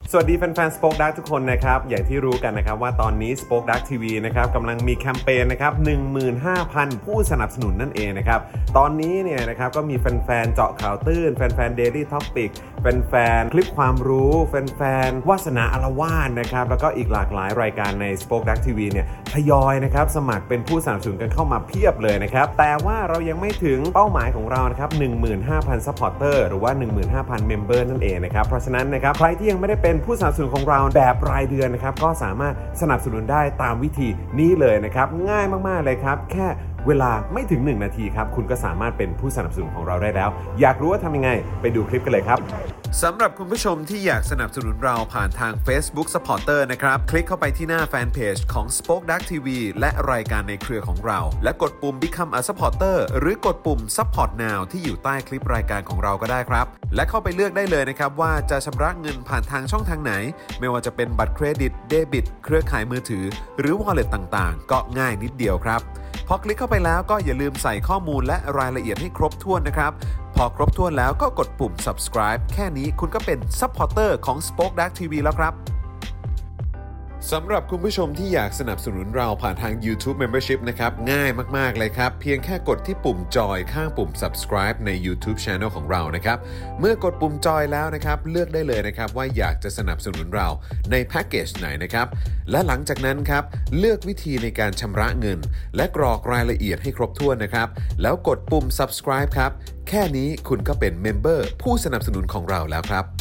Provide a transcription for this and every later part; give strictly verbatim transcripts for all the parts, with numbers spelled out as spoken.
สวัสดีแฟนๆ Spoke Dark ทุกคนนะครับอย่างที่รู้กันนะครับว่าตอนนี้ Spoke Dark ที วี นะครับกำลังมีแคมเปญนะครับ หนึ่งหมื่นห้าพัน ผู้สนับสนุนนั่นเองนะครับตอนนี้เนี่ยนะครับก็มีแฟนๆเจาะข่าวตื้นแฟนๆ Daily Topic แฟนๆคลิปความรู้แฟนๆวาสนาอารวาสนะครับแล้วก็อีกหลากหลายรายการใน Spoke Dark ที วี เนี่ยทยอยนะครับสมัครเป็นผู้สนับสนุนกันเข้ามาเพียบเลยนะครับแต่ว่าเรายังไม่ถึงเป้าหมายของเรานะครับ หนึ่งหมื่นห้าพัน ซัพพอร์เตอร์หรือว่า หนึ่งหมื่นห้าพัน เมมเบอร์นั่นเองนะครับเพราะฉะนั้นนะครับใครที่ยังไม่ได้เป็นผู้สนับสนุนของเราแบบรายเดือนนะครับก็สามารถสนับสนุนได้ตามวิธีนี้เลยนะครับง่ายมากๆเลยครับแค่เวลาไม่ถึงหนึ่งนาทีครับคุณก็สามารถเป็นผู้สนับสนุนของเราได้แล้วอยากรู้ว่าทำยังไงไปดูคลิปกันเลยครับสำหรับคุณผู้ชมที่อยากสนับสนุนเราผ่านทาง Facebook Supporter นะครับคลิกเข้าไปที่หน้าแฟนเพจของ Spoke Dark ที วี และรายการในเครือของเราและกดปุ่ม Become a Supporter หรือกดปุ่ม Support Now ที่อยู่ใต้คลิปรายการของเราก็ได้ครับและเข้าไปเลือกได้เลยนะครับว่าจะชำระเงินผ่านทางช่องทางไหนไม่ว่าจะเป็นบัตรเครดิตเดบิตเครือข่ายมือถือหรือ Wallet ต่างๆก็ง่ายนิดเดียวครับพอคลิกเข้าไปแล้วก็อย่าลืมใส่ข้อมูลและรายละเอียดให้ครบถ้วนนะครับพอครบถ้วนแล้วก็กดปุ่ม Subscribe แค่นี้คุณก็เป็น Supporter ของ Spoke Dark ที วี แล้วครับสำหรับคุณผู้ชมที่อยากสนับสนุนเราผ่านทาง YouTube Membership นะครับง่ายมากๆเลยครับเพียงแค่กดที่ปุ่มจอยข้างปุ่ม Subscribe ใน YouTube Channel ของเรานะครับเมื่อกดปุ่มจอยแล้วนะครับเลือกได้เลยนะครับว่าอยากจะสนับสนุนเราในแพ็กเกจไหนนะครับและหลังจากนั้นครับเลือกวิธีในการชำระเงินและกรอกรายละเอียดให้ครบถ้วนนะครับแล้วกดปุ่ม Subscribe ครับแค่นี้คุณก็เป็นเมมเบอร์ผู้สนับสนุนของเราแล้วครับ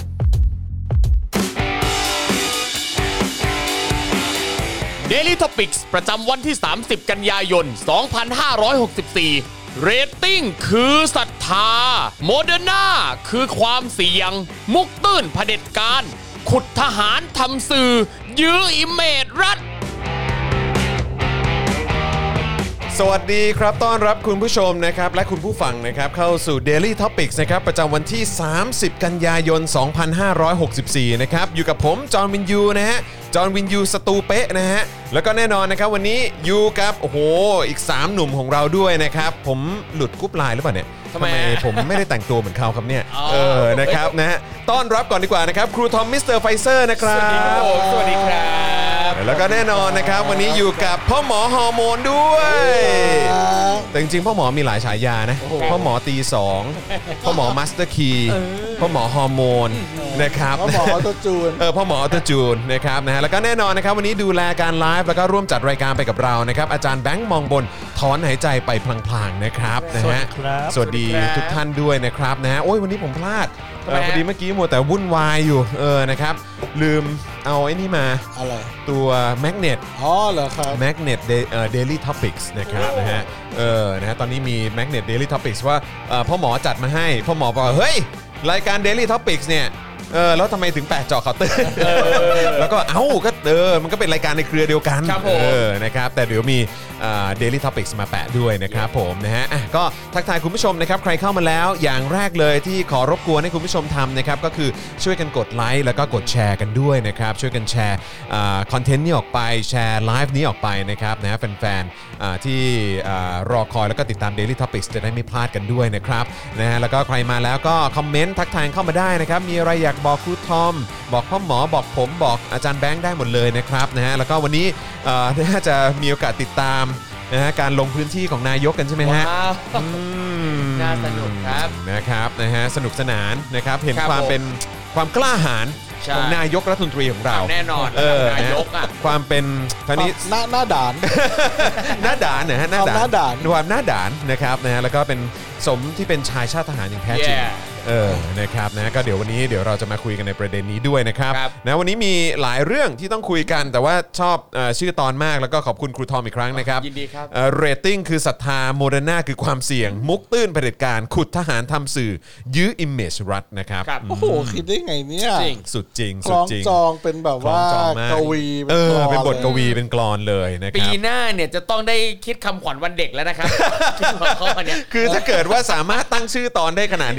Daily Topics ประจำวันที่ สามสิบ กันยายน สองพันห้าร้อยหกสิบสี่ เรตติ้งคือศรัทธาโมเดอร์นาคือความเสี่ยงมุกตื้นเผด็จการขุดทหารทำสื่อยื้ออิมเมจรัฐสวัสดีครับต้อนรับคุณผู้ชมนะครับและคุณผู้ฟังนะครับเข้าสู่ Daily Topics นะครับประจำวันที่ สามสิบ กันยายน สองพันห้าร้อยหกสิบสี่ นะครับอยู่กับผมจอห์นวินยูนะฮะจอห์นวินยูสตูเป๊ะนะฮะแล้วก็แน่นอนนะครับวันนี้อยู่กับโอ้โหอีกสามหนุ่มของเราด้วยนะครับผมหลุดกรุ๊ปไลน์หรือเปล่าเนี่ยทำไมผมไม่ได้แต่งตัวเหมือนเขาครับเนี่ยเออนะครับนะฮะต้อนรับก่อนดีกว่านะครับครูทอมมิสเตอร์ไฟเซอร์นะครับสวัสดีครับสวัสดีครับแล้วก็แน่นอนนะครับวันนี้อยู่กับพ่อหมอฮอร์โมนด้วยแต่จริงๆพ่อหมอมีหลายฉายานะพ่อหมอตีสองพ่อหมอมาสเตอร์คีย์พ่อหมอฮอร์โมนนะครับพ่อหมอออโตจูนเออพ่อหมอออโตจูนนะครับนะฮะแล้วก็แน่นอนนะครับวันนี้ดูแลการไลฟ์แล้วก็ร่วมจัดรายการไปกับเรานะครับอาจารย์แบงค์มองบนถอนหายใจไปพลางๆนะครับนะฮะสวัสดีทุกท่านด้วยนะครับนะฮะโอ้ยวันนี้ผมพลาดพอดีเมื่อกี้มัวแต่วุ่นวายอยู่เออนะครับลืมเอาไอ้นี่มาอะไรตัวแมกเนตอ๋อเหรอครับแมกเนตเอ่อ Daily Topics นะครับนะฮะเออนะฮะตอนนี้มีแมกเนต Daily Topics ว่าเอ่อพ่อหมอจัดมาให้พ่อหมอบอกเฮ้ยรายการ Daily Topics เนี่ยเออแล้วทำไมถึงแปะเจาะเคาน์เตอร์แล้วก็เอ้าก็เออมันก็เป็นรายการในเครือเดียวกันเออนะครับแต่เดี๋ยวมีอ่า Daily Topics มาแปะด้วยนะครับผมนะฮะก็ทักทายคุณผู้ชมนะครับใครเข้ามาแล้วอย่างแรกเลยที่ขอรบกวนให้คุณผู้ชมทำนะครับก็คือช่วยกันกดไลค์แล้วก็กดแชร์กันด้วยนะครับช่วยกันแชร์อ่าคอนเทนต์นี้ออกไปแชร์ไลฟ์นี้ออกไปนะครับนะฮะแฟนๆอ่าที่อ่ารอคอยแล้วก็ติดตาม Daily Topics จะได้ไม่พลาดกันด้วยนะครับนะฮะแล้วก็ใครมาแล้วก็คอมเมนต์ทักทายเข้ามาได้นะครับมีอะไรอยากบอกครูทอมบอกพ่อหมอบอกผมบอกอาจารย์แบงค์ได้หมดเลยนะครับนะฮะแล้วก็วันนี้น่าจะมีโอกาสติดตามนะฮะการลงพื้นที่ของนายกกันใช่ไหมฮะน่าสนุกครับนะครับนะฮะสนุกสนานนะครับเห็นความเป็นความกล้าหาญของนายกรัฐมนตรีของเราแน่นอนนายกอ่ะความเป็นท่านี้หน้าหน้าด่านหน้าด่านนะฮะหน้าด่านความหน้าด่านนะครับนะฮะแล้วก็เป็นสมที่เป็นชายชาติทหารอย่างแท้จริงเออนะครับนะก็เดี๋ยววันนี้เดี๋ยวเราจะมาคุยกันในประเด็นนี้ด้วยนะครับนะวันนี้มีหลายเรื่องที่ต้องคุยกันแต่ว่าชอบเอ่อชื่อตอนมากแล้วก็ขอบคุณครูทอมอีกครั้งนะครับยินดีครับเอ่อเรตติ้งคือศรัทธาโมเดอร์นาคือความเสี่ยงมุกตื้นเผด็จการขุดทหารทำสื่อยื้ออิมเมจรัฐนะครับโอ้โหคิดได้ไงเนี่ยสุดจริงสุดจริงจองเป็นแบบว่ากวีเออเป็นบทกวีเป็นกลอนเลยนะครับปีหน้าเนี่ยจะต้องได้คิดคำขวัญวันเด็กแล้วนะครับคิดหัวข้อเนี่ยคือถ้าเกิดว่าสามารถตั้งชื่อตอนได้ขนาดนี้ใช่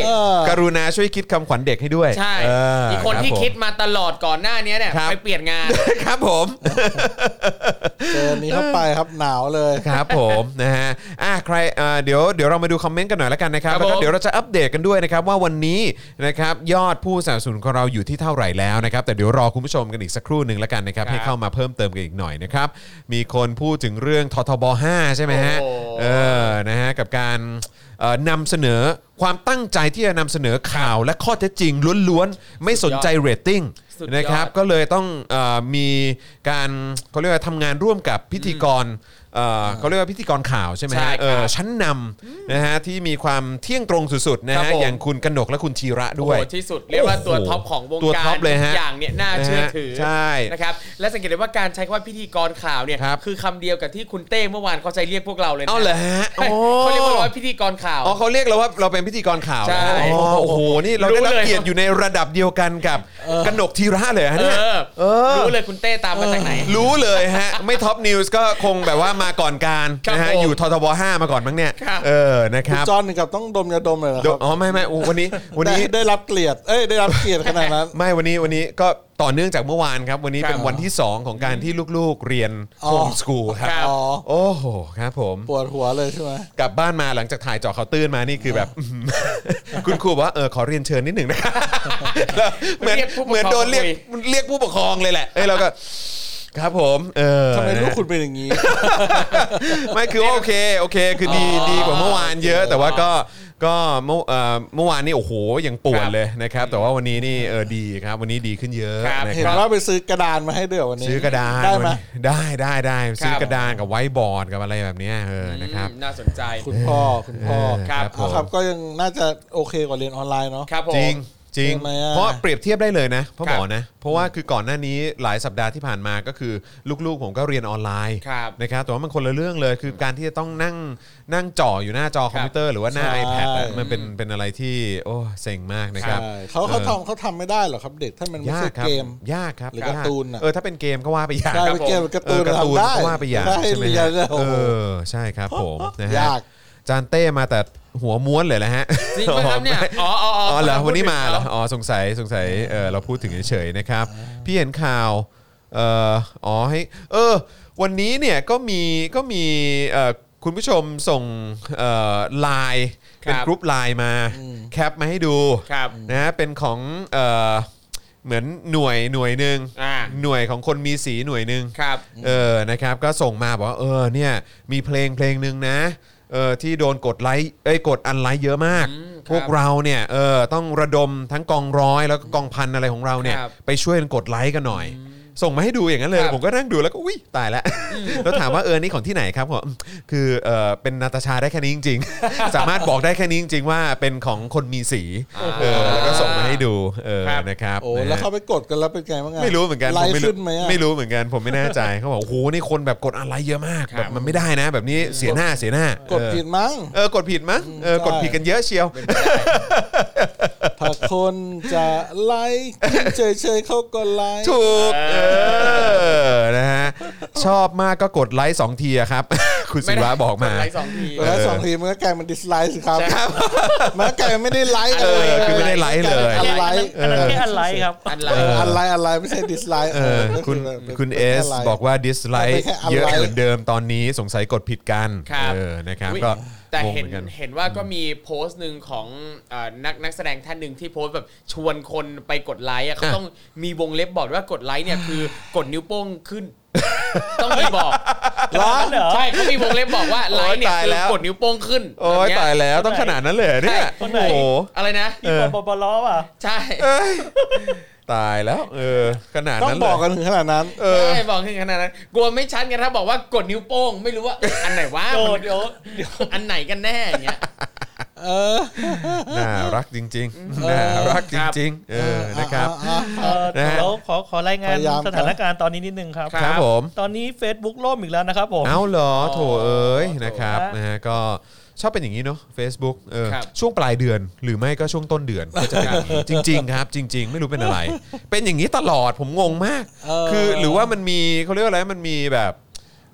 กรุณาช่วยคิดคำขวัญเด็กให้ด้วยใช่เอออีกคนที่รับผมคิดมาตลอดก่อนหน้านี้เนี่ยครับไปเปลี่ยนงานครับผมเจอนี้เข้าไปครับหนาวเลยครับผมนะฮะอ่ะใครเอ่อเดี๋ยวเดี๋ยวเรามาดูคอมเมนต์กันหน่อยแล้วกันนะครับครับแล้วก็ผมเดี๋ยวเราจะอัปเดตกันด้วยนะครับว่าวันนี้นะครับยอดผู้สนับสนุนของเราอยู่ที่เท่าไหร่แล้วนะครับแต่เดี๋ยวรอคุณผู้ชมกันอีกสักครู่หนึ่งแล้วกันนะครับครับให้เข้ามาเพิ่มเติมกันอีกหน่อยนะครับมีคนพูดถึงเรื่องททบห้าใช่ไหมฮะโอ้เออนะฮะกับการเอ่อนำเสนอความตั้งใจที่จะนำเสนอข่าวและข้อเท็จจริงล้วนๆไม่สนใจเรตติ้งสุดยอดนะครับก็เลยต้องเออมีการเขาเรียกว่าทำงานร่วมกับพิธีกรเอ่อเขาเรียกว่าพิธีกรข่าวใช่ไหมใช่ฮะครับเออชั้นนำนะฮะที่มีความเที่ยงตรงสุดๆนะครัฮะบผมอย่างคุณกนกและคุณชีระโอ้ด้โหวยที่สุดเรียกว่าตัวโอ้โหท็อปของวงตัวการท็อปเลยฮะทุกอย่างเนี่ยน่าเชื่อถือใช่นะครับและสังเกตได้ว่าการใช้คำว่าพิธีกรข่าวเนี่ยครับคือคำเดียวกับที่คุณเต้เมื่อวานเขาใช้เรียกพวกเราเลยนะเอาเหรอฮะโอ้เขาเรียกพวกเราว่าพิธีกรข่าวอ๋อเขาเรียกเราว่าเราเป็นพิธีกรข่าวใช่อ๋อโอ้โหนี่เราได้รับรู้เลยเกียรติอยู่ในระดับเดียวกันกับกนกธีระเลยฮะเอเนี่ยอเออรู้เลยคุณเต้ตามมาจากไหนรู้เลยฮะ ไม่ท็อปนิวส์ก็คงแบบว่ามาก่อนการครับนะฮะผมอยู่ททบห้ามาก่อนมั้งเนี่ยครับเออนะครับจอห์นถึงกับต้องดมยาดมเลยเหรอครับอ๋อไม่ไม่โอ้วันนี้วันได้นี้ได้รับเกลียดเอ้ยได้รับเกียรติขนาดนั้นไม่วันนี้วันนี้ก็ต่อเนื่องจากเมื่อวานครับ วันนี้ครับเป็นวันที่สองของการที่ลูกๆเรียนอ๋อโฮมสกูลครับครับอ๋อโอ้โหครับผมปวดหัวเลยใช่ไหมกลับบ้านมาหลังจากถ่ายเจาะข่าวตื้นมานี่คือแบบ คุณครูบอกว่าเออขอเรียนเชิญนิดหนึ่งนะครับแล้วเหมือนเรียกผู้ปกครองเหมือนโดนเรียกคุยเรียกผู้ปกครองเลยแหละเอ้ยเราก็ครับผมเออทำไมลูกนะคุณเป็นอย่างนี้ไม่คือว่าโอเคโอเคคือดีอ๋อดีกว่าเมื่อวานเยอะ แต่ว่าก็ก็เมื่อเอ่อเมื่อวานนี่โอ้โหยังปวดครับเลยนะครับแต่ว่าวันนี้นี่เออดีครับวันนี้ดีขึ้นเยอะครับนะเห็คน รับว่าไปซื้อกระดานมาให้ด้วยวันนี้ซื้อกระดานได้ไหมวันนี้ได้ได้ได้ซื้อครับกระดานกับไวท์บอร์ดกับอะไรแบบเนี้ยเออนะครับอืมน่าสนใจคุณพ่อคุณพ่อเออครับผมเอาครับก็ยังน่าจะโอเคกว่าเรียนออนไลน์เนาะครับผมจริงจริงใช่ไหมอะเพราะเปรียบเทียบได้เลยนะพ่อหมอครับนะเพราะว่าคือก่อนหน้านี้หลายสัปดาห์ที่ผ่านมาก็คือลูกๆผมก็เรียนออนไลน์ครับนะครับแต่ว่ามันคนละเรื่องเลยคือการที่จะต้องนั่งนั่งจ่ออยู่หน้าจอคอมพิวเตอร์หรือว่าหน้าใช่ iPad อะมันเป็นเป็นอะไรที่โอ้เซ็งมากนะครับใช่เขาเขาทำเขาทำไม่ได้หรอกครับเด็กถ้ามันไม่ยาใช่กครับเกมยากครับหรือการ์ตูนอะเออถ้าเป็นเกมก็ว่าไปยากใช่ครับเป็นเกมการ์เอตูอน การ์ตูนทำได้ก็ว่าไปยากได้ใช่ไหมเรียฮะนเลยโอ้เอโหอใช่ครับผมนะฮะยากจานเต้มาแต่หัวม้วนเลยแหละฮะจริงไหมครับเนี่ยอ๋ออ๋ออ๋ออ๋อเหรอพูดวันนี้ถึงมาเหรอขอ๋อสงสัยสงสัยเออเราพูดถึงเฉยๆนะครับ พี่เห็นข่าวเอ่ออ๋อให้เออวันนี้เนี่ยก็มีก็มีเอ่อคุณผู้ชมส่งเอ่อไลน์ครับเป็นกรุ๊ปไลน์มาแคปมาให้ดูครับนะฮะเป็นของเอ่อเหมือนหน่วยหน่วยหนึ่งอ่าหน่วยของคนมีสีหน่วยหนึ่งครับเออนะครับก็ส่งมาบอกว่าเออเนี่ยมีเพลงเพลงหนึ่งนะเออที่โดนกดไลค์เอ้ยกดอันไลค์เยอะมากอืมครับพวกเราเนี่ยเออต้องระดมทั้งกองร้อยแล้วก็กองพันอะไรของเราเนี่ยครับไปช่วยกันกดไลค์กันหน่อย ส่งมาให้ดูอย่างนั้นเลยครับผมก็นั่งดูแล้วก็อุ้ยตายแล้วแล้วถามว่าเออนี่ของที่ไหนครับผมคือเออเป็นนาตาชาได้แค่นี้จริงๆ สามารถบอกได้แค่นี้จริงๆว่าเป็นของคนมีสีเออแล้วก็ส่งมาให้ดูเออครับนะครับโอ้นะฮะแล้วเขาไปกดกันแล้วเป็นไงบ้างอะไม่รู้เหมือนกันไลผมฟ์ไม่ขึ้รู้นไหมอะไม่รู้เหมือนกันผมไม่แน่ใจเขาบอกโอ้โหนี่คนแบบกดอะไรเยอะมากครับแบบมันไม่ได้นะ แบบนี้เสียหน้าเสียหน้ากดผิดมั้งเออกดผิดมั้งเออกดผิดกันเยอะเชียวถ้าคนจะไลค์เฉยๆเขาก็ไลค์ถูกเออนะฮะชอบมากก็กดไลค์สองทีอะครับ คุณศิวะบอกมาไลค์สองทีแล้วสองทีมันก็กลายเป็นดิสไลค์สิครับใช่ครับมันก็กลายเป็นไม่ได้ไลค์เออคือไม่ได้ไลค์เลยอันไลค์อันนั้นแค่อันไลค์ครับอันไลเอค์ออันไลค์อันไลค์ไม่ใช่ดิสไลค์เออคุณคุณเอสบอกว่าดิสไลค์เยอะเหมือนเดิมตอนนี้สงสัยกดผิดกันครับเออนะครับอุ๊ยก็แต่งงเห็นเหมือนกันเห็นว่าก็มีโพสต์หนึ่งของเอ่อนักนักแสดงท่านหนึ่งที่โพสต์แบบชวนคนไปกดไลค์อะเขาอ่ะต้องมีวงเล็บบอกว่ากดไลค์เนี่ยคือกดนิ้วโป้งขึ้น ต้องมีบอกร้อนเหรอใช่เขามีวงเล็บบอกว่าไลค์เนี่ยโอ๊ยตายคืแล้อวกดนิ้วโป้งขึ้นโอ้ยแบบเนี้ตายแล้วต้องขนาดนั้นเลยเหรอเนี่ยคนโอ้ไหนโหอะไรนะพี่ปอปอปอล้อป่ะใช่ตายแล้วเออขนาดต้องนั้นเลยบอกกันถึงขนาดนั้นเออใช่บอกถึงขนาดนั้นกลัวไม่ชัดไงถ้าบอกว่ากดนิ้วโป้งไม่รู้ว่าอันไหนวะโดดเดี๋ยวเดี๋ยวอันไหนกันแน่อย่างเงี้ยเออน่ารักจริงๆน่ารักจริงๆเออนะครับอ่ะเอ่อนะฮะเดี๋ยวขอขอรายงานพยายามสถานการณ์ตอนนี้นิดนึงครับครับครับผมตอนนี้ Facebook ล่มอีกแล้วนะครับผมเอาเหรอโถเอ้ยโถนะครับฮะนะฮะก็ชอบเป็นอย่างนี้เนาะ Facebook เออครับช่วงปลายเดือนหรือไม่ก็ช่วงต้นเดือนก็จะเป็นอย่างนี้จริง ๆ ครับ จริง ๆ ไม่รู้เป็นอะไร เป็นอย่างนี้ตลอดผมงงมากเออคือหรือว่ามันมีเขาเรียกว่าอะไรมันมีแบบ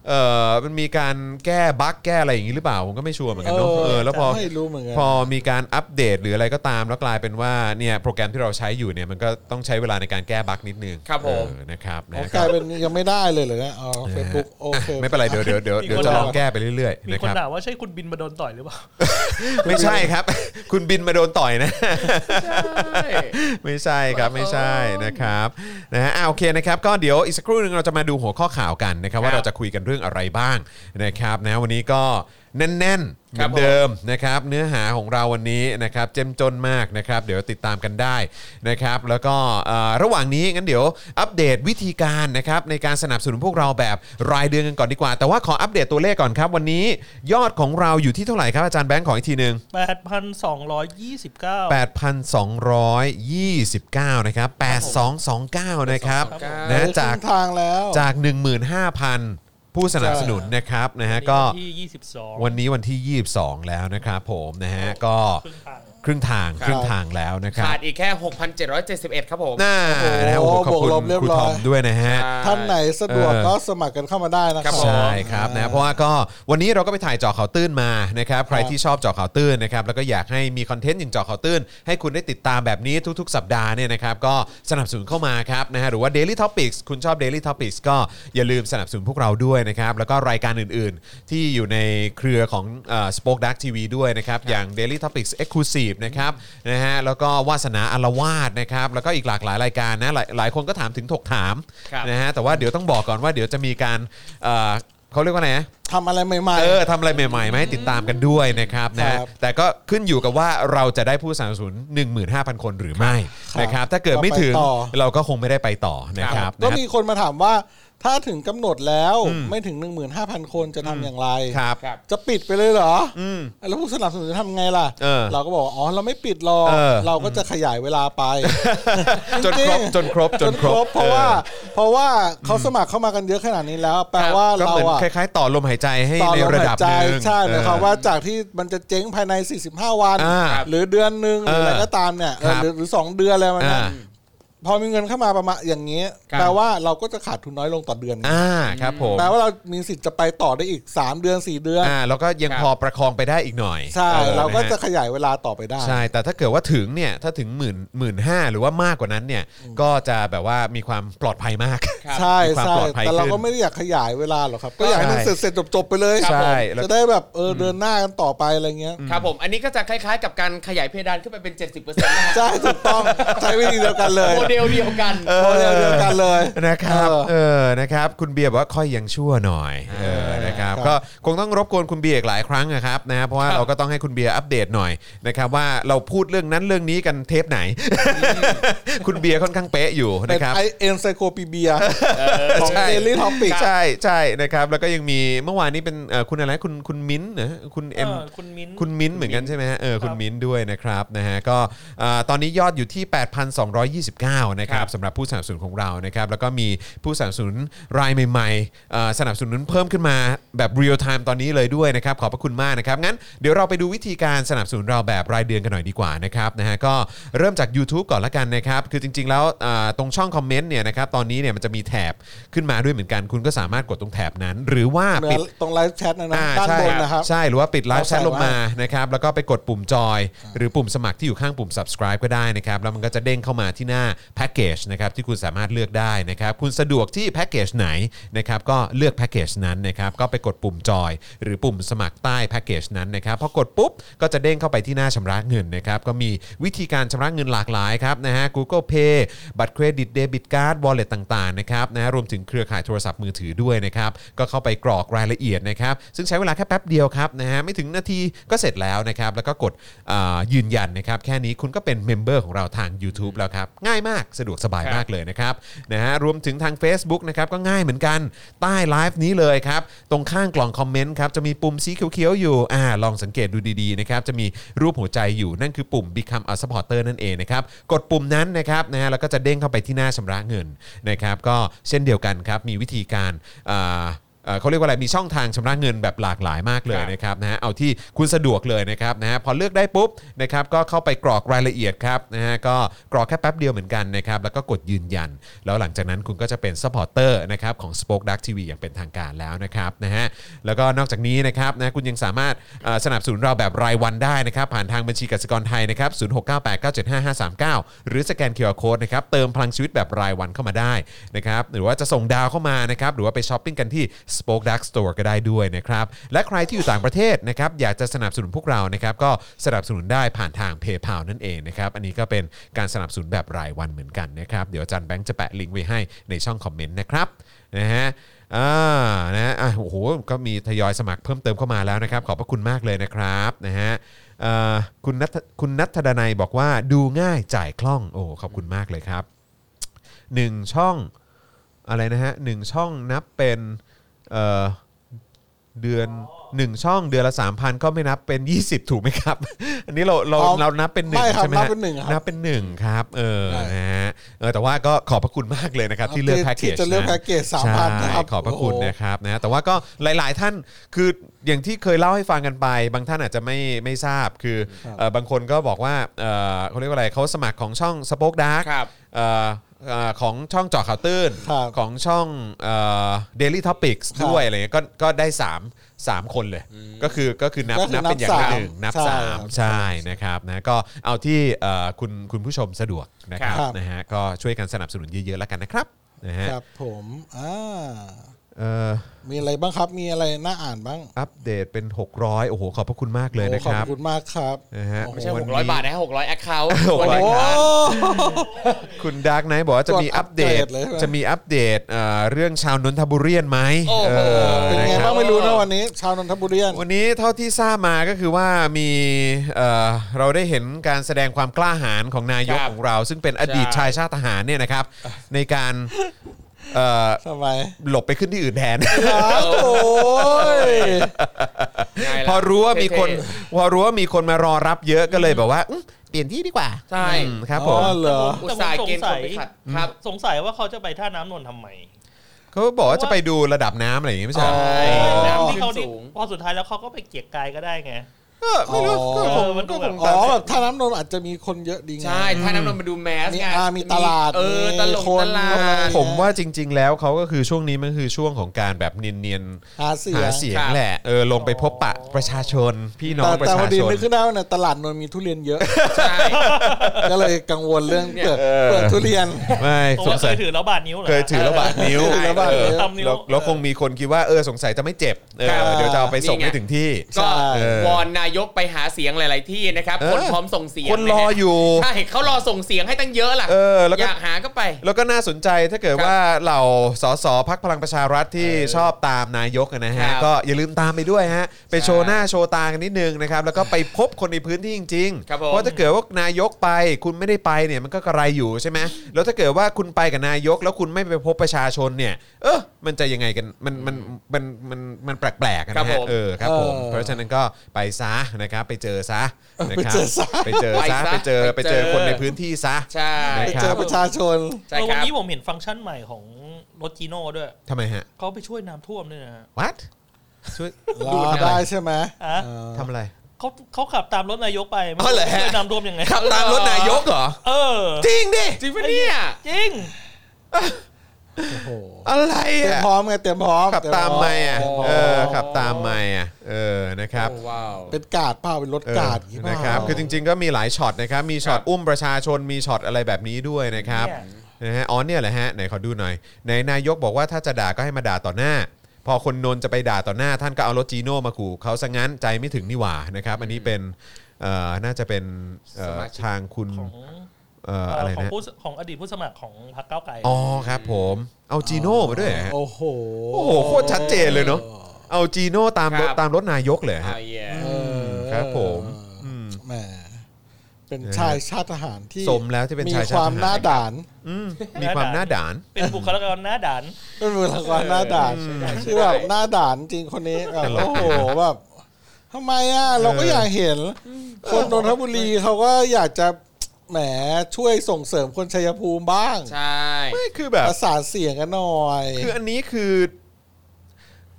เออมันมีการแก้บั๊กแก้อะไรอย่างนี้หรือเปล่าผมก็ไม่ชัวร์เหมือนกันเนาะเออเออแล้วพอไม่รู้เหมือนกันพอมีการอัปเดตหรืออะไรก็ตามแล้วกลายเป็นว่าเนี่ยโปรแกรมที่เราใช้อยู่เนี่ยมันก็ต้องใช้เวลาในการแก้บั๊กนิดนึงครับผมเออนะครับนะอ๋อคกรัลาบยเป็นยังไม่ได้เลยเหรอเนี่ยอ๋อเฟซบุ๊กโอเคไม่เป็นไรเดี๋ยวเดี๋ยวเดี๋ยวเดี๋ยวจะลองแก้ไปเรื่อยๆมีนะคคน รับด่าว่าใช่คุณบินมาโดนต่อยหรือเปล่าไม่ใช่ครับ คุณบินมาโดนต่อยนะใช่ไม่ใช่ครับไม่ใช่นะครับนะฮะอ่าโอเคนะครับก็เดี๋ยวอีกสักครู่หนึงเราจะมาดูหัวข้อข่าวกันนะครับว่าเราจะคุยกันเรื่องอะไรบ้างนะครับนะวันนี้ก็แน่นๆเหมือนเดิมนะครับเนื้อหาของเราวันนี้นะครับเจ้มจนมากนะครับเดี๋ยวติดตามกันได้นะครับแล้วก็เอ่อระหว่างนี้งั้นเดี๋ยวอัปเดตวิธีการนะครับในการสนับสนุนพวกเราแบบรายเดือนกันก่อนดีกว่าแต่ว่าขออัปเดตตัวเลขก่อนครับวันนี้ยอดของเราอยู่ที่เท่าไหร่ครับอาจารย์แบงค์ขออีกทีนึงแปดพันสองร้อยยี่สิบเก้าแปดพันสองร้อยยี่สิบเก้านะครับแปดพันสองร้อยยี่สิบเก้านะครับครับนะคจากรึ่งทางแล้วจาก หนึ่งหมื่นห้าพัน ผู้สนับสนุนนะครับนะฮะก็ที่ยี่สิบสองวันนี้วันที่ยี่สิบสองแล้วนะครับผมนะฮะก็ครึ่งทางครึ่งทางครึ่งทางแล้วนะครับขาดอีกแค่ หกพันเจ็ดร้อยเจ็ดสิบเอ็ด ครับผมน่านะฮะโอ้โหขอบคุณบวกลบเรียบครูร้ทออย มด้วยนะฮะท่านไหนสะดวกเออก็สมัครกันเข้ามาได้นะคครัรับบผมใช่ครับนะเพราะว่าก็วันนี้เราก็ไปถ่ายเจาะข่าวตื้นมานะครับใครครับที่ชอบเจาะข่าวตื้นนะครับแล้วก็อยากให้มีคอนเทนต์อย่างเจาะข่าวตื้นให้คุณได้ติดตามแบบนี้ทุกๆ สัปดาห์เนี่ยนะครับก็สนับสนุนเข้ามาครับนะฮะหรือว่า Daily Topics คุณชอบ Daily Topics ก็อย่าลืมสนับสนุนพวกเราด้วยนะครับแล้วก็รายการอื่นๆ ที่อยู่ในเครือของเอ่อ Spoke Dark ที วี ด้วยนะครับอย่าง Daily Topics Exclusive นะครับนะฮะแล้วก็วาสนาอารวาสนะครับแล้วก็อีกหลากหลายรายการนะหลายหลายคนก็ถามถึงถกถามครับนะฮะแต่ว่าเดี๋ยวต้องบอกก่อนว่าเดี๋ยวจะมีการเอ่อเขาเรียกว่าไงนะทำอะไรใหม่เออทำอะไรใหม่ๆมาให้ติดตามกันด้วยนะครับนะครับ แต่ก็ขึ้นอยู่กับว่าเราจะได้ผู้สนับสนุน หนึ่งหมื่นห้าพัน คนหรือไม่ครับนะครับถ้าเกิดไม่ถึงก็ไปต่อเราก็คงไม่ได้ไปต่อนะครับก็นะมีคนมาถามว่าถ้าถึงกำหนดแล้วไม่ถึง หนึ่งหมื่นห้าพัน คนจะทำอย่างไรครับครับจะปิดไปเลยเหรออืมแล้วผู้สนับสนุนจะทำไงล่ะเออเราก็บอกว่าอ๋อเราไม่ปิดหรอกเออเราก็จะขยายเวลาไปจนครบจนครบจจนนคครรบบเพราะว่าเพราะว่าเขาสมัครเข้ามากันเยอะขนาดนี้แล้ว แปลว่าก็เราเหมือนอะคล้ายๆ ต่อลมหายใจให้ต่อในลมระหาดัยบใจหนึ่งใช่หมายความเออว่าจากที่มันจะเจ๊งภายในสี่สิบห้าวันอ่าหรือเดือนหนึ่งหรืออะไรเออก็ตามเนี่ยเออครับหรือหรือสองเดือนอะไรมันอ่านะพอมีเงินเข้ามาประมาณอย่างนี้ครับแปลว่าเราก็จะขาดทุนน้อยลงต่อเดือนอ่าครับผมแปลว่าเรามีสิทธิ์จะไปต่อได้อีกสามเดือนสี่เดือนอ่าแล้วก็ยังครับพอประคองไปได้อีกหน่อยใช่ออเราก็นฮจะขยายเวลาต่อไปได้ใช่แต่ถ้าเกิดว่าถึงเนี่ยถ้าถึงหมื่นหมื่นห้าหรือว่ามากกว่านั้นเนี่ยก็จะแบบว่ามีความปลอดภัยมากครับใช่มีความใช่ปลอดภัยแต่เราขึ้นก็ไม่ได้อยากขยายเวลาหรอกครับ ก็อยากให้มันใช่เสร็จๆจบๆไปเลยใช่แล้วจะได้แบบเออเดินหน้ากันต่อไปอะไรเงี้ยครับผมอันนี้ก็จะคล้ายๆ กับการขยายเพดานขึ้นไปเป็น เจ็ดสิบเปอร์เซ็นต์ นะฮะใช่ถูกต้องใช้วิธีเดียวกันเลยโมเดลเดียวกันโมเดลเดียวกันเลยนะครับเออเออนะครับคุณเบียร์บอกว่าค่อยยังชั่วหน่อยเออนะครับครับก็คงต้องรบกวนคุณเบียร์อีกหลายครั้งนะครับนะเพราะว่าครับเราก็ต้องให้คุณเบียร์อัปเดตหน่อยนะครับว่าเราพูดเรื่องนั้นเรื่องนี้กันเทปไหน คุณเบียร์ค่อนข้างเป๊ะอยู่เป็นนะครับไอเอ็นไซโคปีเบียของใช่เดลี่ท็อปิกใช่ใช่นะครับแล้วก็ยังมีเมื่อวานนี้เป็นเอ่อคุณอะไรคุณคุณมิ้นท์นะคุณเอ็มเออคุณมิ้นท์คุณมิ้นท์เหมือนกันใช่ไหมฮะเออคุณครับมิ้นท์ด้วยนะครับนะฮะก็เอ่อตอนนี้ยอดอยู่ที่ แปดพันสองร้อยยี่สิบเก้า นะครับสำหรับผู้สนับสนุนของเรานะครับแล้วก็มีผู้สนับสนุนรายใหม่ๆเอ่อสนับสนุนเพิ่มขึ้นมาแบบเรียลไทม์ตอนนี้เลยด้วยนะครับขอบพระคุณมากนะครับงั้นเดี๋ยวเราไปดูวิธีการสนับสนุนเราแบบรายเดือนกันหน่อยดีกว่านะครับนะฮะก็เริ่มจาก YouTube ก่อนละกันนะครับคือจริงๆแล้วเอ่อตรงช่องคอมเมนต์เนี่ยนะครับตอนนี้เนี่ยมันจะมีแถบขึ้นมาด้วยเหมือนกันคุณก็สามารถกดตรงแถบนั้น หรือว่าเหนืปิอดตรงไลฟ์แชทนะนะอ่าด้านใช่บนนะครับใช่หรือว่าปิดไลฟ์แชทเราใส่ลงมาไว้นะครับแล้วก็ไปกดปุ่มจอยหรือปุ่มสมัครที่อยู่ข้างปุ่ม subscribe ก็ได้นะครับแล้วมันก็จะเด้งเข้ามาที่หน้าแพ็กเกจนะครับที่คุณสามารถเลือกได้นะครับคุณสะดวกที่แพ็กเกจไหนนะครับก็เลือกแพ็กเกจนั้นนะครับก็ไปกดปุ่มจอยหรือปุ่มสมัครใต้แพ็กเกจนั้นนะครับพอกดปุ๊บก็จะเด้งเข้าไปที่หน้าชำระเงินนะครับก็มีวิธีการชำระเงินหลากหลายครับนะฮะ Google Pay บัตรเครดิตเดบิตการ์ด Wallet ต่างๆนะครับนะรวมถึงเครือข่ายโทรศัพท์มือถือด้วยนะครับก็เข้าไปกรอกรายละเอียดนะครับซึ่งใช้เวลาแค่แป๊บเดียวครับนะฮะไม่ถึงนาทีก็เสร็จแล้วนะครับแล้วก็กดอ่ายืนยันนะครับแค่นี้คุณก็เป็นเมมเบอร์ของเราทาง YouTube แล้วครับง่ายมากสะดวกสบายมากเลยนะครับนะฮะรวมถึงทาง Facebook นะครับก็ง่ายเหมือนกันใต้ไลฟ์นี้เลยครับตรงข้างกล่องคอมเมนต์ครับจะมีปุ่มสีเขียวๆอยู่อ่าลองสังเกตดูดีๆนะครับจะมีรูปหัวใจอยู่นั่นคือปุ่ม Become a supporter นั่นเองนะครับกดปุ่มนั้นนะครับนะฮะแล้วก็จะเด้งเข้าไปที่หน้าชำระเงินนะครับก็เช่นเดียวกันครับมีวิธีการอ่าเอ่อเขาเรียกว่าอะไรมีช่องทางชำระเงินแบบหลากหลายมากเลยนะครับนะฮะเอาที่คุณสะดวกเลยนะครับนะฮะพอเลือกได้ปุ๊บนะครับก็เข้าไปกรอกรายละเอียดครับนะฮะก็กรอกแค่แป๊บเดียวเหมือนกันนะครับแล้วก็กดยืนยันแล้วหลังจากนั้นคุณก็จะเป็นซัพพอร์เตอร์นะครับของ Spoke Dark ที วี อย่างเป็นทางการแล้วนะครับนะฮะแล้วก็นอกจากนี้นะครับนะคุณยังสามารถเอ่อสนับสนุนเราแบบรายวันได้นะครับผ่านทางบัญชีกสิกรไทยนะครับศูนย์ หก เก้า แปด เก้า เจ็ด ห้า ห้า สาม เก้าหรือสแกน คิว อาร์ Code นะครับเติมพลังชีวิตแบบรายวันเข้ามาได้นะครับหรือว่าจะส่งดาวเข้ามานะครับหรือว่าไปช้อปปิ้งกันที่ Spoke Dark Store ก็ได้ด้วยนะครับและใครที่อยู่ต่างประเทศนะครับอยากจะสนับสนุนพวกเรานะครับก็สนับสนุนได้ผ่านทาง PayPal นั่นเองนะครับอันนี้ก็เป็นการสนับสนุนแบบรายวันเหมือนกันนะครับเดี๋ยวอาจารย์แบงค์จะแปะลิงก์ไว้ให้ในช่องคอมเมนต์นะครับนะฮะอ่านะอ่ะโอ้โหก็มีทยอยสมัครเพิ่มเติมเข้ามาแล้วนะครับขอบพระคุณมากเลยนะครับนะฮะอ่าคุณนัทคุณนัทดนัยบอกว่าดูง่ายจ่ายคล่องโอ้ขอบคุณมากเลยครับหนึ่งช่องอะไรนะฮะหนึ่งช่องนับเป็นเอ่อเดือนหนึ่งช่องเดือนละ สามพัน ก็ไม่นับเป็นยี่สิบถูกไหมครับอันนี้เราเราเรานับเป็นหนึ่งใช่ไหมฮะนับเป็นหนึ่งครับนับเป็นหนึ่งครับเออนะฮะเออแต่ว่าก็ขอบพระคุณมากเลยนะครับที่เลือกแพ็คเกจจะเลือกแพ็คเกจ สามพัน นะครับขอบพระคุณนะครับนะแต่ว่าก็หลายๆท่านคืออย่างที่เคยเล่าให้ฟังกันไปบางท่านอาจจะไม่ไม่ทราบคือบางคนก็บอกว่าเขาเรียกว่าอะไรเขาสมัครของช่อง Spoke Dark ของช่องเจาะข่าวตื้นของช่อง Daily Topics ด้วยอะไรเงี้ยก็ก็ได้สาม สามคนเลยก็คือก็คือนับนับเป็นอย่างหนึ่งนับสามใช่นะครับนะก็เอาที่คุณคุณผู้ชมสะดวกนะครับนะฮะก็ช่วยกันสนับสนุนเยอะๆแล้วกันนะครับนะฮะครับผมอ่าเอ่อมีอะไรบ้างครับมีอะไรน่าอ่านบ้างอัปเดตเป็นหกร้อยโอ้โหขอบพระคุณมากเลยนะครับขอบคุณมากครับนะฮะไม่ใช่หกร้อยบาทนะหกร้อย account หกร้อยคุณดาร์กไนท์บอกว่าจะมีอัปเดตจะมีอัปเดตเรื่องชาวนนทบุรีไหมเป็นไงบ้างไม่รู้นะวันนี้ชาวนนทบุรีวันนี้เท่าที่ทราบมาก็คือว่ามีเราได้เห็นการแสดงความกล้าหาญของนายกของเราซึ่งเป็นอดีตชายชาติทหารเนี่ยนะครับในการเอ่อทำไมหลบไปขึ้นที่อื่นแทนโอ้ยพอรู้ว่ามีคนพอรู้ว่ามีคนมารอรับเยอะก็เลยแบบว่าเปลี่ยนที่ดีกว่าใช่ครับผมอุตส่าห์เกณฑ์คนไปขัดครับสงสัยว่าเขาจะไปท่าน้ำนนท์ทำไมเขาบอกว่าจะไปดูระดับน้ำอะไรอย่างงี้ไม่ใช่น้ำที่เขาพอสุดท้ายแล้วเขาก็ไปเกียกกายก็ได้ไงไม่รู้ก็คงมันก็แบบอ๋อแบบท่าน้ำนนท์อาจจะมีคนเยอะดีไงใช่ท่าน้ำนนท์มาดูแมสไงมีตลาดเออตลกตลาดผมว่าจริงๆแล้วเขาก็คือช่วงนี้มันคือช่วงของการแบบเนียนๆหาเสียงหาเสียงแหละเออลงไปพบปะประชาชนพี่น้องประชาชนแต่พอดีนึกขึ้นได้ว่าในตลาดนนท์มีทุเรียนเยอะใช่ก็เลยกังวลเรื่องเปิดเปิดทุเรียนไม่สงสัยถือแล้วบาดนิ้วเหรอเคยถือแล้วบาดนิ้วแล้วคงมีคนคิดว่าเออสงสัยจะไม่เจ็บเดี๋ยวจะเอาไปส่งให้ถึงที่ก็วอนนายกไปหาเสียงหลายๆที่นะครับคนพร้อมส่งเสียงคนรออยู่ใช่เขารอส่งเสียงให้ตั้งเยอะล่ะอยากหาก็ไปแล้วก็น่าสนใจถ้าเกิดว่าเหล่าสสพรรคพลังประชารัฐที่ชอบตามนายกนะฮะก็อย่าลืมตามไปด้วยฮะไปโชว์หน้าโชว์ตากันนิดนึงนะครับแล้วก็ไปพบคนในพื้นที่จริงๆเพราะถ้าเกิดว่านายกไปคุณไม่ได้ไปเนี่ยมันก็กระไรอยู่ใช่ไหมแล้วถ้าเกิดว่าคุณไปกับนายกแล้วคุณไม่ไปพบประชาชนเนี่ยเออมันจะยังไงกันมันมันมันมันมันแปลกๆนะฮะเออครับผมเพราะฉะนั้นก็ไปซะนะครับไปเจอซะนะครับไปเจอซะไปเจอไปเจอคนในพื้นที่ซะใช่ไปเจอประชาชนวันนี้ผมเห็นฟังก์ชันใหม่ของรถจีโน่ด้วยทำไมฮะเขาไปช่วยน้ำท่วมด้วยนะฮะ what ช่วยดูได้ใช่ไหมทำอะไรเขาเขาขับตามรถนายกไปไม่รู้ช่วยน้ำท่วมยังไงขับตามรถนายกเหรอเออจริงดิจริงปะเนี่ยจริงอะไรอ่ะเตรียมพร้อมไงเตรียมพร้อมขับตามไหมอ่ะเออขับตามไหมอ่ะเออนะครับเป็นกาดเปล่าเป็นรถกาดนะครับคือจริงๆก็มีหลายช็อตนะครับมีช็อตอุ้มประชาชนมีช็อตอะไรแบบนี้ด้วยนะครับนะฮะอ๋อเนี่ยแหละฮะไหนขอดูหน่อยในนายกบอกว่าถ้าจะด่าก็ให้มาด่าต่อหน้าพอคนนนจะไปด่าต่อหน้าท่านก็เอารถจีโน่มาขู่เขาซะงั้นใจไม่ถึงนี่หว่านะครับอันนี้เป็นเอ่อน่าจะเป็นทางคุณอะไรนะของอดีตผู้สมัครของพรรคก้าวไกลอ๋อครับผมเอาจีโน่มาด้วยโอ้โหโอ้โหโคตรชัดเจนเลยเนาะเอาจีโน่ตามรถตามรถนายกเลยฮะครับผมแหมเป็นชายชาติทหารที่สมแล้วที่เป็นชายชาติทหารมีความหน้าด่านมีความหน้าด่านเป็นบุคลากรหน้าด่านเป็นบุคลากรหน้าด่านคือแบบหน้าด่านจริงคนนี้แบบโอ้โหแบบทำไมอ่ะเราก็อยากเห็นคนนนทบุรีเขาก็อยากจะแหมช่วยส่งเสริมคนชัยภูมิบ้างใช่ไม่คือแบบประสานเสียงกันหน่อยคืออันนี้คือ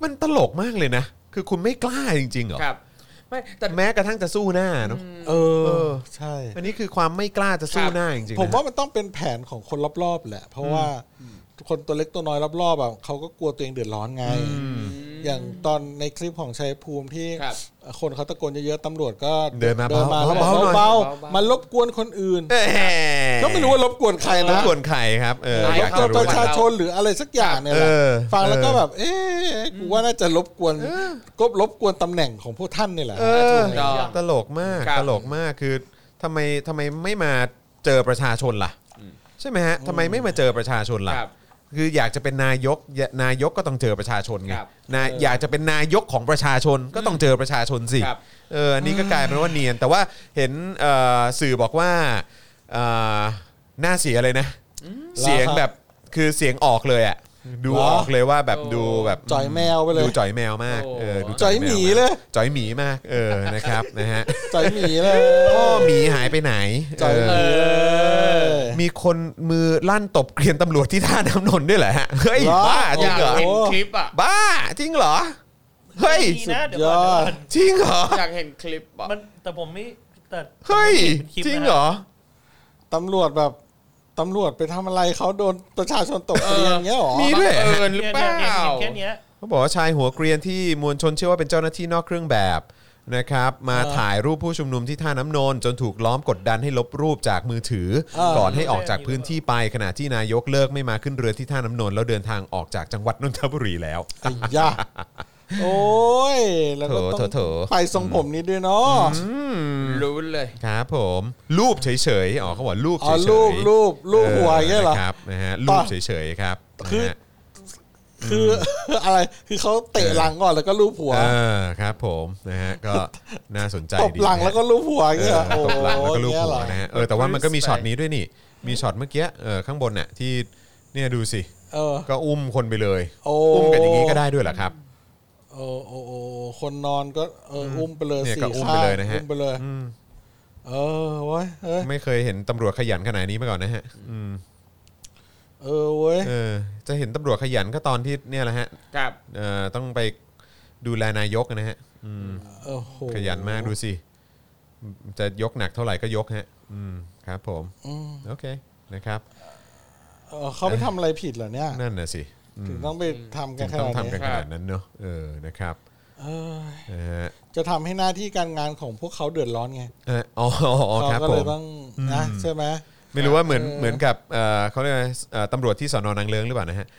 มันตลกมากเลยนะคือคุณไม่กล้าจริงๆเหรอครับไม่แต่แม้กระทั่งจะสู้หน้าเนาะเออใช่อันนี้คือความไม่กล้าจะสู้หน้าจริงๆผมว่ามันต้องเป็นแผนของคนรอบๆแหละเพราะว่าคนตัวเล็กตัวน้อยรอบๆอ่ะเขาก็กลัวตัวเองเดือดร้อนไงอย่างตอนในคลิปของชัยภูมิที่คนเขาตะโกนเยอะๆตำรวจก็เดินมาเดินมาแล้วบอกเบาๆมันรบกวนคนอื่นก็ไม่รู้ว่ารบกวนใครนะรบกวนใครครับเออรบกวนประชาชนหรืออะไรสักอย่างเนี่ยแหละฟังแล้วก็แบบเอ๊ะกูว่าน่าจะรบกวนก็รบกวนตำแหน่งของพวกท่านนี่แหละตลกมากตลกมากคือทำไมทำไมไม่มาเจอประชาชนล่ะใช่ไหมฮะทำไมไม่มาเจอประชาชนล่ะคืออยากจะเป็นนายกนายกก็ต้องเจอประชาชนไงนะอยากจะเป็นนายกของประชาชนก็ต้องเจอประชาชนสิเอออันนี้ก็กลายเป็นว่าเนียนแต่ว่าเห็นสื่อบอกว่าหน้าเสียเลยนะเสียงแบบคือเสียงออกเลยอ่ะดูออกเลยว่าแบบดูแบบจ่อยแมวไปเลยดูจ่อยแมวมากเออดูจ่อยหมีเลยจ่อยหมีมากเออนะครับนะฮะจ่อยหมีเลยพ่อหมีหายไปไหนจ่อยหมีเลยมีคนมือลั่นตบเกลียนตำรวจที่ท่าน้ำนนท์ด้วยเหรอฮะเฮ้ยบ้าจริงเหรอเห็นคลิปอ่ะบ้าจริงเหรอเฮ้ยสุดยอดจริงเหรออยากเห็นคลิปอ่ะมันแต่ผมไม่แต่เฮ้ยจริงเหรอตำรวจแบบตำรวจไปทำอะไรเขาโดนประชาชนตบเกลียนอย่างเงี้ยหรอมีด้วยเอิญหรือเปล่าแค่นี้เขาบอกว่าชายหัวเกรียนที่มวลชนเชื่อว่าเป็นเจ้าหน้าที่นอกเครื่องแบบนะครับมาถ่ายรูปผู้ชุมนุมที่ท่าน้ำนนท์จนถูกล้อมกดดันให้ลบรูปจากมือถือก่อนให้ออกจากพื้นที่ไปขณะที่นายกเลิกไม่มาขึ้นเรือที่ท่าน้ำนนท์แล้วเดินทางออกจากจังหวัดนนทบุรีแล้วอ้ยาโอ้ยแล้วก็ต้องไปทรงผมนี้ด้วยเนาะรู้เลยครับผมรูปเฉยๆอ๋อเขาบอกรูปเฉยๆรูปรูปรูปหัวอย่างเงี้ยเหรอครับนะฮะรูปเฉยๆครับคือคืออะไรคือเขาเตะหลังก่อนแล้วก็รูปหัวเออครับผมนะฮะก็น่าสนใจดีตบหลังแล้วก็รูปหัวอย่างเงี้ยตบหลังแล้วก็รูปหัวนะฮะเออแต่ว่ามันก็มีช็อตนี้ด้วยนี่มีช็อตเมื่อกี้เออข้างบนน่ะที่เนี่ยดูสิก็อุ้มคนไปเลยอุ้มกันอย่างนี้ก็ได้ด้วยเหรอครับโอ้โอ้โอ้คนนอนก็เอออุ้มไปเลยสี่ข้างอุ้มไปเลยเออเว้ยไม่เคยเห็นตำรวจขยันขนาดนี้มาก่อนนะฮะเออเว้ยเออจะเห็นตำรวจขยันก็ตอนที่เนี่ยแหละฮะครับเอ่อต้องไปดูแลนายกนะฮะอืมขยันมากดูสิจะยกหนักเท่าไหร่ก็ยกฮะอืมครับผมโอเคนะครับเขาไปทำอะไรผิดเหรอเนี่ยนั่นน่ะสิถึงต้องไปทำกันขนาดนี้ต้องทำกันขนาดนั้นเนอะเออนะครับจะทำให้หน้าที่การงานของพวกเขาเดือดร้อนไงอ๋อครับผมก็เลยต้องนะใช่ไหมไม่รู้ว่าเหมือนเหมือนกับเขาเรียกว่าตำรวจที่สน.นางเลิ้งหรือเปล่านะฮะ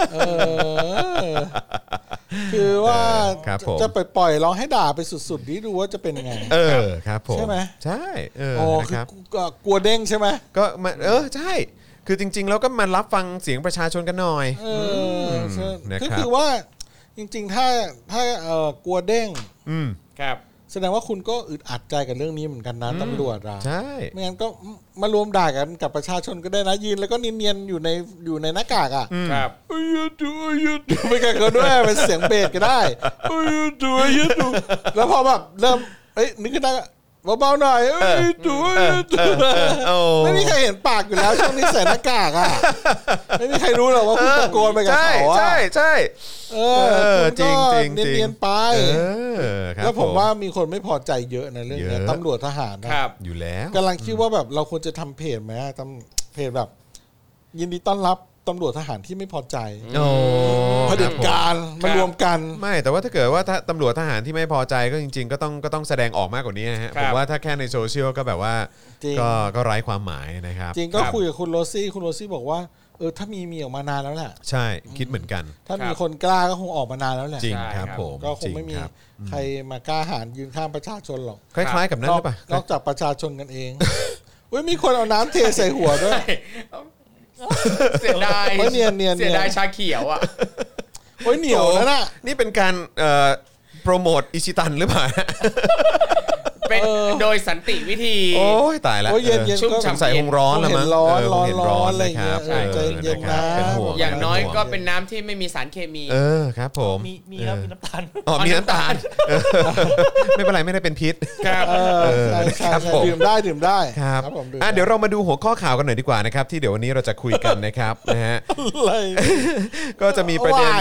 คือว่าจะไปปล่อยร้องให้ด่าไปสุดๆนี่ดูว่าจะเป็นยังไงเออครับผมใช่ไหมใช่เออนะครับกลัวเด้งใช่ไหมก็มาเออใช่คือจริงๆแล้วก็มารับฟังเสียงประชาชนกันหน่อยเออก็คือว่าจริงๆถ้าถ้าเอ่อกลัวเด้งอืมครับแสดงว่าคุณก็อึดอัดใจกับเรื่องนี้เหมือนกันนะตำรวจอ่ะใช่ไม่งั้นก็มารวมด่ากันกับประชาชนก็ได้นะยืนแล้วก็เนียนๆอยู่ในอยู่ในหน้ากากอ่ะครับยืดดูยืดดูไปกันก็ด้วยเป็นเสียงเบสก็ได้ยืดดูยืดดูแล้วพอแบบเริ่มเอ้ยนึกขึ้นได้เบาๆหน่อยเอ้ยดูไม่มีใครเห็นปากอยู่แล้วช่วงนี้ใส่หน้ากากอ่ะไม่มีใครรู้หรอกว่าคุณตะโกนไปกับเขาอ่ะใช่ใช่เออจริงจริงเนียนๆไปแล้วผมว่ามีคนไม่พอใจเยอะในเรื่องนี้ตำรวจทหารครับอยู่แล้วกำลังคิดว่าแบบเราควรจะทำเพจไหมทำเพจแบบยินดีต้อนรับตำรวจทหารที่ไม่พอใจเผด็จการมารวมกันไม่แต่ว่าถ้าเกิดว่าถ้าตำรวจทหารที่ไม่พอใจก็จริงๆก็ต้องก็ต้องแสดงออกมากกว่านี้นะฮะผมว่าถ้าแค่ในโซเชียลก็แบบว่าก็ก็ไร้ความหมายนะครับจริงก็คุยกับคุณโรซี่คุณโรซี่บอกว่าเออถ้ามีมีออกมานานแล้วแหละใช่คิดเหมือนกันถ้ามีคนกล้าก็คงออกมานานแล้วแหละจริงครับผมก็คงไม่มีใครมากล้าหาญยืนข้างประชาชนหรอกคล้ายๆกับนั้นหรือเปล่านอกจากประชาชนกันเองเว้ยมีคนเอาน้ำเทใส่หัวด้วยเสียดายเนียนเนียนเสียดายชาเขียวอ่ะโอ้ยเหนียวแล้วน่ะนี่เป็นการโปรโมทอิชิตันหรือเปล่าเป็นโดยสันติวิธีโอ้ยตายแล้วชุ่มฉ่ำใส่คงร้อนแล้วมั้งร้อนร้อนร้อนอะไรอย่างเงี้ยใจเย็นนะอย่างน้อยก็เป็นน้ำที่ไม่มีสารเคมีเออครับผมมีมีแล้วมีน้ำตาลอ๋อมีน้ำตาลไม่เป็นไรไม่ได้เป็นพิษครับครับดื่มได้ดื่มได้ครับอ่ะเดี๋ยวเรามาดูหัวข้อข่าวกันหน่อยดีกว่านะครับที่เดี๋ยววันนี้เราจะคุยกันนะครับนะฮะก็จะมีประเด็น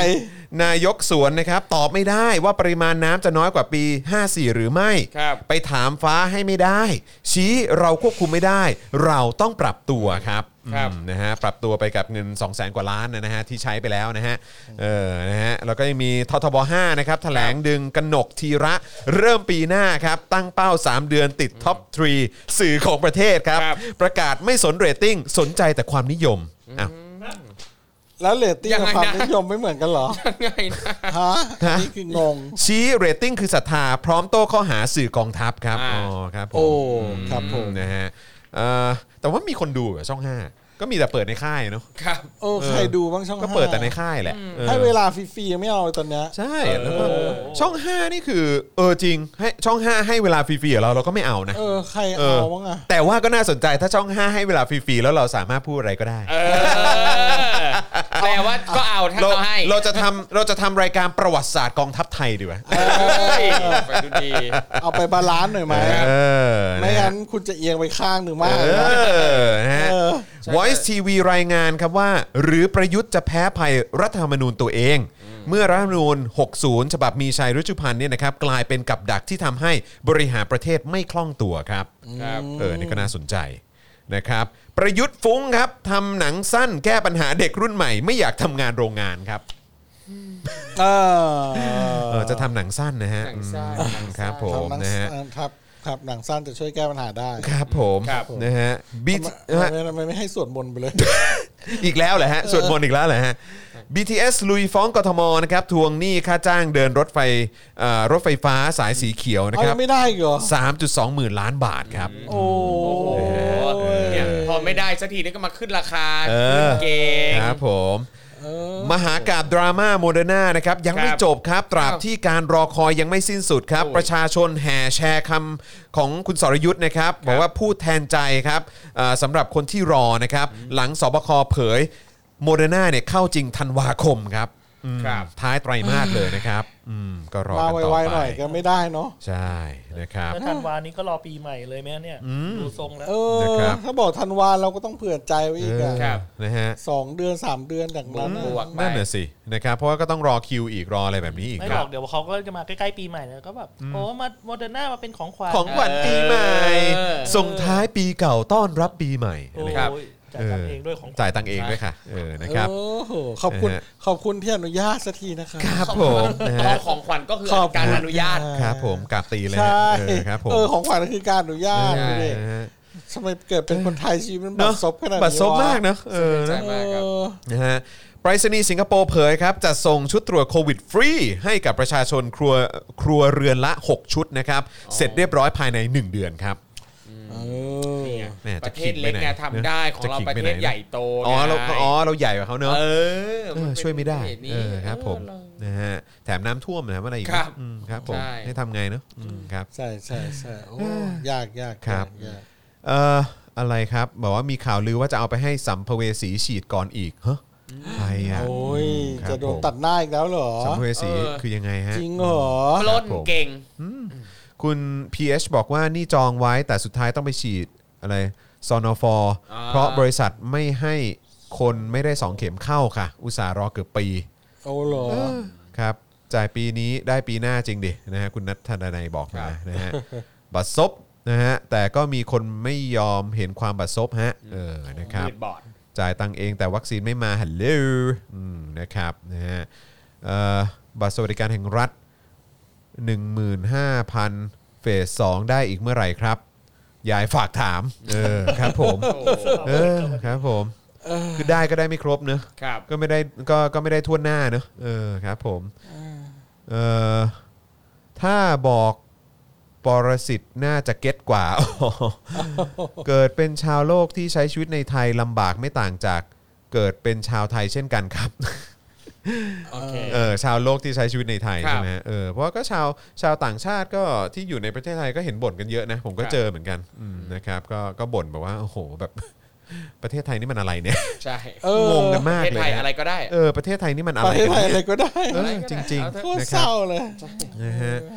นายกสวนนะครับตอบไม่ได้ว่าปริมาณน้ำจะน้อยกว่าปีห้าสิบสี่หรือไม่ครับไปถามฟ้าให้ไม่ได้ ชี้เราควบคุมไม่ได้ เราต้องปรับตัวครับครับอืมนะฮะปรับตัวไปกับเงิน สองแสน กว่าล้านนะฮะที่ใช้ไปแล้วนะฮะเออนะฮะแล้วก็ยังมีททบห้านะครับแถลงดึงกนกธีระเริ่มปีหน้าครับตั้งเป้าสามเดือนติดท็อปทรีสื่อของประเทศครับครับประกาศไม่สนเรตติ้งสนใจแต่ความนิยมอ้าวแล้วเรตติ้งยังกับไงความนะนิยมไม่เหมือนกันเหรอยังไงนะฮะนี่คืองงชี้เรตติ้งคือศรัทธาพร้อมโต้ข้อหาสื่อกองทัพครับอ่าอ๋อครับผมโอ้ครับผมนะฮะเอ่อแต่ว่ามีคนดูอะช่องห้าก็มีแต่เปิดในค่ายเนาะครับโอ้ใครดูบ้างช่องก็ห้าเปิดแต่ในค่ายแหละออให้เวลาฟรีๆไม่เอาเลยตอนเนี้ยใช่แล้วก็ช่องห้านี่คือเออจริงให้ช่องห้าให้เวลาฟรีๆกับเราเราก็ไม่เอานะเออใครเอเอาอบ้างอะแต่ว่าก็น่าสนใจถ้าช่องห้าให้เวลาฟรีๆแล้วเราสามารถพูดอะไรก็ได้เออแปลว่าก็เอาถ้าเราเขาให้เราจะทำเราจะทำรายการประวัติศาสตร์กองทัพไทยดีกว่าเฮ้ยไปดูดีเอาไปบาลานซ์หน่อยไหมเออไม่งั้นคุณจะเอียงไปข้างหนึ่งมากเอเลยนะอนะฮะเออ Voice ที วี รายงานครับว่า หรือประยุทธ์จะแพ้ภัยรัฐธรรมนูญตัวเอง เมื่อรัฐธรรมนูญหกสิบฉบับมีชัยรุชุพันธ์เนี่ยนะครับกลายเป็นกับดักที่ทำให้บริหารประเทศไม่คล่องตัวครับครับเออนี่ก็น่าสนใจนะครับประยุทธ์ฟุ้งครับทำหนังสั้นแก้ปัญหาเด็กรุ่นใหม่ไม่อยากทำงานโรงงานครับเออเออจะทำหนังสั้นนะฮะหนังสั้นอืมหนังสั้นครับผมทำหนังนะฮะครับครับหนังสั้นจะช่วยแก้ปัญหาได้ครับผมครับนะฮะบีทำไมทำไมไม่ให้สวดมนต์ไปเลยอีกแล้วเหรอฮะสวดมนต์อีกแล้วเหรอฮะ บี ที เอส ลุยฟ้องกทมนะครับทวงหนี้ค่าจ้างเดินรถไฟเอ่อรถไฟฟ้าสายสีเขียวนะเอาครัยับงไม่ได้อีกเหรอสามจุดสองหมื่นล้านบาทครับโอ้โอ้โหเนี่ยพอไม่ได้สักทีนี่ก็มาขึ้นราคาเออขึ้นเก่งครับผมมหากาพย์ดราม่าโมเดอร์นานะครับยังไม่ครับจบครับ ตราบอ้าวที่การรอคอยยังไม่สิ้นสุดครับโอ้ยประชาชนแห่แชร์คำของคุณสรยุทธ์นะครับบอกว่าพูดแทนใจครับเอ่อสำหรับคนที่รอนะครับ หลังสบคเผยโมเดอร์นาเนี่ยเข้าจริงธันวาคมครับอืมครับท้ายไตรมาสเลยนะครับอืมก็รอมากันต่อไวไปๆหน่อยก็ไม่ได้เนาะใช่นะครับแล้วธันวานี้ก็รอปีใหม่เลยไหมเนี่ยดูทรงแล้วเออนะครับถ้าบอกธันวาเราก็ต้องเผื่อใจไว้อีกอะครับนะฮะสองเดือนสามเดือนจากนั้นบวอะก ไปนั่นน่ะสินะครับเพราะว่าก็ต้องรอคิวอีกรออะไรแบบนี้อีกไม่คบรัอบ กเดี๋ยวเขาก็จะมาใกล้ๆปีใหม่แล้วก็แบบโอ้มาโมเดอร์นามาเป็นของขวัญของขวัญปีใหม่เออส่งท้ายปีเก่าต้อนรับปีใหม่โอ้อะไรยครับจ่ายตังค์เองด้วยของขวัญจ่ายตังค์เองด้วยค่ะเออนะครับโอ้โหขอบคุณนะฮะขอบคุณที่อนุญาตสักทีนะครับครับผมนะขอฮะงของขวัญก็คือขอบคุณการอนุญาตครับผมกราบตีเลยใช่ฮะเออครับผมเออของขวัญก็คือการอนุญาตใช่ดูดินะฮะทำไมเกิดเป็นคนไทยชีวิตมันบัเนาะดซบขนาดนี้บัตรซบวะมากเนอะเออใช่นะมากครับเออนะฮะไปรษณีย์สิงคโปร์เผยครับจะส่งชุดตรวจโควิดฟรีให้กับประชาชนครัวครัวเรือนละ หก ชุดนะครับเสร็จเรียบร้อยภายใน หนึ่ง เดือนครับเออเนี่ยแม่ปจะระเทขิศงไปเล็กไหนเนี่ยทำได้ของจะเราขิงประไปเทไหนศใหญ่โตอ๋อเราไงอ๋อเราใหญ่กว่าเขาเนอะเออเออช่วยไม่ได้นี่เออครับผมเออนะฮะแถมน้ำท่วมนะอะไรอีกครับอืมครับผมใช่ให้ทำไงเนอะอืมครับใช่ใช่ใช่โอ้ยากยากครับยากยากเอ่ออะไรครับบอกว่ามีข่าวลือว่าจะเอาไปให้สัมภเวสีฉีดก่อนอีกเฮ้ยใครอ่ะโอ้ยครับจะโดนผมตัดหน้าอีกแล้วเหรอสัมภเวสีเออคือยังไงฮะจริงเหรอปล้นเก่งคุณ พี เอช บอกว่านี่จองไว้แต่สุดท้ายต้องไปฉีดอะไรซอนอฟออ่าเพราะบริษัทไม่ให้คนไม่ได้สองเข็มเข้าค่ะ อุตส่าห์รอเกือบปีโอ้เหรอครับจ่ายปีนี้ได้ปีหน้าจริงดินะฮะคุณนัทธนายบอกมานะฮะบัตรซบนะฮะแต่ก็มีคนไม่ยอมเห็นความบัตรซบฮะเออนะครับมืดบอดจ่ายตังค์เองแต่วัคซีนไม่มาฮัลโหลอืมนะครับนะฮะเอ่อบัตรสวัสดิการแห่งรัฐ หนึ่งหมื่นห้าพัน เฟสสองได้อีกเมื่อไหร่ครับยายฝากถามเออครับผมเออครับผมคือได้ก็ได้ไม่ครบเนอะครับก็ไม่ได้ก็ก็ไม่ได้ทั่วหน้าเนอะเออครับผมเอ่อถ้าบอกปรสิตน่าจะเก็ตกว่า เกิดเป็นชาวโลกที่ใช้ชีวิตในไทยลำบากไม่ต่างจากเกิดเป็นชาวไทยเช่นกันครับโอเคเออชาวโลกที่ใช้ชีวิตในไทยครับใช่ไหมเออเพราะว่าก็ชาวชาวต่างชาติก็ที่อยู่ในประเทศไทยก็เห็นบ่นกันเยอะนะผมก็ครับเจอเหมือนกันอืมนะครับก็ก็บ่นแบบว่าโอ้โหแบบ ประเทศไทยนี่มันอะไรเนี่ยใช่เอองงกันปมากระเทศเลยไทยนะอะไรก็ได้เออประเทศไทยนี่มันอะปไรระเทศกันไทยเนี่ยอะไรก็ได้เออจริงเอาเถอะโคๆตรนะคเศรับร้าเลยนะฮะ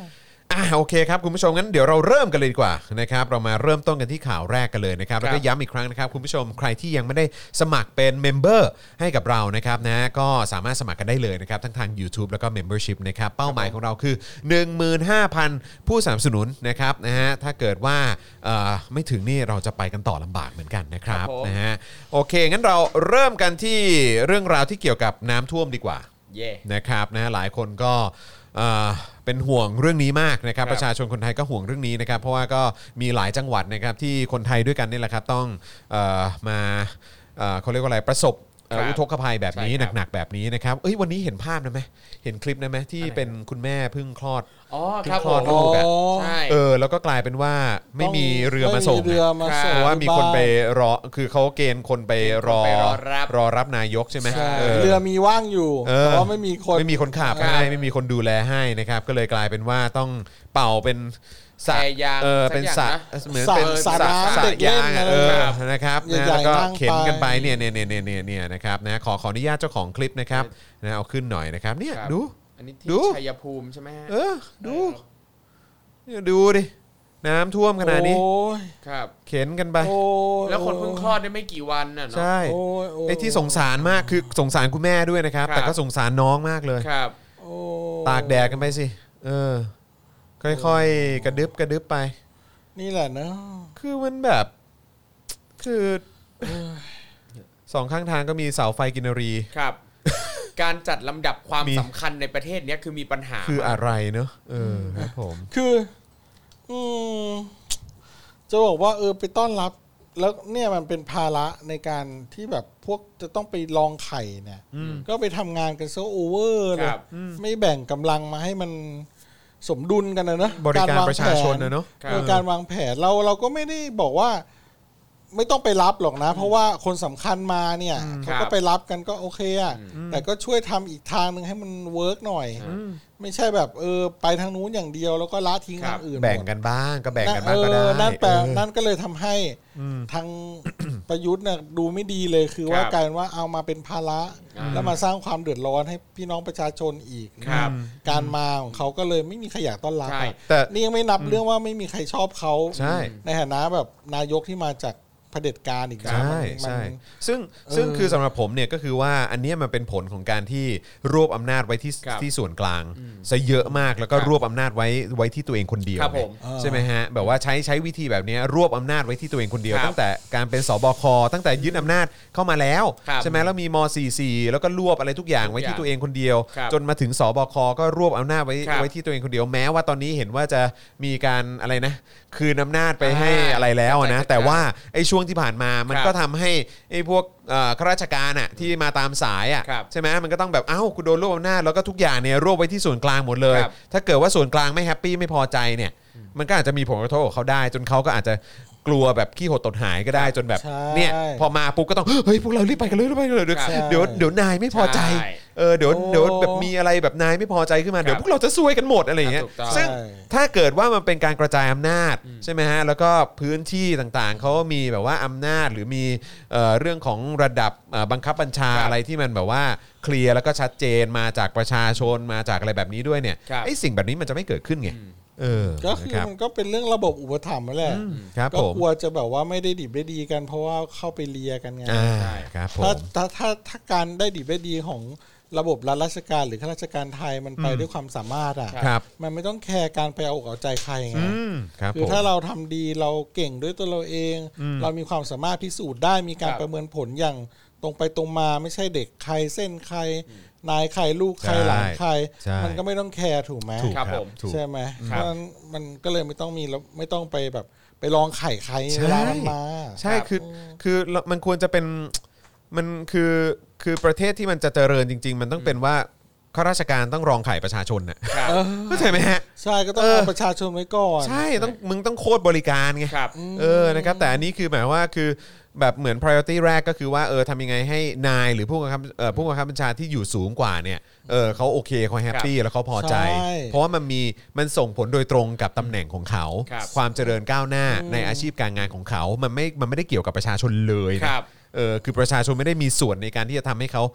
อ่ะโอเคครับคุณผู้ชมงั้นเดี๋ยวเราเริ่มกันเลยดีกว่านะครับเรามาเริ่มต้นกันที่ข่าวแรกกันเลยนะครับแล้วก็ย้ำอีกครั้งนะครับคุณผู้ชมใครที่ยังไม่ได้สมัครเป็นเมมเบอร์ให้กับเรานะครับนะก็สามารถสมัครกันได้เลยนะครับทั้งทาง YouTube แล้วก็ Membership นะครับเป้าหมายของเราคือ หนึ่งหมื่นห้าพัน ผู้สนับสนุนนะครับนะฮะถ้าเกิดว่าเอ่อไม่ถึงนี่เราจะไปกันต่อลำบากเหมือนกันนะครับนะฮะโอเคงั้นเราเริ่มกันที่เรื่องราวที่เกี่ยวกับน้ำท่วมดีกว่า yeah. นะครับนะหลายคนก็เป็นห่วงเรื่องนี้มากนะครับประชาชนคนไทยก็ห่วงเรื่องนี้นะครับเพราะว่าก็มีหลายจังหวัดนะครับที่คนไทยด้วยกันนี่แหละครับต้องเอ่อมาเอ่อเขาเรียกว่าอะไรประสบอุทกภัยแบบนี้หนักๆแบบนี้นะครับเอ้ยวันนี้เห็นภาพนะไหมเห็นคลิปนะไหมที่เป็นคุณแม่เพิ่งคลอดอ๋อครับคลอดลูกอ่ะใช่เออแล้วก็กลายเป็นว่าไม่มีเรือมาส่งเรือมาส่งเพราะว่ามีคนไปรอคือเขาเกณฑ์คนไปรอไปรอรับรอรับนายกใช่ไหมใช่เออเรือมีว่างอยู่เออแต่ว่าไม่มีคนไม่มีคนขับให้ไม่มีคนดูแลให้นะครับก็เลยกลายเป็นว่าต้องเป่าเป็นสระแพยางเออสักเป็นอย่างสระนะเหมือนสระเป็นสระน้ำสระเด็กเล่ยาน งอะไรเออแบบนะครับใหญ่นะๆแล้วก็นั่งเข็นกันไปไปเนี่ยเนี่ยเนี่ยเนี่ยเนี่ยเนี่ยนะครับนะขอขออนุญาตเจ้าของคลิปนะครับนะเอาขึ้นหน่อยนะครับเนี่ยครับดูอันนี้ดูที่ชัยภูมิใช่ไหมฮะเออดูเนี่ยดูดิน้ำท่วมขนาดนี้โอ้ยครับเข็นกันไปโอ้ยแล้วคนเพิ่งคลอดได้ไม่กี่วันน่ะเนาะใช่โอ้ยโยไอ้ที่สงสารมากคือสงสารคุณแม่ด้วยนะครับครับแต่ก็สงสารน้องมากเลยครับโอ้ยตากแดดกันไปสิเออค่อยๆกระดึบกระดึบไปนี่แหละเนอะคือมันแบบคือสองข้างทางก็มีเสาไฟกินรีครับ การจัดลำดับความมีสำคัญในประเทศเนี้ยคือมีปัญหาคืออะไรเนอะเออครับผมคืออืมจะบอกว่าเออไปต้อนรับ แล้วเนี่ยมันเป็นภาระในการที่แบบพวกจะต้องไปลองไข่เนี่ยก็ไปทำงานกันซะโอเวอร์เลยครับไม่แบ่งกำลังมาให้มันสมดุลกันนะเนอะบริการวงประชาชนนะเนอะแผเออการวางแผนเราเราก็ไม่ได้บอกว่า ไม่ต้องไปรับหรอกนะ เพราะว่าคนสำคัญมาเนี่ยเขาก็ไปรับกันก็โอเคอะแต่ก็ช่วยทำอีกทางหนึ่งให้มันเวิร์กหน่อย ไม่ใช่แบบเออไปทางนู้นอย่างเดียวแล้วก็ละทิ้งทางอื่นหมดแบ่งกันบ้างก็แบ่งกันบ้างก็ได้เออนั่นแปลเออนั่นก็เลยทำให้ทาง ประยุทธ์เนี่ยดูไม่ดีเลยคือว่าครับกลายเป็นว่าเอามาเป็นภาระอ่าแล้วมาสร้างความเดือดร้อนให้พี่น้องประชาชนอีกครับการมาของเขาก็เลยไม่มีใครอยากต้อนรับใช่อะแต่นี่ยังไม่นับเรื่องว่าไม่มีใครชอบเขาใช่ในฐานะแบบนายกที่มาจากเผด็จการอีกนะใช่มันใช่มันซึ่งซึ่งคือสำหรับผมเนี่ยก็คือว่าอันเนี้ยมันเป็นผลของการที่รวบอำนาจไว้ที่ครับที่ส่วนกลางซะเยอะมากแล้วก็ครับรวบอำนาจไว้ไว้ที่ตัวเองคนเดียวครับผมไงใช่ไหมฮะแบบว่าใช้ใช้วิธีแบบเนี้ยรวบอำนาจไว้ที่ตัวเองคนเดียวครับตั้งแต่การเป็นสบคตั้งแต่ยึดอำนาจเข้ามาแล้วครับใช่ไหมแล้วมีม สี่สิบสี่ แล้วก็รวบอะไรทุกอย่างไว้ที่ตัวเองคนเดียวครับจนมาถึงสบคก็รวบอำนาจไว้ครับไว้ที่ตัวเองคนเดียวแม้ว่าตอนนี้เห็นว่าจะมีการอะไรนะคืนอำนาจไปให้อะไรแล้วอะนะใช่แต่ว่าไอ้ช่วงที่ผ่านมามันครับก็ทำให้ไอ้พวกเอ่อข้าราชการอ่ะที่มาตามสายอ่ะครับใช่ไหมมันก็ต้องแบบเอ้ากูโดนรวบอำนาจแล้วก็ทุกอย่างเนี่ยรวบไว้ที่ส่วนกลางหมดเลยครับถ้าเกิดว่าส่วนกลางไม่แฮปปี้ไม่พอใจเนี่ยมันก็อาจจะมีผลกระทบกับเขาได้ จนเขาก็อาจจะกลัวแบบขี้หดตดหายก็ได้จนแบบใช่เนี่ยพอมาปุ๊บก็ต้องเฮ้ยพวกเรารีบไปกันเลยรีบไปกันเลยเดี๋ยวครับเดี๋ยวเดี๋ยวนายไม่พอใจใช่เออเดี๋ยวโอ้เดี๋ยวแบบมีอะไรแบบนายไม่พอใจขึ้นมาเดี๋ยวพวกเราจะซวยกันหมดอะไรอย่างเงี้ยถูกต้องซึ่งใช่ถ้าเกิดว่ามันเป็นการกระจายอำนาจใช่ไหมฮะแล้วก็พื้นที่ต่างๆเขามีแบบว่าอำนาจหรือมีเอ่อเรื่องของระดับเอ่อบังคับบัญชาครับอะไรที่มันแบบว่าเคลียร์แล้วก็ชัดเจนมาจากประชาชนมาจากอะไรแบบนี้ด้วยเนี่ยครับไอ้สิ่งแบบนี้มันจะไม่เกิดขึ้นไงเออก็คือนะรับมันก็เป็นเรื่องระบบอุปถัมภ์นั่นแหละครับก็ผมกลัวจะแบบว่าไม่ได้ดิบได้ดีกัน เพราะว่าเข้าไปเลียกันไงอ่าใช่ครับผถ้าม ถ้าถ้าถ้าการได้ดิบได้ดีของระบบรัฐราชการหรือข้าราชการไทยมันไปด้วยความสามารถอ่ะครับมันไม่ต้องแคร์การไปเอาอกเอาใจใครไงอืมครับคือผมถ้าเราทำดีเราเก่งด้วยตัวเราเอง เรามีความสามารถพิสูจน์ได้มีการครับประเมินผลอย่างตรงไปตรงมาไม่ใช่เด็กใครเส้นใคร นายใครลูกใครหลานใครใช่มันก็ไม่ต้องแคร์ถูกไหมถูกครับครับผมถูกใช่ไหมเพครับราะฉะนั้นมันก็เลยไม่ต้องมีแล้วไม่ต้องไปแบบไปลองไข่ใครใช่เวลามันมาใช่ครับคือคือมันควรจะเป็นมันคือคือประเทศที่มันจะเจริญจริง ๆ มันต้องเป็นว่าข้าราชการต้องรองไข่ประชาชนน่ะครับเข้าใจไหมฮะใช่ก็ต้องเออเอาประชาชนไว้ก่อนใช่ต้องมึงต้องโคตรบริการไงครับเออนะครับแต่อันนี้คือหมายว่าคือแบบเหมือน priority แรกก็คือว่าเออทำยังไงให้นายหรือผู้บังคับเอ่อผู้บังคับบัญชาที่อยู่สูงกว่าเนี่ยเออเขาโอเคเขาแฮปปี้แล้วเขาพอใจใช่เพราะว่ามันมีมันส่งผลโดยตรงกับตำแหน่งของเขาครับความเจริญก้าวหน้าในอาชีพการงานของเขามันไม่มันไม่ได้เกี่ยวกับประชาชนเลยคนะรับเออคือประชาชนไม่ได้มีส่วนในการที่จะทำให้เขา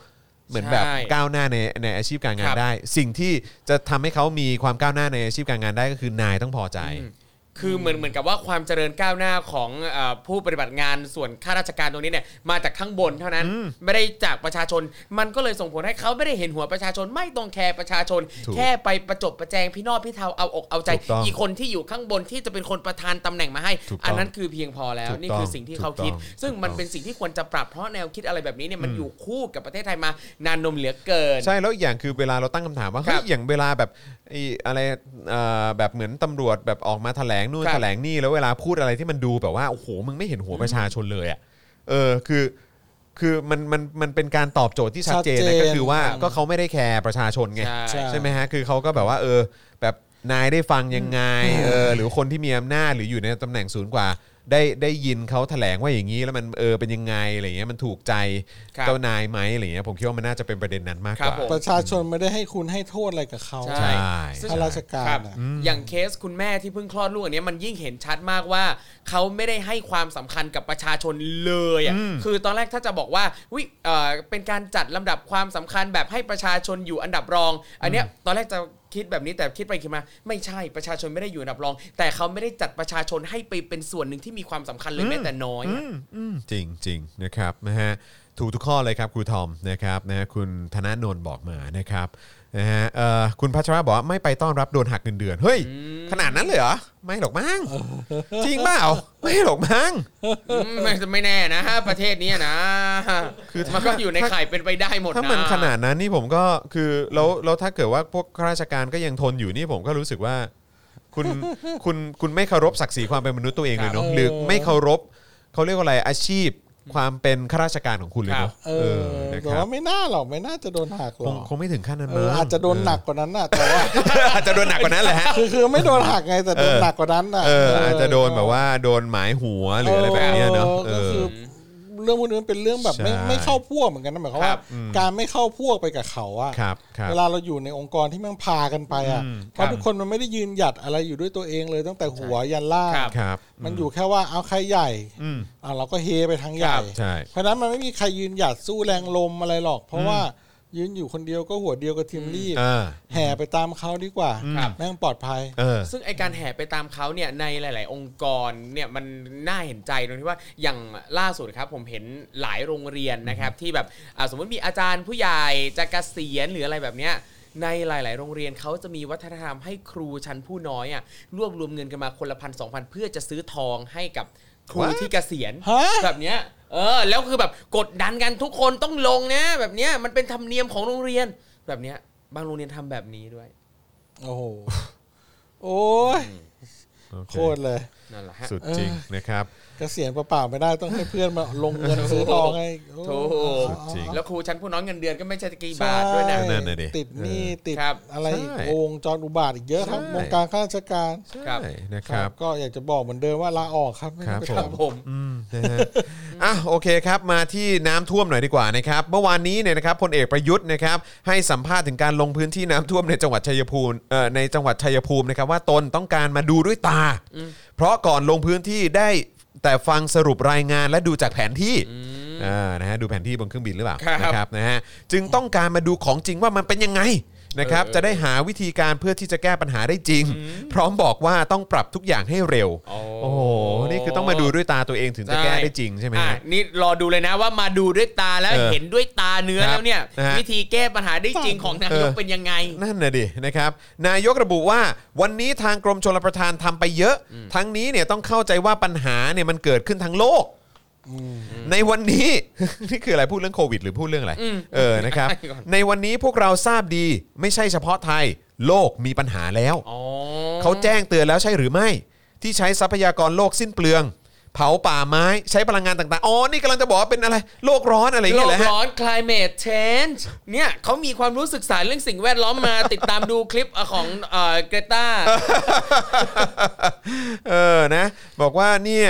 เหมือนแบบก้าวหน้าในในอาชีพการงานได้สิ่งที่จะทำให้เขามีความก้าวหน้าในอาชีพการงานได้ก็คือนายต้องพอใจคือเหมือนเหมือนกับว่าความเจริญก้าวหน้าของเอ่อผู้ปฏิบัติงานส่วนข้าราชการตรงนี้เนี่ยมาจากข้างบนเท่านั้นไม่ได้จากประชาชนมันก็เลยส่งผลให้เขาไม่ได้เห็นหัวประชาชนไม่ต้องแคร์ประชาชนแค่ไปประจบประแจงพี่นอพี่เทาเอาอกเอาใจอีกคนที่อยู่ข้างบนที่จะเป็นคนประทานตำแหน่งมาให้อันนั้นคือเพียงพอแล้วนี่คือสิ่งที่เขาคิดซึ่งมันเป็นสิ่งที่ควรจะปรับเพราะแนวคิดอะไรแบบนี้เนี่ยมันอยู่คู่กับประเทศไทยมานานนมเหลือเกินใช่แล้วอย่างคือเวลาเราตั้งคำถามว่าเฮ้ยอย่างเวลาแบบอะไรแบบเหมือนตำรวจแบบออกมาแถลงนู่นแถลงนี่แล้วเวลาพูดอะไรที่มันดูแบบว่าโอ้โหมึงไม่เห็นหัวประชาชนเลยอ่ะเออคือคือมันมันมันเป็นการตอบโจทย์ที่ชัดเจนนะก็คือว่าก็เขาไม่ได้แคร์ประชาชนไงใช่ไหมฮะคือเขาก็แบบว่าเออแบบนายได้ฟังยังไงเออหรือคนที่มีอำนาจหรืออยู่ในตำแหน่งสูงกว่าได้ได้ยินเขาแถลงว่าอย่างนี้แล้วมันเออเป็นยังไงอะไรเงี้ยมันถูกใจเจ้านายไหมอะไรเงี้ยผมคิดว่ามันน่าจะเป็นประเด็นนั้นมากกว่าประชาชนไม่ได้ให้คุณให้โทษอะไรกับเขาใช่ข้าราชการอย่างเคสคุณแม่ที่เพิ่งคลอดลูกอันนี้มันยิ่งเห็นชัดมากว่าเขาไม่ได้ให้ความสำคัญกับประชาชนเลยอ่ะคือตอนแรกถ้าจะบอกว่าวิเอ่อเป็นการจัดลำดับความสำคัญแบบให้ประชาชนอยู่อันดับรองอันเนี้ยตอนแรกจะคิดแบบนี้แต่คิดไปคิดมาไม่ใช่ประชาชนไม่ได้อยู่อันดับรองแต่เขาไม่ได้จัดประชาชนให้ไปเป็นส่วนหนึ่งที่มีความสำคัญเลยแม้แต่น้อยจริงจริงนะครับนะฮะถูกทุกข้อเลยครับครูทอมนะครับนะคุณธนาโนนบอกมานะครับนะฮะเอ่อคุณพัชระบอกว่าไม่ไปต้อนรับโดนหักเงินเดือนเฮ้ยขนาดนั้นเลยเหรอไม่หรอกมั้งจริงเปล่าไม่หรอกมั้งไม่ไม่แน่นะฮะประเทศนี้นะคือมันก็อยู่ในข่ายเป็นไปได้หมดนะถ้ามันขนาดนั้นนี่ผมก็คือแล้วแล้วถ้าเกิดว่าพวกข้าราชการก็ยังทนอยู่นี่ผมก็รู้สึกว่าคุณคุณคุณไม่เคารพศักดิ์ศรีความเป็นมนุษย์ตัวเองเลยเนาะหรือไม่เคารพเขาเรียกว่าอะไรอาชีพความเป็นข้าราชการของคุณเลยเนาะเออแต่ว่าไม่น่าหรอกไม่น่าจะโดนหักหรอกคงไม่ถึงขั้นนั้นมั้งอาจจะโดนหนักกว่านั้นน่ะแต่ว่าอาจจะโดนหนักกว่านั้นแหละฮะคือคือไม่โดนหักไงแต่โดนหนักกว่านั้นน่ะเอออาจจะโดนแบบว่าโดนหมายหัวหรืออะไรแบบนี้เนาะก็คือเรื่องพวกนี้มันเป็นเรื่องแบบไม่ไม่เข้าพวกเหมือนกันนะหมายความว่าการไม่เข้าพวกไปกับเขาอะเวลาเราอยู่ในองค์กรที่มันพากันไปอะเพราะทุกคนมันไม่ได้ยืนหยัดอะไรอยู่ด้วยตัวเองเลยตั้งแต่หัวยันล่างมันอยู่แค่ว่าเอาใครใหญ่อ่ะเราก็เฮไปทางใหญ่เพราะนั้นมันไม่มีใครยืนหยัดสู้แรงลมอะไรหรอกเพราะว่ายืนอยู่คนเดียวก็หัวเดียวกับทีมรีบแห่ไปตามเขาดีกว่าแม่งปลอดภัยซึ่งไอการแห่ไปตามเขาเนี่ยในหลายๆองค์กรเนี่ยมันน่าเห็นใจตรงที่ว่าอย่างล่าสุดครับผมเห็นหลายโรงเรียนนะครับที่แบบสมมติมีอาจารย์ผู้ใหญ่จะเกษียณหรืออะไรแบบเนี้ยในหลายๆโรงเรียนเขาจะมีวัฒนธรรมให้ครูชั้นผู้น้อยอ่ะรวบรวมเงินกันมาคนละพันสองพันเพื่อจะซื้อทองให้กับครูที่เกษียณแบบเนี้ยเออแล้วคือแบบกดดันกันทุกคนต้องลงนะแบบเนี้ยมันเป็นธรรมเนียมของโรงเรียนแบบเนี้ยบางโรงเรียนทำแบบนี้ด้วยโอ้โหโอ้ยโคตรเลยนั่นแหละฮะสุดจริงนะครับเกษียณเปล่าๆไม่ได้ต้องให้เพื่อนมาลงเงินซื้อทองให้ถูกแล้วครูชั้นผู้น้อยเงินเดือนก็ไม่ใช่กี่บาทด้วยนะติดหนี้ติดอะไรโองจรอุบาทอีกเยอะทั้งวงการข้าราชการครับนะครับก็อยากจะบอกเหมือนเดิมว่าลาออกครับไม่ได้ไปทำผมอ่ะโอเคครับมาที่น้ำท่วมหน่อยดีกว่านะครับเมื่อวานนี้เนี่ยนะครับพลเอกประยุทธ์นะครับให้สัมภาษณ์ถึงการลงพื้นที่น้ำท่วมในจังหวัดชัยภูมิเอ่อในจังหวัดชัยภูมินะครับว่าตนต้องการมาดูด้วยตาเพราะก่อนลงพื้นที่ได้แต่ฟังสรุปรายงานและดูจากแผนที่อ่านะฮะดูแผนที่บนเครื่องบินหรือเปล่านะครับนะฮะจึงต้องการมาดูของจริงว่ามันเป็นยังไงนะครับจะได้หาวิธีการเพื่อที่จะแก้ปัญหาได้จริงพร้อมบอกว่าต้องปรับทุกอย่างให้เร็วโอ้โหนี่คือต้องมาดูด้วยตาตัวเองถึงจะแก้ได้จริงใช่ไหมฮะนี่รอดูเลยนะว่ามาดูด้วยตาแล้วเห็นด้วยตาเนื้อแล้วเนี่ยวิธีแก้ปัญหาได้จริงของนายกเป็นยังไงนั่นน่ะดินะครับนายกระบุว่าวันนี้ทางกรมชลประทานทำไปเยอะทั้งนี้เนี่ยต้องเข้าใจว่าปัญหาเนี่ยมันเกิดขึ้นทั้งโลกในวันนี้นี่คืออะไรพูดเรื่องโควิดหรือพูดเรื่องอะไรเออนะครับในวันนี้พวกเราทราบดีไม่ใช่เฉพาะไทยโลกมีปัญหาแล้วเขาแจ้งเตือนแล้วใช่หรือไม่ที่ใช้ทรัพยากรโลกสิ้นเปลืองเผาป่าไม้ใช้พลังงานต่างๆอ๋อนี่กำลังจะบอกว่าเป็นอะไรโลกร้อนอะไรอย่างเงี้ยแหละโลกร้อน climate change เนี่ยเขามีความรู้ศึกษาเรื่องสิ่งแวดล้อมมาติดตามดูคลิปของเอ่อเกรตาเออนะบอกว่าเนี่ย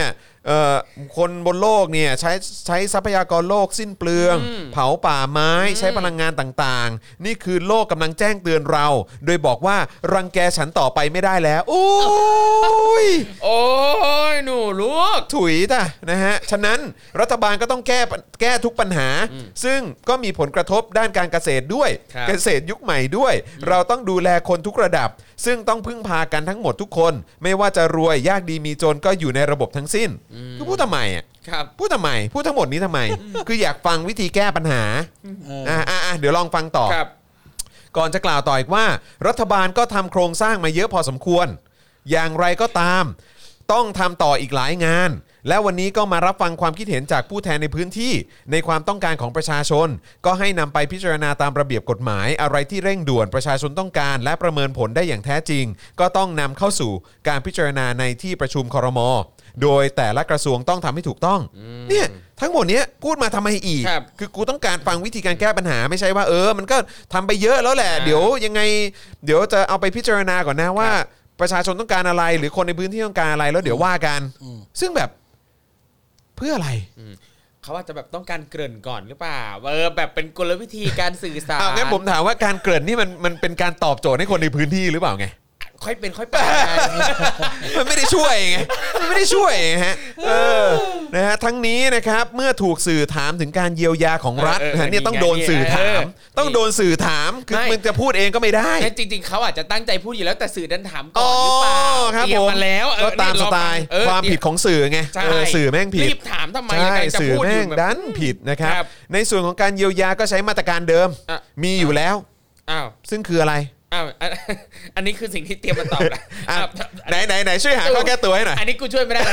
เอ่อคนบนโลกเนี่ยใช้ใช้ทรัพยากรโลกสิ้นเปลือง เผาป่าไม้ใช้พลังงานต่างๆนี่คือโลกกำลังแจ้งเตือนเราโดยบอกว่ารังแกฉันต่อไปไม่ได้แล้วโอ้ยโอ้ยหนูลูกถุยจ้ะนะฮะฉะนั้นรัฐบาลก็ต้องแก้แก้ทุกปัญหาซึ่งก็มีผลกระทบด้านการเกษตรด้วยครับเกษตรยุคใหม่ด้วย เราต้องดูแลคนทุกระดับ ซึ่งต้องพึ่งพากันทั้งหมดทุกคนไม่ว่าจะรวยยากดีมีจนก็อยู่ในระบบทั้งสิ้นคือพูดทำไมอ่ะครับพูดทำไมพูดทั้งหมดนี้ทำไม คืออยากฟังวิธีแก้ปัญหาเอออ่าอ่าเดี๋ยวลองฟังต่อครับก่อนจะกล่าวต่ออีกว่ารัฐบาลก็ทำโครงสร้างมาเยอะพอสมควร อย่างไรก็ตามต้องทำต่ออีกหลายงาน และวันนี้ก็มารับฟังความคิดเห็นจากผู้แทนในพื้นที่ในความต้องการของประชาชนก็ให้นำไปพิจารณาตามระเบียบกฎหมายอะไรที่เร่งด่วนประชาชนต้องการและประเมินผลได้อย่างแท้จริงก็ต้องนำเข้าสู่การพิจารณาในที่ประชุมครม.โดยแต่ละกระทรวงต้องทำให้ถูกต้องเนี่ยทั้งหมดนี้พูดมาทำไมอีกครับคือกูต้องการฟังวิธีการแก้ปัญหาไม่ใช่ว่าเออมันก็ทำไปเยอะแล้วแหละอ่าเดี๋ยวยังไงเดี๋ยวจะเอาไปพิจารณาก่อนนะว่าประชาชนต้องการอะไรหรือคนในพื้นที่ต้องการอะไรแล้วเดี๋ยวว่ากันซึ่งแบบเพื่ออะไรเขาอาจจะแบบต้องการเกริ่นก่อนหรือเปล่าเออแบบเป็นกลวิธีการสื่อสารอ้าวงั้นผมถามว่าการเกริ่นนี่มันมันเป็นการตอบโจทย์ให้คนในพื้นที่หรือเปล่าไงค่อยเป็นค่อยไปมันไม่ได้ช่วยไงมันไม่ได้ช่วยไงฮะเออนะฮะทั้งนี้นะครับเมื่อถูกสื่อถามถึงการเยียวยาของรัฐเออเออนะฮะเนี่ยต้องโดนสื่อถามเออต้องโดนสื่อถามคือไม่มันจะพูดเองก็ไม่ได้จริงๆเขาอาจจะตั้งใจพูดอยู่แล้วแต่สื่อดันถามก่อนหรือเปล่าครับเตรียผม มมาแล้วเออก็ตามนี่สไตล์เออความผิดของสื่อไงใช่เออสื่อแม่งผิดรีบถามทำไมใช่จะสื่อพูดอแม่ยู่งแบบดันผิดนะครับครับในส่วนของการเยียวยาก็ใช้มาตรการเดิมอ่ะมีอยู่แล้วอ้าวซึ่งคืออะไรอ้าวอันอันนี้คือสิ่งที่เตรียมมาตอบแล้วอ่ะอ่ะไหนไหนไหนช่วยหาข้อแก้ตัวให้หน่อยอันนี้กูช่วยไม่ได้แล้ว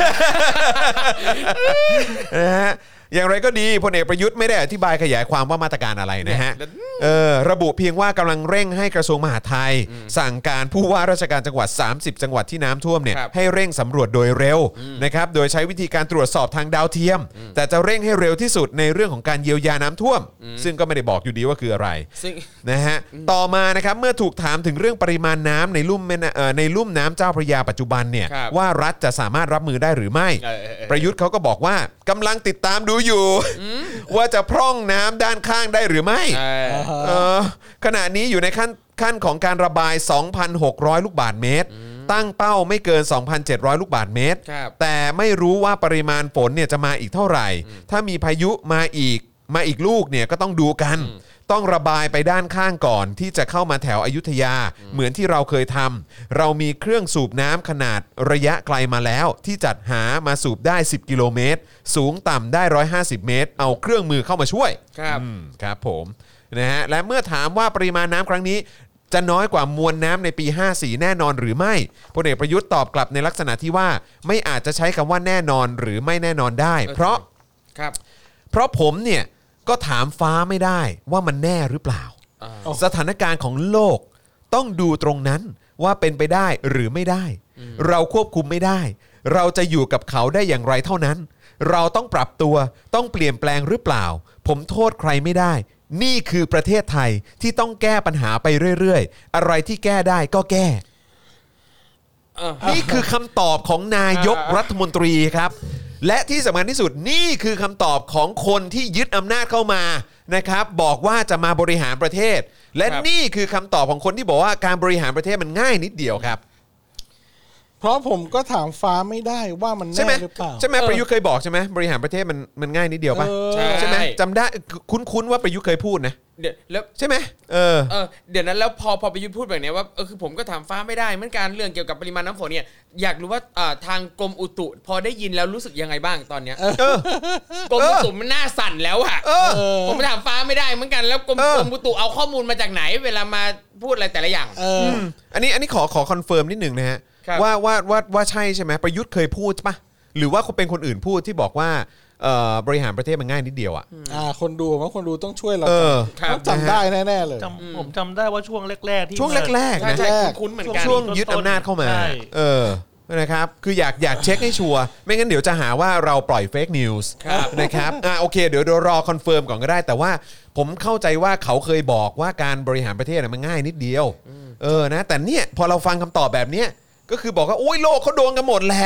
นะฮะอย่างไรก็ดีพลเอกประยุทธ์ไม่ได้อธิบายขยายความว่ามาตรการอะไรนะฮะเนี่ยเออระบุเพียงว่ากำลังเร่งให้กระทรวงมหาดไทย สั่งการผู้ว่าราชการจังหวัดสามสิบจังหวัดที่น้ำท่วมเนี่ยครับให้เร่งสำรวจโดยเร็วนะครับโดยใช้วิธีการตรวจสอบทางดาวเทียม แต่จะเร่งให้เร็วที่สุดในเรื่องของการเยียวยาน้ำท่วม ซึ่งก็ไม่ได้บอกอยู่ดีว่าคืออะไรซึ่งนะฮะต่อมานะครับเมื่อถูกถามถึงเรื่องปริมาณน้ำในลุ่มแม่น้ำเอ่อในลุ่มน้ำเจ้าพระยาปัจจุบันเนี่ยครับว่ารัฐจะสามารถรับมือได้หรือไม่เออเออเออประยุทธ์เขาก็บอกว่ากำลังติดตามดูอยู่ว่าจะพร่องน้ำด้านข้างได้หรือไม่เออเออขณะนี้อยู่ในขั้นขั้นของการระบาย สองพันหกร้อย ลูกบาศก์เมตร ตั้งเป้าไม่เกิน สองพันเจ็ดร้อย ลูกบาศก์เมตรครับแต่ไม่รู้ว่าปริมาณฝนเนี่ยจะมาอีกเท่าไหร่ ถ้ามีพายุมาอีกมาอีกลูกเนี่ยก็ต้องดูกัน ต้องระบายไปด้านข้างก่อนที่จะเข้ามาแถวอยุธยา เหมือนที่เราเคยทำเรามีเครื่องสูบน้ำขนาดระยะไกลมาแล้ว ที่จัดหามาสูบได้สิบกิโลเมตร สูงต่ำได้หนึ่งร้อยห้าสิบเมตร เอาเครื่องมือเข้ามาช่วยครับอืมครับผมนะฮะและเมื่อถามว่าปริมาณน้ำครั้งนี้ จะน้อยกว่ามวลน้ำในปีห้าสี่แน่นอนหรือไม่พลเอกประยุทธ์ตอบกลับในลักษณะที่ว่าไม่อาจจะใช้คำว่าแน่นอนหรือไม่แน่นอนได้ เพราะครับเพราะผมเนี่ยก็ถามฟ้าไม่ได้ว่ามันแน่หรือเปล่าอ่าสถานการณ์ของโลกต้องดูตรงนั้นว่าเป็นไปได้หรือไม่ได้ เราควบคุมไม่ได้ เราจะอยู่กับเขาได้อย่างไรเท่านั้น เราต้องปรับตัวต้องเปลี่ยนแปลงหรือเปล่า ผมโทษใครไม่ได้ นี่คือประเทศไทยที่ต้องแก้ปัญหาไปเรื่อยๆอะไรที่แก้ได้ก็แก้เออนี่คือคำตอบของนายกอ่ารัฐมนตรีครับ และที่สำคัญที่สุดนี่คือคำตอบของคนที่ยึดอำนาจเข้ามานะครับบอกว่าจะมาบริหารประเทศ และนี่คือคำตอบของคนที่บอกว่าการบริหารประเทศมันง่ายนิดเดียวครับเพราะผมก็ถามฟ้าไม่ได้ว่ามันใช่ไหมแน่หรือเปล่าใช่ไหมประยุทธ์เคยบอกใช่ไหมบริหารประเทศมันมันง่ายนิดเดียวป่ะเออใช่ใช่ไหมจำได้คุ้นๆว่าประยุทธ์เคยพูดนะเดี๋ยวแล้วใช่ไหมเออเออเดี๋ยวนั้นแล้วพอพอประยุทธ์พูดแบบเนี้ยว่าเออคือผมก็ถามฟ้าไม่ได้เหมือนกันเรื่องเกี่ยวกับปริมาณน้ำฝนเนี่ยอยากรู้ว่าอ่าทางกรมอุตุพอได้ยินแล้วรู้สึกยังไงบ้างตอนเนี้ยเออกรมอุตุมันหน้าสั่นแล้วอะเออผมถามฟ้าไม่ได้เหมือนกันแล้วกรมเออกรมอุตุเอาข้อมูลมาจากไหน เวลามาพูดอะไรแต่ละอย่างเออออันนี้อันนี้ขอขอคอนเฟิร์มนิดหนึ่งนะฮะครับว่าว่าว่าว่าใช่ใช่ไหมประยุทธ์เคยพูดป่ะหรือว่าเป็นคนอื่นพูดที่บอกว่าเอ่อบริหารประเทศมันง่ายนิดเดียวอ่ะอ่าคนดูว่าคนดูต้องช่วยเราเออครับต้องจำได้แน่ๆเลยจำผมจำได้ว่าช่วงแรกๆที่ช่วงแรกๆใช่นะใช่แรกคุ้นๆเหมือนกันช่วงยึดอำนาจเข้ามาใช่เออนะครับคืออยากอยากเช็คให้ชัวร์ไม่งั้นเดี๋ยวจะหาว่าเราปล่อยเฟกนิวส์ครับนะครับอ่าโอเคเดี๋ยวเดี๋ยวรอคอนเฟิร์มก่อนก็ได้ แต่ว่าผมเข้าใจว่าเขาเคยบอกว่าการบริหารประเทศน่ะมันง่ายนิดเดียวเออนะแต่เนี่ยพอเราฟังคำตอบแบบเนี้ยก็คือบอกว่าโอ้ยโลกเขาโดนกันหมดแหละ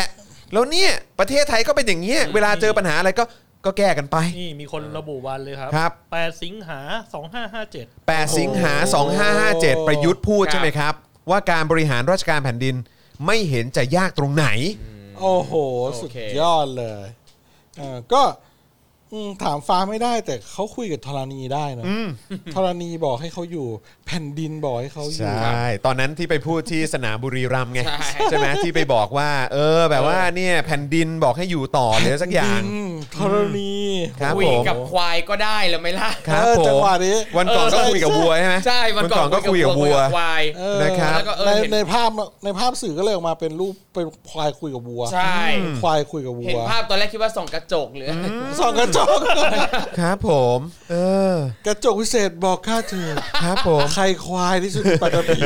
แล้วเนี่ยประเทศไทยก็เป็นอย่างเงี้ยเวลาเจอปัญหาอะไรก็ก็แก้กันไปนี่มีคนระบุวันเลยครับครับแปดสิงหาสองห้าห้าเจ็ดแปดสิงหาสองห้าห้าเจ็ดประยุทธ์พูดครับใช่ไหมครับว่าการบริหารราชการแผ่นดินไม่เห็นจะยากตรงไหนโอ้โหโอเคสุดยอดเลยเออก็อืมถามฟ้าไม่ได้แต่เขาคุยกับธรณีได้นะธรณีบอกให้เขาอยู่ แผ่นดินบอกให้เขาอใชยู่่ ตอนนั้นที่ไปพูดที่สนามบุรีรัมย์ไงใช่ใช่ไหมที่ไปบอกว่า เออ แบบว่าเนี่ยแผ่นดินบอกให้อยู่ต่อหรือสักอย่างดินธรณีครับคุยผมกับควายก็ได้แล้วไหมล่ะครับเออผมจังหวะนี้วันก่อนก็คุยกับวัวใช่ไหมใช่วันก่อนก็คุยกับวัวควายเออนะครับแล้วก็เออในเห็นในภาพในภาพสื่อก็เลยออกมาเป็นรูปเป็นควายคุยกับวัวใช่ควายคุยกับวัเห็นวภาพตอนแรกคิดว่าส่องกระจกหรืออะไรส่องกระจกครับผม เออกระจกวิเศษบอกข้าเถิดครับผมใครควายที่สุดในปัตตภี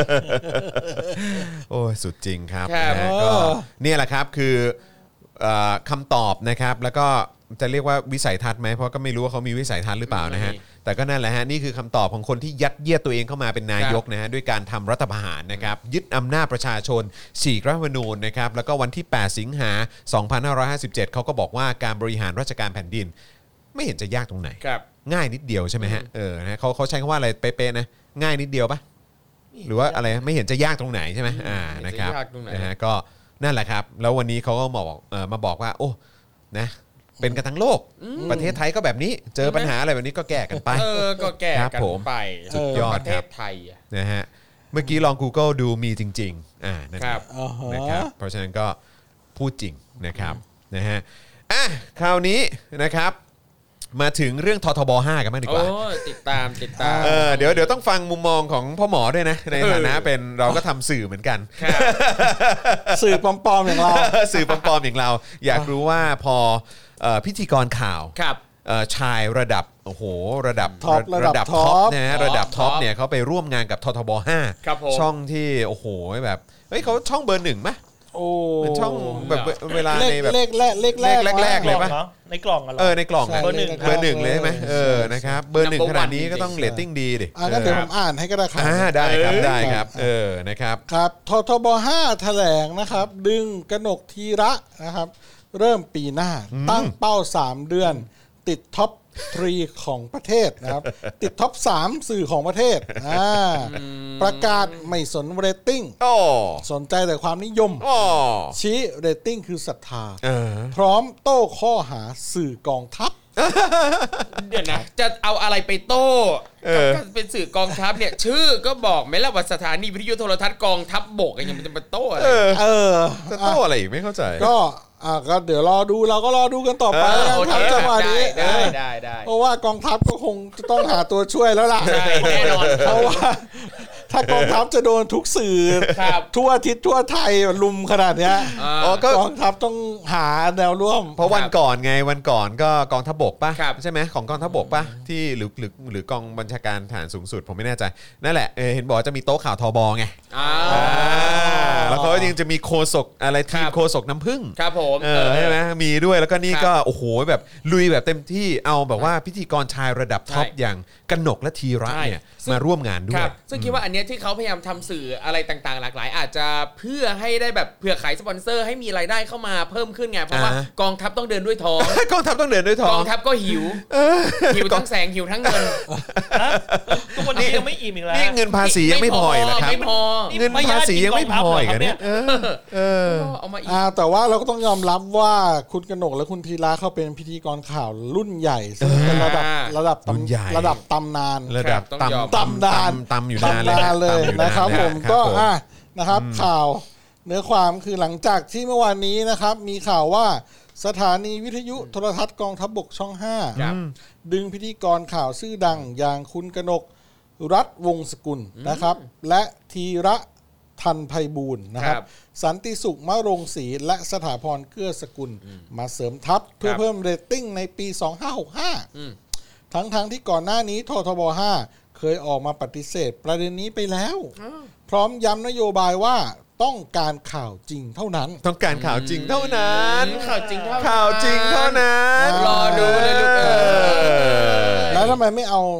โอ้ยสุดจริงครับครับนะฮะก็เนี่ยแหละครับคือเอ่อคำตอบนะครับ แล้วก็จะเรียกว่าวิสัยทัศน์ไหมเพราะก็ไม่รู้ว่าเขามีวิสัยทัศน์หรือเปล่านะฮะไม่มีแต่ก็นั่นแหละฮะนี่คือคำตอบของคนที่ยัดเยียดตัวเองเข้ามาเป็นนายกนะฮะด้วยการทำรัฐประหารนะครับยึดอำนาจประชาชนฉีกรัฐธรรมนูญนะครับแล้วก็วันที่แปดสิงหาสองพันห้าร้อยห้าสิบเจ็ดเขาก็บอกว่าการบริหารราชการแผ่นดิน ไม่เห็นจะยากตรงไหนครับง่ายนิดเดียวใช่ไหมฮะเออนะเขาเขาใช้คำว่าอะไรเป๊ะๆนะง่ายนิดเดียวปะหรือว่าอะไรไม่เห็นจะยากตรงไหนใช่ไหมอ่าไม่เห็นจะนะครับยากตรงไหนนะฮะก็นั่นแหละครับ แล้ววันนี้เขาก็มาบอกเออมาบอกว่า โอ้นะเป็นกันทั้งโลก ประเทศไทยก็แบบนี้เจอปัญหาอะไรแบบนี้ก็แก้กันไปเออก็แก้ครับกันผมไปสุดยอดประเทครัศบไทยอะนะฮะเมื่อกี้ลอง Google ดูมีจริงๆอ่านั่นครับอ่าฮะนะครับเพราะฉะนั้นก็พูดจริงนะครับนะฮะอ่ะคราวนี้นะครับ มาถึงเรื่องททบห้ากันบ้างดีกโอ้ว่าติดตามติดตามเออเดี๋ยวเดี๋ยวต้องฟังมุมมองของพ่อหมอด้วยนะ ในฐานะเป็นเราก็ทำสื่อเหมือนกันครับสื่อปลอมๆอย่างเราสื่อปลอมๆอย่างเรา อยากรู้ว่าพอเอ่อพิธีกรข่าวครับเอ่อชายระดับโอ้โหระดับท็อประดับท็อปนะฮะท็อประดับท็อปท็อปเนี่ยเขาไปร่วมงานกับททบห้าครับผมช่องที่โอ้โหแบบเฮ้ยเขาช่องเบอร์หนึ่งไหมโอ้เป็นช่องแบบเวลาเลขในแบบเลขแรกเลขแรกเลขแรกๆเลยปะในกล่องอะเหรอเออในกล่องอะใช่เบอร์หนึ่งเบอร์หนึ่งเลยใช่ไหมเออใช่นะครับเบอร์หนึ่ง Number ขนาด one นี้ก็ต้องจริงๆเรตติ้งดีดิอ่ะงั้นเดี๋ยวผมอ่านให้ก็ได้ครับอ่าได้ครับเออได้ครับเออนะครับครับททบห้าแถลงนะครับ ดึงกนกทีระนะครับ เริ่มปีหน้าตั้งเป้าสามเดือน ติดท็อปทรีของประเทศนะครับ ติดท็อปสามสื่อของประเทศอ่าประกาศไม่สนเรตติ้งโอ้สนใจแต่ความนิยมโอ้ชี้เรตติ้งคือศรัทธาเออพร้อมโต้ข้อหาสื่อกองทัพเดี๋ยวนะ จะเอาอะไรไปโต้เออกับการเป็นสื่อกองทัพเนี่ย ชื่อก็บอกไหมล่ะว่าสถานีวิทยุโทรทัศน์กองทัพบกยังมันจะมาโต้อะไรเออเออจะโต้อะไรอีกไม่เข้าใจก็อ่ะก็เดี๋ยวรอดูเราก็รอดูกันต่อไปเออนะโอคเครับจังหวะนี้ได้เออได้ได้เพราะว่ากองทัพก็คงจะต้องหาตัวช่วยแล้วล่ะใช่แน่นอนเพราะว่าถ้ากองทัพจะโดนทุกสื่อครับทั่วทิศทั่วไทยลุมขนาดเนี้ยอ่าอ๋อก็กองทัพต้องหาแนวร่วมเพราะวันก่อนไงวันก่อนก็กองทัพบกป่ะครับใช่ไหมของกองทัพบกป่ะที่หรือหรือหรือกองบัญชาการฐานสูงสุดผมไม่แน่ใจนั่นแหละเออเห็นบอกว่าจะมีโต๊ะข่าวทบไงอ่าอ่าแล้วเขายังจะมีโคศกอะไรทีมครับโคศกน้ำผึ้งครับผมเออใช่ไหมมีด้วยแล้วก็นี่ครับก็โอ้โหแบบลุยแบบเต็มที่เอาแบบว่าพิธีกรชายระดับท็อปใช่อย่างกนกและทีระใช่เนี่ยซึ่งมาร่วมงานด้วคยรับซึ่งคิดว่าอันเนี้ยที่เขาพยายามทำสื่ออะไรต่างๆ หลากหลาย อาจจะเพื่อให้ได้แบบเผื่อขายสปอนเซอร์ให้มีรายได้เข้ามาเพิ่มขึ้นไงเพราะว่าอ่ากองทัพต้องเดินด้วยท้องกองทัพต้องเดินด้วยทกออง งทัพก็หิวหิวทั้งแสงหิวทั้งเงินฮะทุกวันนี้ยังไม่อิ่มอีกแล้วนี่เงินภาษียังไม่พออีกเหรอครับไม่พอเงินภาษียังไม่พออีกเหรอเนี่ยเออเออเอามาอีกอ่าแต่ว่าเราก็ต้องยอมรับว่าคุณกนกและคุณธีระเขาเป็นพิธีกรข่าวรุ่นใหญ่ซึ่งเป็นระดับอ่าระดับรุ่นใหญ่ตำระดับตำนานระดับต้องยอมตำตำนานตำอยู่นานเลยตำนานเลยตำอยู่นะครับาผมครับก็ผมอ่ะนะครับข่าวเนื้อความคือหลังจากที่เมื่อวานนี้นะครับ มีข่าวว่าสถานีวิทยุโทรทัศน์กองทัพบกช่องห้าครับดึงพิธีกรข่าวชื่อดังอย่างคุณกนกรัฐวงศ์สกุลนะครับ และธีระทันไพบูลย์นะครับครับสันติสุขมะรงศรีและสถาพรเกื้อสกุล มาเสริมทัพเพื่อครับเพิ่มเรตติ้งในปี สองห้าหกห้าอืมทั้งๆทที่ก่อนหน้านี้ททบห้าเคยออกมาปฏิเสธประเด็นนี้ไปแล้ว พร้อมย้ำนโยบายว่าต้องการข่าวจริงเท่านั้นต้องการข่าวจริงเท่านั้นข่าวจริงเท่านั้นข่าวจริงเท่านั้นรอดูเลยลูกเออแล้วทำไมไม่เอาส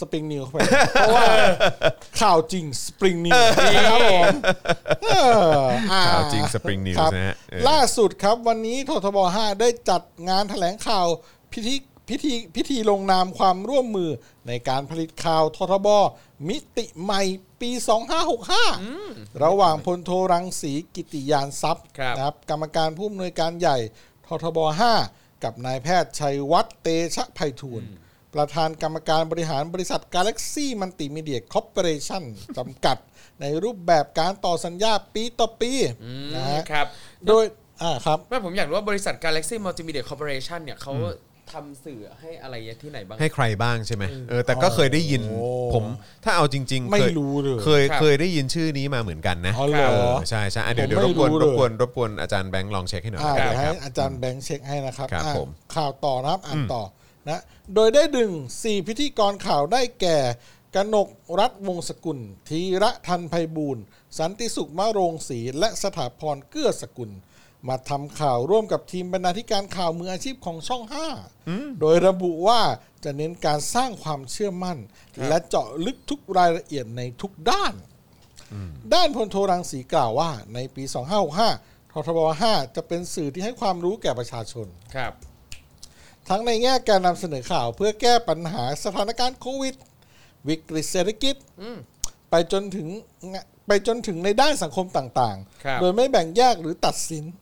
ปริงนิวเข้าไปเพราะว่าข่าวจริงสปริงนิวนะครับผมเอออ่ข่าวจริง Spring News ครับนะฮะเออล่าสุดครับวันนี้ททบห้าได้จัดงานแถลงข่าวพิธีพิธีพิธีลงนามความร่วมมือในการผลิตข่าวททบมิติใหม่ปีสองพันห้าร้อยหกสิบห้าระหว่างพลโทรังสีกิติยานทรัพย์ครับนะครับกรรมการผู้อำนวยการใหญ่ททบห้ากับนายแพทย์ชัยวัฒน์เตชะไพฑูรย์ประธานกรรมการบริหารบริษัท Galaxy Multimedia Corporation จำกัดในรูปแบบการต่อสัญญาปีต่อปีนะฮะครับโดยอ่าครับไม่ผมอยากรู้ว่าบริษัท Galaxy Multimedia Corporation เนี่ยเขาทำสื่อให้อะไรที่ไหนบ้างให้ใครบ้างใช่ไหมเออแต่ก็เคยได้ยินโอ้ผมถ้าเอาจริงๆไม่เคยรู้เลยเคยครับเคยได้ยินชื่อนี้มาเหมือนกันนะอ๋อเหรอเออใช่ใช่อ่ะเดี๋ยวผมเดี๋ยวรไม่บกวนรู้รเลยบกวนรบกวนอาจารย์แบงค์ลองเช็คให้หน่อยอ่าคเดี๋ยวรัให้บอาจารย์แบงค์เช็คให้นะครับครับอ่ะผมข่าวต่อนะครับอ่านต่อนะโดยได้ดึงสี่พิธีกรข่าวได้แก่กนกรัฐวงศ์สกุลธีระทันไพบูลย์สันติสุขมะโรงศรีและสถาพรเกื้อสกุล มาทำข่าวร่วมกับทีมบรรณาธิการข่าวมืออาชีพของช่องห้าโดยระบุว่าจะเน้นการสร้างความเชื่อมั่น และเจาะลึกทุกรายละเอียดในทุกด้าน ด้านพลโทรังสีกล่าวว่าในปีสองพันห้าร้อยหกสิบห้าททบห้าจะเป็นสื่อที่ให้ความรู้แก่ประชาชนครับทั้งในแง่การนำเสนอข่าวเพื่อแก้ปัญหาสถานการณ์โควิด วิกฤตเศรษฐกิจไปจนถึงไปจนถึงในด้านสังคมต่างครับๆ โดยไม่แบ่งแยกหรือตัดสิน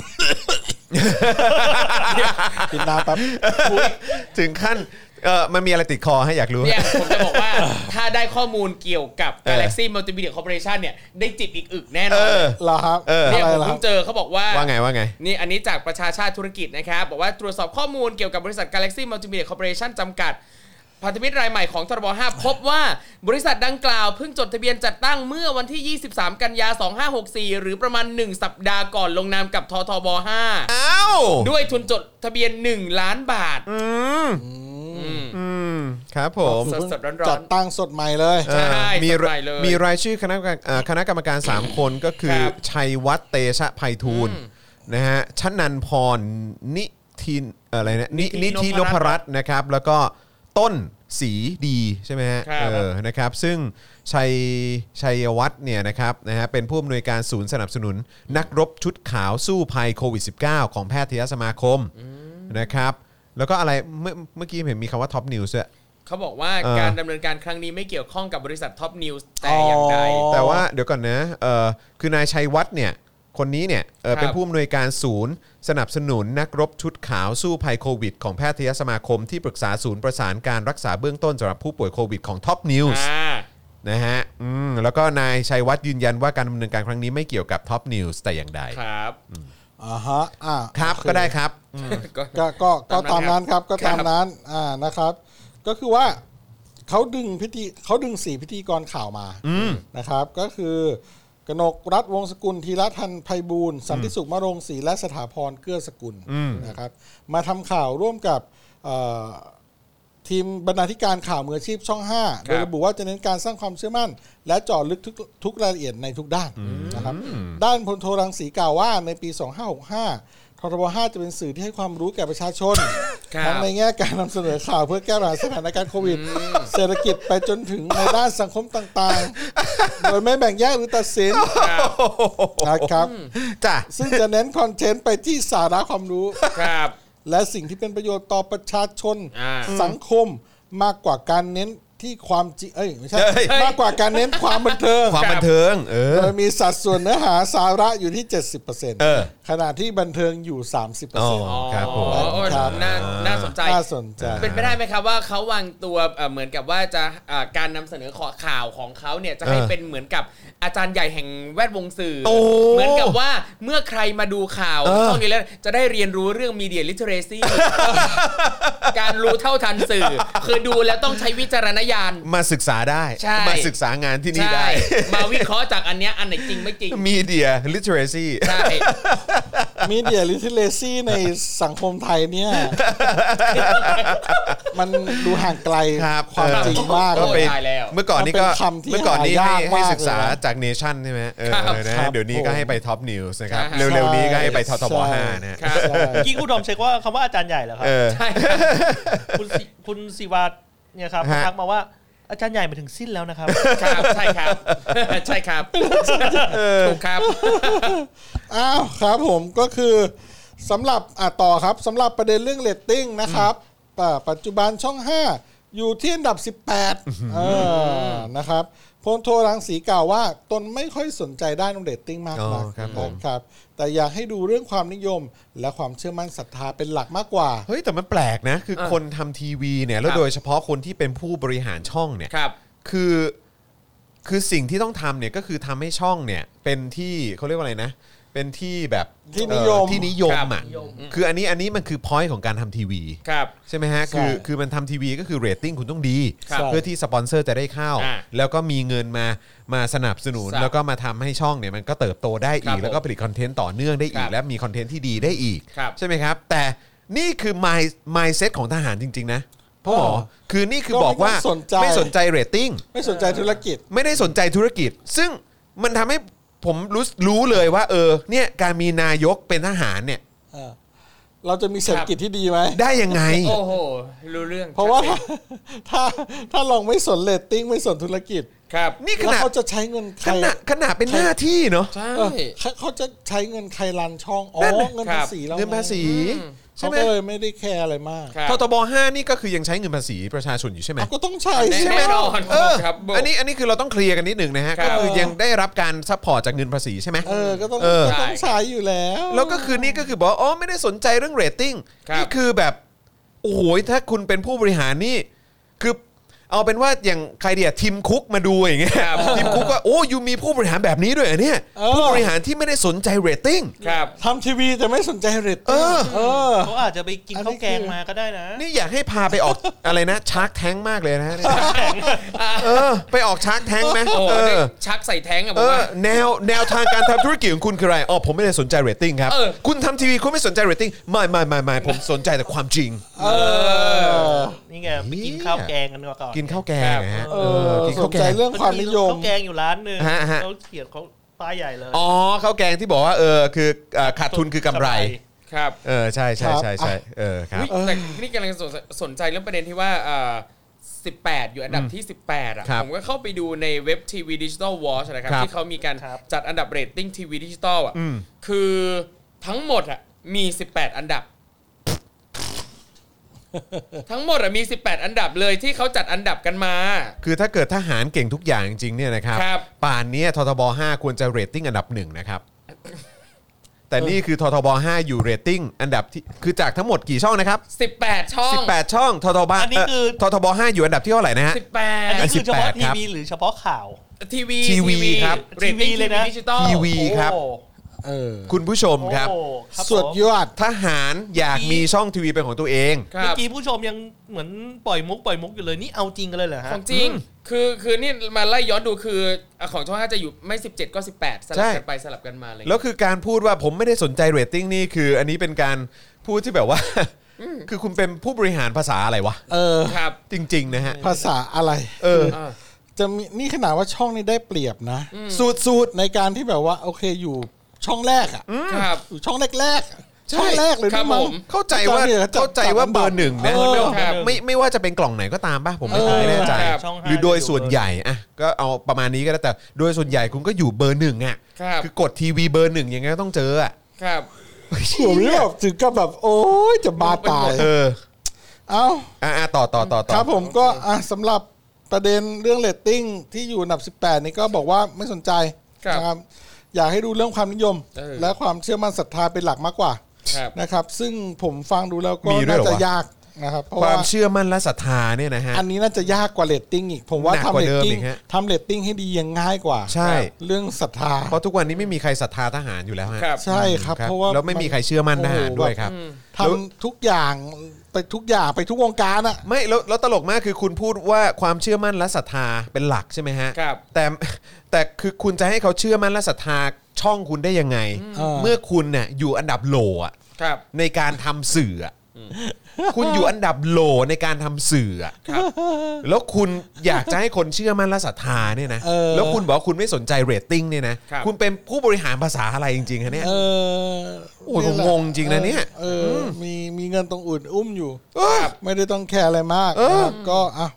กินน้ำแป๊บถึงขั้นเออมันมีอะไรติดคอให้อยากรู้เนี่ยผมจะบอกว่า ถ้าได้ข้อมูลเกี่ยวกับ Galaxy Multimedia Corporation เนี่ยได้จิบอีกอึกแน่นเออนอเหรอครับเออเนี่ยอะไรผมเหรอคเพิ่รับงเจอเขาบอกว่าว่าไงว่าไงนี่อันนี้จากประชาชาติธุรกิจนะครับบอกว่าตรวจสอบข้อมูลเกี่ยวกับบริษัท Galaxy Multimedia Corporation จำกัดพันธมิตรรายใหม่ของททบห้าพบว่าบริษัทดังกล่าวเพิ่งจดทะเบียนจัดตั้งเมื่อวันที่ยี่สิบสามกันยายนสองพันห้าร้อยหกสิบสี่หรือประมาณหนึ่งสัปดาห์ก่อนลงนามกับททบห้าอ้าวด้วยทุนจดทะเบียนหนึ่งล้านบาทอืมอืมครับผมสดๆร้อนๆจัดตั้งสดใหม่เลยใช่เออมีสดใหม่เลยมีรายชื่อคณะกรรมการเอ่อคณะกรรมการสามคนก็คือครับชัยวัฒน์เตชะไพฑูรย์นะฮะชนันพรนิทินอะไรนะนินินิธิธินนพพรัรัตตน์น์นะครับ แล้วก็ต้นสีดีใช่ไหมฮะครับเออนะครับซึ่งชัยชัยวัฒน์เนี่ยนะครับนะฮะเป็นผู้อำนวยการศูนย์สนับสนุน นักรบชุดขาวสู้ภัยโควิด สิบเก้า ของแพทยสมาคมนะครับแล้วก็อะไรเมื่อเมื่อกี้เห็นมีคำว่าท็อปนิวส์ด้วยเขาบอกว่าเออการดำเนินการครั้งนี้ไม่เกี่ยวข้องกับบริษัทท็อปนิวส์แต่อย่างใดอ๋อแต่ว่าเดี๋ยวก่อนนะเออคือนายชัยวัฒน์เนี่ยคนนี้เนี่ยเออครับเป็นผู้อำนวยการศูนย์ สนับสนุนนักรบชุดขาวสู้ภัยโควิดของแพทยสมาคมที่ปรึกษาศูนย์ประสานการรักษาเบื้องต้นสำหรับผู้ป่วยโควิดของ Top News อ่านะฮะอืมแล้วก็นายชัยวัฒน์ยืนยันว่าการดำเนินการครั้งนี้ไม่เกี่ยวกับ Top News แต่อย่างใดครับอ่าฮะอ่าครับโอเก็ได้ครับก็ก็ก็ก็ตาตาม มนั้นั้นนครับก็ครับตามนั้นอ่านะครับ ก็คือว่าเขาดึงพิธีเขาดึงสี่พิธีกรข่าวมานะครับ ก็คือกนกรัฐวงศ์สกุลธีรทันไพบูลย์สันติสุขมะโรงศรีและสถาพรเกื้อสกุลนะครับ มาทำข่าวร่วมกับเอ่อทีมบรรณาธิการข่าวมืออาชีพช่องห้าโดยระบุว่าจะเน้นการสร้างความเชื่อมั่น และเจาะลึกทุกทุกรายละเอียดในทุกด้านนะครับ ด้านพลโทรังสีกล่าวว่าในปีสองพันห้าร้อยหกสิบห้าททบห้าจะเป็นสื่อที่ให้ความรู้แก่ประชาชนครับทั้งในแง่การนำเสนอข่าวเพื่อแก้ปัญหาสถานการณ์โควิด เศรษฐกิจไปจนถึงในด้านสังคมต่างๆ โดยไม่แบ่งแยกหรือตัดสินนะครับจ้ะซึ่งจะเน้นคอนเทนต์ไปที่สาระความรู้ครับและสิ่งที่เป็นประโยชน์ต่อประชาชนอ่าสังคมมากกว่าการเน้นที่ความจริงเอ้ยไม่ใช่เฮ้ยมากกว่าการเน้นความบันเทิงความบันเทิงเออโดยมีสัดส่วนเนื้อหาสาระอยู่ที่ เจ็ดสิบเปอร์เซ็นต์เออขณะที่บันเทิงอยู่ สามสิบเปออ๋ร์อเซ็นต์ครับผมอ๋อโอ้ยครับน่าน่าสนใจน่าสนใจเป็นไปได้ไหมครับว่าเขาวางตัวเอ่อเหมือนกับว่าจะอ่าการนำเสนอข่าวของเขาเนี่ยจะให้เออเป็นเหมือนกับอาจารย์ใหญ่แห่งแวดวงสื่อโอ้เหมือนกับว่าเมื่อใครมาดูข่าวเออช่องนี้แล้วจะได้เรียนรู้เรื่อง media literacy การรู้เท่าทันสื่อ คือดูแล้วต้องใช้วิจารณญาณมาศึกษาได้ใช่มาศึกษางานที่นี่ใช่ได้มาวิเคราะห์จากอันเนี้ยอันไหนจริงไม่จริง Media Literacy ใช่มีเดียลิทเลซี่ในสังคมไทยเนี่ย มันดูห่างไกลครับความเออจริงมากโอ้เลยตายแล้วเมื่อก่อนนี้ก็มันเป็นคำที่เมื่อก่อนนี้หาให้ยากให้มากศึกษาเลยนะจากเนชั่นใช่ไหมเออครับนะครัฮะบเดี๋ยวนี้ก็ให้ไปท็อปนิวส์นะครับใช่เร็วๆนี้ก็ให้ไปททบใช่ห้านะฮะครับใช่เมื่อกี้คุณดอมเช็คว่าคำว่าอาจารย์ใหญ่เหรอครับเออใช่ครับคุณสิคุณศิวาเนี่ยครับฮะทักมาว่าอาจารย์ใหญ่มาถึงสิ้นแล้วนะครับครับใช่ครับ ใช่ครับถูกครับอ้าวครับผมก็คือสำหรับอ่ะต่อครับสำหรับประเด็นเรื่องเรตติ้งนะครับอ่าปัจจุบันช่องห้าอยู่ที่อันดับสิบแปดเออนะครับพลโทรังสีกล่าวว่าตนไม่ค่อยสนใจด้านเรตติ้งมากนักอ๋อครับผมนะครับแต่อยากให้ดูเรื่องความนิยมและความเชื่อมั่นศรัทธาเป็นหลักมากกว่าเฮ้ยแต่มันแปลกนะคือเออคนทำทีวีเนี่ยแล้วครับโดยเฉพาะคนที่เป็นผู้บริหารช่องเนี่ยครับคือคือสิ่งที่ต้องทำเนี่ยก็คือทำให้ช่องเนี่ยเป็นที่เขาเรียกว่าอะไรนะ เป็นที่แบบที่นิยมเอ่อที่นิยมอ่ะครับคืออันนี้อันนี้มันคือ point ของการทำทีวีครับใช่ไหมฮะใช่คือคือมันทำทีวีก็คือเรตติ้งคุณต้องดีครับเพื่อที่สปอนเซอร์จะได้เข้าอ่าแล้วก็มีเงินมามาสนับสนุนครับแล้วก็มาทำให้ช่องเนี่ยมันก็เติบโตได้ครัอีบก แล้วก็ผลิตคอนเทนต์ต่อเนื่องได้อีคกรับและมีคอนเทนต์ที่ดีได้อีกครับใช่ไหมครับ แต่นี่คือ my mindset ของทหารจริง ๆ นะพ่อหมอคือนี่คือบอกว่าก็ไม่ต้องสนใจไม่สนใจเรตติ้งไม่สนใจธุรกิจไม่ได้สนใจธุรกิจ ซึ่งมันทำให้ผมรู้รู้เลยว่าเออเนี่ยการมีนายกเป็นทหารเนี่ยเออเราจะมีเศรษฐกิจที่ดีไหมได้ยังไงโอ้โหรู้เรื่องเพราะว่าชัดจนถ้าถ้าลองไม่สนเรตติ้งไม่สนธุรกิจครับนี่ขแล้วนาดเขาจะใช้เงินใคขรนาดขนาดเป็นหน้าที่เนาะใช่เออเขาเขาจะใช้เงินใครรันช่องอ๋อนั่นน่ะเงินครัภาบษีเราเงินภาษี ใช่เขาไหมก็เลยไม่ได้แคร์อะไรมากครับททบห้านี่ก็คือยังใช้เงินภาษีประชาชนอยู่ใช่ไหมเอาก็ต้องใช้แน่ใช่ไหมแน่นอนเออครับอันนี้อันนี้คือเราต้องเคลียร์กันนิดหนึ่งนะฮะครัก็บคือยังได้รับการซัพพอร์ตจากเงินภาษีใช่ไหมเออก็ต้องเออก็ต้องใช้อยู่แล้วแล้วก็คือนี่ก็คือบอกว่าอ๋อไม่ได้สนใจเรื่องเรตติ้งครับนี่คือแบบโอ้โหถ้าคุณเป็นผู้บริหารนี่คือเอาเป็นว่าอย่างใครเดียทีมคุกมาดูอย่างเงี้ยครับทีมคุกว่าโอ้ยูมีผู้บริหารแบบนี้ด้วยเหรอเนี่ยเออผู้บริหารที่ไม่ได้สนใจเรตติ้งครับทำทีวีแต่ไม่สนใจเรตเอติ้งอเออเขาอาจจะไปกินอันนี้ข้าวแกงมาก็ได้นะนี่อยากให้พาไปออก อะไรนะชาร์กแทงมากเลยนะฮะเออไปออกชาร์กแทงไหมโอ้โหเออชักใส่แท้งอะผเอมอว่าแนวแนวทางการทำธุรกิจของคุณคืออะไรอ๋อผมไม่ได้สนใจเรตติ้งครับเออคุณทำทีวีคุณไม่สนใจเรตติ้งไม่ไม่ไม่ไม่ผมสนใจแต่ความจริงเออนี่ไงไปกินข้าวแกงกันมาก่อนกินข้าวแกงนะฮะเอเอออกินสข้าวน แกใจงเรื่องความนิยมข้าวแกงอยู่ร้านหนึ่งฮะฮะเขาเขียนเขาป้ายใหญ่เลยอ๋อข้าวแกงที่บอกว่าเออคือเอ่อขาดทุนคือกำไรครับเออใช่ใช่ใช่ใช่เออครับอุ๊ยแต่นี่กำลังสนสนใจเรื่องประเด็นที่ว่าเอ่อสิบแปด อยู่อันดับที่ สิบแปดอ่ะครับผมก็เข้าไปดูในเว็บทีวีดิจิตอลวอชนะครับครับที่เขามีการครับจัดอันดับเรตติ้งทีวีดิจิตอลอ่ะอืมคือทั้งหมดอ่ะมี สิบแปด อันดับ ทั้งหมดอ่ะมี สิบแปด อันดับเลยที่เขาจัดอันดับกันมาคือถ้าเกิดทหารเก่งทุกอย่างจริงๆเนี่ยนะครับครับป่านนี้ททบห้าควรจะเรตติ้งอันดับหนึ่งนะครับ แต่นี่คือททบห้าอยู่เรตติ้งอันดับที่คือจากทั้งหมดกี่ช่องนะครับสิบแปด ช่องสิบแปดช่องททบอันนี้คือเททบห้าอยู่อันดับที่เท่าไหร่นะฮะสิบแปดอันนี้คือเฉพาะสิบแปดทีครับวีหรือเฉพาะข่าวทีวีทีวีครับเรตติ้งทีวีเลยนะดิจิตอลทีวีครับโอ้เออคุณผู้ชมครับโอ้ครับสุดผมยอดทหารอยากมีช่องทีวีเป็นของตัวเองครัเมื่อบ กี้ผู้ชมยังเหมือนปล่อยมุกปล่อยมุกอยู่เลยนี่เอาจริงกันเลยเหรอฮะของจริง คือคือนี่มาไล่ย้อนดูคืออ่ะของช่องห้าจะอยู่ไม่สิบเจ็ดก็สิบแปดสลับกันไปสลับกันมาอะไรอย่างแล้เลยวคือการพูดว่าผมไม่ได้สนใจเรตติ้งนี่คืออันนี้เป็นการพูดที่แบบว่า คือคุณเป็นผู้บริหารภาษาอะไรวะเออครับจริง ๆ นะฮะภาษาอะไรเอออ่าจะมีนี่ขนาดว่าช่องนี้ได้เปรียบนะสูตรสูตรในการที่แบบว่าโอเคอยู่ช่องแรกอ่ะครับอยู่ช่องแรกๆอะใช่ช่องแรกเลยครัด้บวยมั้งผมเข้าใจว่าจัดเข้าใจว่าเบอร์หนึ่งนะเออครับไม่ไม่ว่าจะเป็นกล่องไหนก็ตามป่ะผมไม่เออไม่แน่ใจครับช่องห้าหรือโดยส่วนใหญ่อะก็เอาประมาณนี้ก็ได้แต่โดยส่วนใหญ่คุณก็อยู่เบอร์หนึ่งอะครับคือกดทีวีเบอร์หนึ่งยังไงก็ต้องเจออะครับผมนี่แบบถึงกับแบบโอ้ยจะบาตายเออเอ้าอ่ะต่อต่อต่อต่อครับผมก็อ่ะสำหรับประเด็นเรื่องเรตติ้งที่อยู่อันดับสิบแปดนี่ก็บอกว่าไม่สนใจครับนะครับอยากให้ดูเรื่องความนิยมเออและความเชื่อมั่นศรัทธาเป็นหลักมากกว่าครับนะครับ ซึ่งผมฟังดูแล้วก็มีด้วยน่าเหรอจะวะยากนะครับเพราะควาว่ามเชื่อมั่นและศรัทธาเนี่ยนะฮะอันนี้น่าจะยากกว่าเรตติ้งอีกผมว่าหนักทำกว่าเรตเดิมติ้งอีกฮะทำเรตติ้งให้ดียังง่ายกว่าใช่เรื่องศรัทธาเพราะทุกวันนี้ไม่มีใครศรัทธาทหารอยู่แล้วฮะครับใช่ครับเพราะว่าแล้วไม่มีใครเชื่อมั่นทหารด้วยครับทำทุกอย่างไปทุกอย่างไปทุกวงการอะไม่แล้วแล้วตลกมากคือคุณพูดว่าความเชื่อมั่นและศรัทธาเป็นหลักใช่ไหมฮะครับแต่แต่คือคุณจะให้เขาเชื่อมั่นและศรัทธาช่องคุณได้ยังไง เมื่อคุณเนี่ยอยู่อันดับโหลอะครับในการทำสื่ออะคุณอยู่อันดับโหลในการทำสื่ออะครับแล้วคุณอยากจะให้คนเชื่อมั่นและศรัทธาเนี่ยนะเออแล้วคุณบอกว่าคุณไม่สนใจเรตติ้งเนี่ยนะครับ คุณเป็นผู้บริหารภาษาอะไรจริงๆคะเนี่ยเออโอ้ยผมงงจริงนะเนี่ยเออมีมีเงินตรงอื่นอุ้มอยู่เออไม่ได้ต้องแคร์อะไรมากเออนะครับก็อ่ะ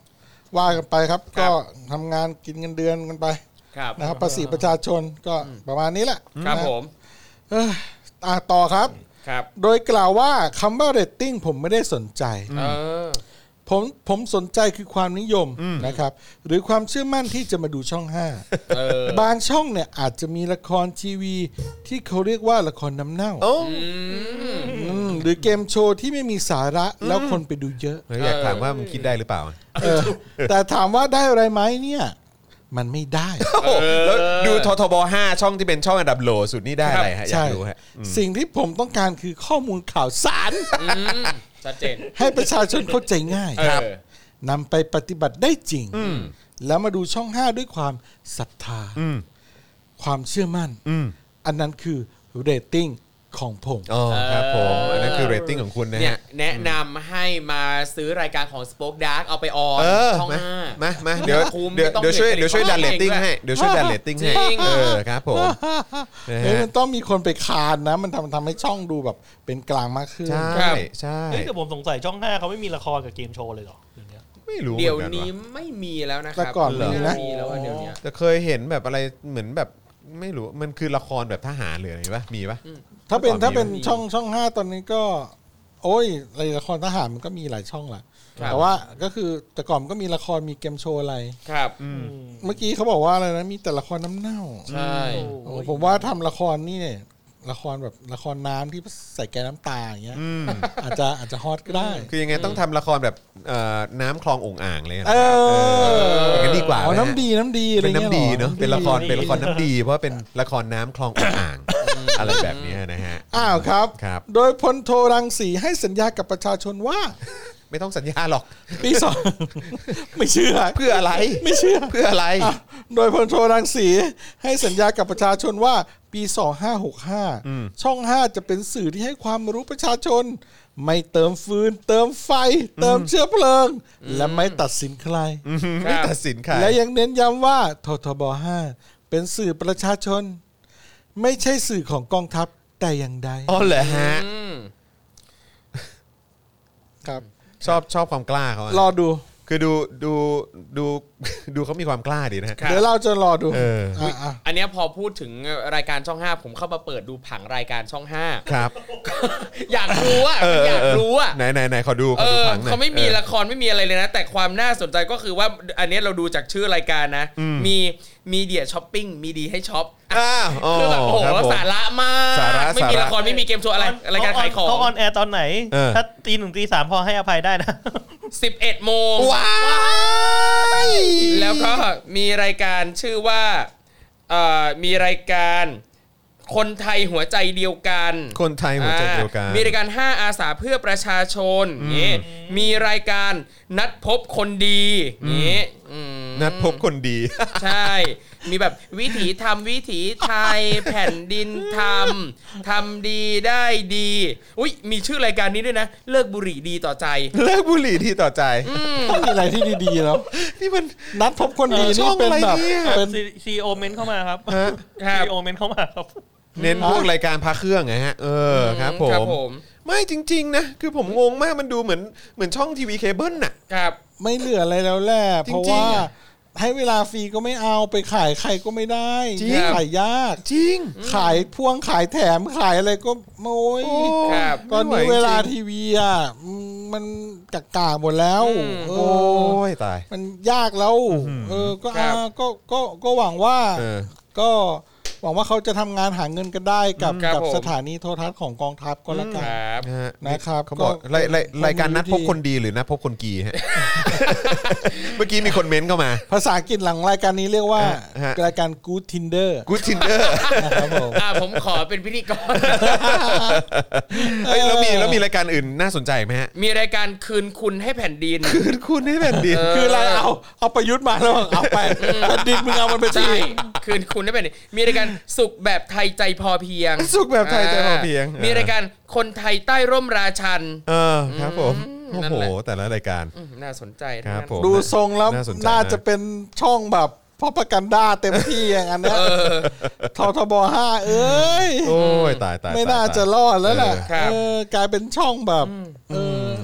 ว่ากันไปครับก็ทำงานกินเงินเดือนกันไปครับนะครับภาษีประชาชนก็ประมาณนี้แหละครับนะผมเอ้ยอ่ะต่อครับครับโดยกล่าวว่าคำว่าเรตติ้งผมไม่ได้สนใจเออผมผมสนใจคือความนิยมนะครับหรือความเชื่อมั่นที่จะมาดูช่องห้าเออบางช่องเนี่ยอาจจะมีละครทีวีที่เขาเรียกว่าละครน้ำเน่าโอ้อืมหรือเกมโชว์ที่ไม่มีสาระแล้วคนไปดูเยอะเฮ้ยอยากถามว่ามึงคิดได้หรือเปล่าเออแต่ถามว่าได้อะไรไหมเนี่ยมันไม่ได้แล้วดูททบห้าช่องที่เป็นช่องอันดับโหลสุดนี่ได้อะไรฮะอยาใช่กรู้ฮะสิ่งที่ผมต้องการคือข้อมูลข่าวสารอืมชัดเจนให้ประชาชนเข้าใจง่ายครับนำไปปฏิบัติได้จริง แล้วมาดูช่องห้าด้วยความศรัทธา ความเชื่อมั่น อันนั้นคือเรตติ้งของผมอ๋อครับผมอันนั้นคือเรตติ้งของคุณนะเนี่ยฮะแนะนำให้มาซื้อรายการของ Spoke Dark เอาไปออนเออช่องมาห้ามามาเดี๋ยวคุ้มเดี๋ยวไม่ต้องเดี๋ยวช่วยเด็กเดี๋ยวช่วยดันเรตติ้งเด็กด้วยให้เดี๋ยวช่วยดันเรตติ้งให้จริงเออครับผมนะเฮ้ยฮะมันต้องมีคนไปคานนะ มันทำทำให้ช่องดูแบบเป็นกลางมากขึ้นใช่ครับใช่เฮ้ยแต่ผมสงสัยช่องห้าเขาไม่มีละครกับเกมโชว์เลยเหรออย่างเงี้ยไม่รู้เดี๋ยวหมือกันี้ว่ะไม่มีแล้วนะคแต่รับก่อนไม่มีนะมีแล้วอะเดี๋ยวนี้แต่เคยเห็นแบบอะไรเหมือนแบบไม่รู้มันคือละครแบบทหารหรืออะไรปะมีปะถ้าเป็นก่อนมีถ้าเป็นมีช่องช่องห้าตอนนี้ก็ โอ้ยในละครทหารมันก็มีหลายช่องแหละครับแต่ว่าก็คือแต่ก่อนมันก็มีละครมีเกมโชว์อะไรครับเมื่อกี้เขาบอกว่าอะไรนะมีแต่ละครน้ำเน่าใช่โอ้ผมว่าทำละครนี่เนี่ยละครแบบละครน้ำที่ใส่แกงน้ำตาอย่างเงี้ยอาจจะอาจจะฮอตก็ได้คือยังไงต้องทำละครแบบเอ่อน้ำคลององอ่างเลยนะเอออย่างนั้นดีกว่าอ๋อไหมฮะน้ำดีน้ำดีอะไรเป็นเงี้ยน้ำดีหรอเนาะเป็นละครดีเป็นละครน้ำดีเพราะว่าเป็นละครน้ำคลององอ่างอะไรแบบเนี้ยนะฮะอ้าวครับครับโดยพลโทรังสีให้สัญญากับประชาชนว่าไม่ต้องสัญญาหรอกปีสอง ไม่เชื่อเพื่ออะไรไม่เชื่อเพื่ออะไรอ่ะโดยพลโทรังสีให้สัญญากับประชาชนว่าปีสองห้าหกห้าช่องห้าจะเป็นสื่อที่ให้ความรู้ประชาชน ไม่เติมฟืน เติมไฟ เติมเชื้อเพลิง และไม่ตัดสินใครไม่ตัดสินใครและยังเน้นย้ำว่าททบห้าเป็นสื่อประชาชน ไม่ใช่สื่อของกองทัพแต่อย่างใดอ๋อเหรอฮะอืมครับชอบชอบความกล้าเขาอะรอดูคือดูดูดูดูเขามีความกล้าดีนะฮะครับเดี๋ยวเราจะรอดูเออะอ่ะอันเนี้ยพอพูดถึงรายการช่องห้าผมเข้ามาเปิดดูผังรายการช่องห้าครับอยากรู้อ่ะเอออยากรู้อ่ะไหนไหนไหนขอดูขเออดูอผังหน่อยเขาไม่มีออละครไม่มีอะไรเลยนะ แต่ความน่าสนใจก็คือว่าอันเนี้ยเราดูจากชื่อรายการนะ มีมีเดียช้อปปิ้งมีดีให้ช็อปอ้าวอ๋อคือแบบโอ้โหครับผมสาระมากสาระไม่มีสาระละครไม่มีเกมโชว์อะไรรายการขายของเขาออนแอร์ตอนไหนเออถ้าตีหนึ่งตีสามพอให้อภัยได้นะสิบเอ็ดโมงว้ายแล้วก็มีรายการชื่อว่าเอ่อมีรายการคนไทยหัวใจเดียวกันคนไทยหัวใจเดียวกันอ่ามีรายการห้าอาสาเพื่อประชาชนนี่มีรายการนัดพบคนดีนี่อืมนัดพบคนดีใช่ มีแบบวิถีทำวิถีไทย แผ่นดินทำทำดีได้ดีอุ้ยมีชื่อรายการนี้ด้วยนะ เลิกบุหรี่ดีต่อใจเลิกบุหรี่ที่ต่อใจต้องมีอะไรที่ดีๆแล้วนี่มันนัดพบคนดีช่นี่องเป็นอะไรแบบเนี่ยเป็นซีโอเมนเข้ามาครับฮะครับซีโอเมนเข้ามาครับเน้นพวกรายการพาเครื่องไงฮะ เออครับผครับมผมไม่จริง ๆ นะ คือผมงงมากมันดูเหมือนเหมือนช่องทีวีเคเบิลน่ะครับไม่เหลืออะไรแล้วแหละจริงๆเพราะว่าอะให้เวลาฟรีก็ไม่เอาไปขายใครก็ไม่ได้จริงขายยากจริงขายพ่วงขายแถมขายอะไรก็โอ้ยครับตอนนี้ไม่ไหวเวลาจริงทีวีอ่ะมันกากาหมดแล้วเอโอ้อยตายมันยากแล้วเออก็ครับอ่าก็ก็ก็หวังว่าเออก็หวังว่าเขาจะทำงานหาเงินกันได้กับครับกับผมสถานีโทรทัศน์ของกองทัพก็แล้วคกันรับนะฮะนะครับเขาบอกก็รายรายรายการนัดพบมีวิธีคนดีหรือนัดพบคนกีฮะ เมื่อกี้มีคนเม้นต์เข้ามาภาษาอังกฤษหลังรายการนี้เรียกว่าฮะรายการ Good Tinder กูทินเดอร์นะครับผมอ่าผมขอเป็นพิธีกรเฮ้ยแล้วมีแล้วมีรายการอื่นน่าสนใจไหมฮะมีรายการคืนคุณให้แผ่นดินคืนคุณให้แผ่นดินคืออะไรเอาเอาประยุทธ์มาแล้วเอาไปแผ่นดินมึงเอามันไปใช่ทีคืนคุณให้แผ่นดินมีรายการสุขแบบไทยใจพอเพียงสุขแบบไทยใจพอเพียงมีรายการคนไทยใต้ร่มราชันเออครับผม โอ้นั่นโหแหละแต่ละรายการอืมน่าสนใจคทั้งรับนั้นผมดูทรงแล้วน่าสนใจน่านะจะเป็นช่องแบบพอประกันด้าเต็มที่อย่างนั้นนะททบห้าเอ้ยโอ้ยตายตายไม่น่าตยตยจะรอดแล้วแหละครับเออกลายเป็นช่องแบบเออ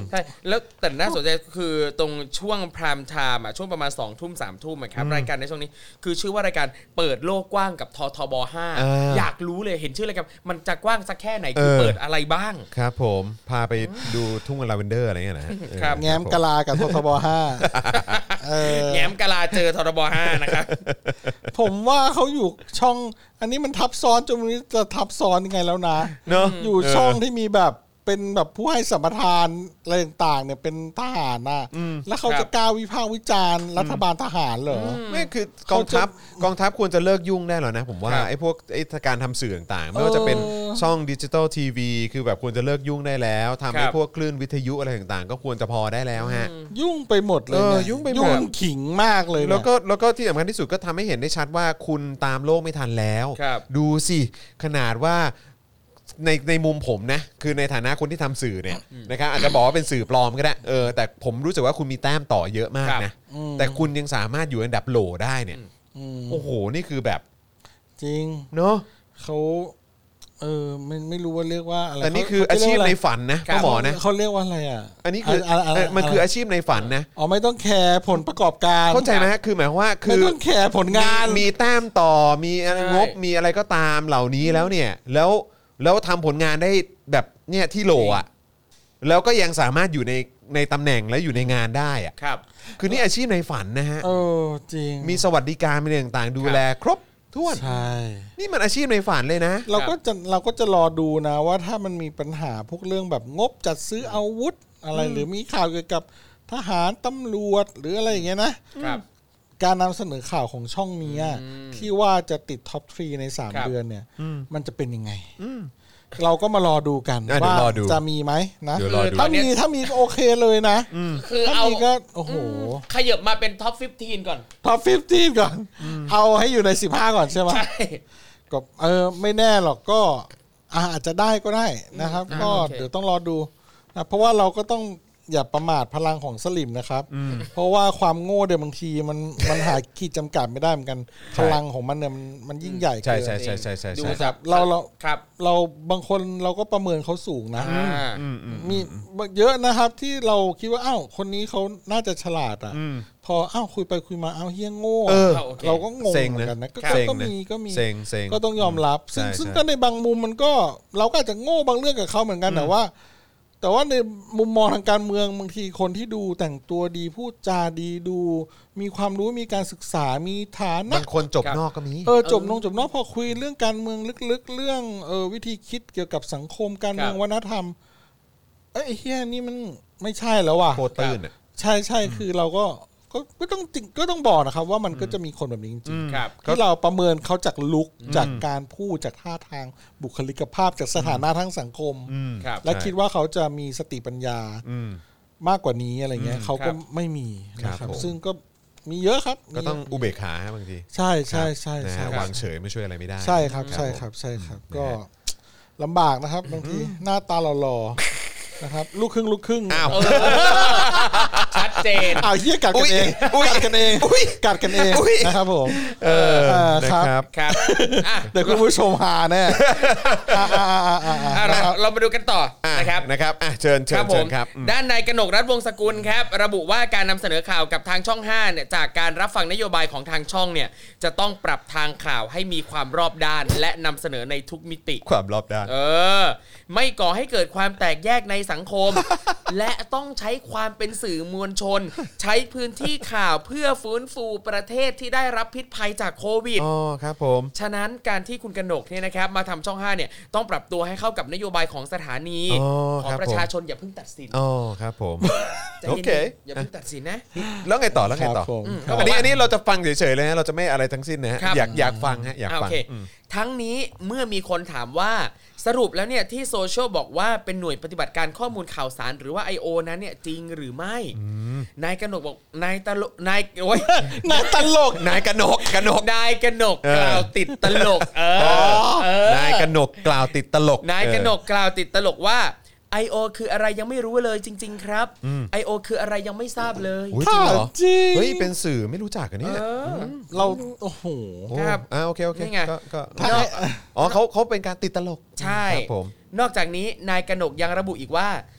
ใช่แล้วแต่น่าสนใจคือตรงช่วงพรามไทม์อ่ะช่วงประมาณสองทุ่มสามทุ่มครับรายการในช่วงนี้คือชื่อว่ารายการเปิดโลกกว้างกับททบห้าอยากรู้เลยเห็นชื่อรายการมันจะกว้างสักแค่ไหนคือเปิดอะไรบ้างครับผมพาไปดูทุ่งลาเวนเดอร์อะไรเงี้ยนะครับแง้มกะลากับททบห้าแง้มกะลาเจอททบห้านะครับผมว่าเขาอยู่ช่องอันนี้มันทับซ้อนจนนี้จะทับซ้อนยังไงแล้วนะเนอะอยู่ช่องที่มีแบบเป็นแบบผู้ให้สัมปทานอะไรต่างๆเนี่ยเป็นทหารน่ะแล้วเขาจะกล้าวิพากษ์วิจารณ์รัฐบาลทหารเหรอไม่คือกองทัพกองทัพควรจะเลิกยุ่งได้แล้วนะผมว่าไอ้พวกไอ้การทำสื่อต่างๆไม่ว่าจะเป็นช่องดิจิตอลทีวีคือแบบควรจะเลิกยุ่งได้แล้วทำให้พวกคลื่นวิทยุอะไรต่างๆก็ควรจะพอได้แล้วฮะยุ่งไปหมดเลยยุ่งไปหมดยุ่งขิงมากเลยแล้วก็แล้วก็ที่สำคัญที่สุดก็ทำให้เห็นได้ชัดว่าคุณตามโลกไม่ทันแล้วดูสิขนาดว่าในในมุมผมนะคือในฐานะคนที่ทำสื่อเนี่ยนะครับอาจจะบอกว่าเป็นสื่อปลอมก็ได้เออแต่ผมรู้สึกว่าคุณมีแต้มต่อเยอะมากนะแต่คุณยังสามารถอยู่อันดับโหลได้เนี่ยโอ้โหนี่คือแบบจริงเนาะเขาเออไม่ไม่รู้ว่าเรียกว่าอะไรแต่นี่คืออาชีพในฝันนะพ่อหมอนะเขาเรียกว่าอะไรอ่ะอันนี้คือมันคืออาชีพในฝันนะอ๋อไม่ต้องแคร์ผลประกอบการเข้าใจไหมคือหมายว่าคือไม่ต้องแคร์ผลงานมีแต้มต่อมีงบมีอะไรก็ตามเหล่านี้แล้วเนี่ยแล้วแล้วทำผลงานได้แบบเนี่ยที่โหลอ่ะแล้วก็ยังสามารถอยู่ในในตำแหน่งและอยู่ในงานได้อ่ะครับคือนี่อาชีพในฝันนะฮะเออจริงมีสวัสดิการมีอะไรต่างๆดูแลครบถ้วนใช่นี่มันอาชีพในฝันเลยนะเราก็จะเราก็จะรอดูนะว่าถ้ามันมีปัญหาพวกเรื่องแบบงบจัดซื้ออาวุธอะไรหรือมีข่าวเกี่ยวกับทหารตำรวจหรืออะไรอย่างเงี้ยนะครับการนำเสนอข่าวของช่องนี้ที่ว่าจะติดท็อปทรีในสามเดือนเนี่ยมันจะเป็นยังไงเราก็มารอดูกันว่าจะมีไหมนะถ้ามีถ้ามีก็โอเคเลยนะคือเอาก็โอ้โหขยับมาเป็นท็อปสิบห้าก่อนท็อปสิบห้าก่อนเอาให้อยู่ในสิบห้าก่อนใช่ไหมใช่ก็เออไม่แน่หรอกก็อาจจะได้ก็ได้นะครับก็เดี๋ยวต้องรอดูนะเพราะว่าเราก็ต้องอย่าประมาทพลังของสลิมนะครับเพราะว่าความโง่เดี๋ยวบางทีมันมันหาขีดจำกัดไม่ได้เหมือนกันพลังของมันเนี่ยมันมันยิ่งใหญ่เกินใช่ใช่ใช่ใช่ใช่ดูครับเราเราครับเราบางคนเราก็ประเมินเขาสูงนะมีเยอะนะครับที่เราคิดว่าอ้าวคนนี้เขาน่าจะฉลาดอ่ะพออ้าวคุยไปคุยมาอ้าวเฮี้ยโง่เราก็งงเหมือนกันนะก็มีก็มีก็ต้องยอมรับซึ่งซึ่งก็ในบางมุมมันก็เราก็อาจจะโง่บางเรื่องกับเขาเหมือนกันแต่ว่าแต่ว่าในมุมมองทางการเมืองบางทีคนที่ดูแต่งตัวดีพูดจาดีดูมีความรู้มีการศึกษามีฐานะบางคนจบนอกก็มีเออจบนอกจบนอกพอคุยเรื่องการเมืองลึกๆเรื่องเออวิธีคิดเกี่ยวกับสังคมการเมืองวัฒนธรรมเอ้ยเฮียนี่มันไม่ใช่แล้วว่ะโคตรตื้นอ่ะใช่ใช่คือเราก็ก็ก็ต้องก็ต้องบอกนะครับว่ามันก็จะมีคนแบบนี้จริงๆที่เราประเมินเขาจากลุคจากการพูดจากท่าทางบุคลิกภาพจากสถานะทางสังคมและคิดว่าเขาจะมีสติปัญญามากกว่านี้อะไรเงี้ยเขาก็ไม่มีนะครับซึ่งก็มีเยอะครับก็ต้องอุเบกขาบางทีใช่ใช่ใช่ใช่วางเฉยไม่ช่วยอะไรไม่ได้ใช่ครับใช่ครับใช่ครับก็ลำบากนะครับบางทีหน้าตาหล่อนะครับลูกครึ่งลูกครึ่งอ้าวชัดเจนอ้าวเหี้ยกัดกันเองกัดกันเองกัดกันเองนะครับผมเออครับครับเดี๋ยวคุณผู้ชมหาแน่เรามาดูกันต่อนะครับนะครับอ่ะเชิญเชิญเชิญครับด้านนายกนกรัฐวงศ์สกุลครับระบุว่าการนำเสนอข่าวกับทางช่องห้าเนี่ยจากการรับฟังนโยบายของทางช่องเนี่ยจะต้องปรับทางข่าวให้มีความรอบด้านและนำเสนอในทุกมิติความรอบด้านเออไม่ก่อให้เกิดความแตกแยกในสังคมและต้องใช้ความเป็นสื่อมวลชนใช้พื้นที่ข่าวเพื่อฟื้นฟูประเทศที่ได้รับพิษภัยจากโควิดอ๋อครับผมฉะนั้นการที่คุณกนกเนี่ยนะครับมาทำช่องห้าเนี่ยต้องปรับตัวให้เข้ากับนโยบายของสถานีของประชาชนอย่าเพิ่งตัดสินอ๋อครับผมโอเคอย่าเพิ่งตัดสินนะแล้วไงต่อแล้วไงต่ออันนี้อันนี้เราจะฟังเฉยๆเลยนะเราจะไม่อะไรทั้งสิ้นนะฮะอยากอยากฟังฮะอยากฟังทั้งนี้เมื่อมีคนถามว่าสรุปแล้วเนี่ยที่โซเชียลบอกว่าเป็นหน่วยปฏิบัติการข้อมูลข่าวสารหรือว่า ไอ โอ นั้นเนี่ยจริงหรือไม่นายกนกบอกนายตลกนายโอ้ยนายตลกนายกนกกนกนายกนกกล่าวติดตลกเออนายกนกกล่าวติดตลกนายกนกกล่าวติดตลกว่า ไอ โอ คืออะไรยังไม่รู้เลยจริงๆครับ ไอ โอ คืออะไรยังไม่ทราบเลยจริงเหรอเฮ้ยเป็นสื่อไม่รู้จักกันเนี่ยเราโอ้โหครับอ่าโอเคโอเคก็ก็อ๋อเขาเขาเป็นการติดตลกใช่ครับผมนอกจากนี้นายกนกยังระบุอีกว่า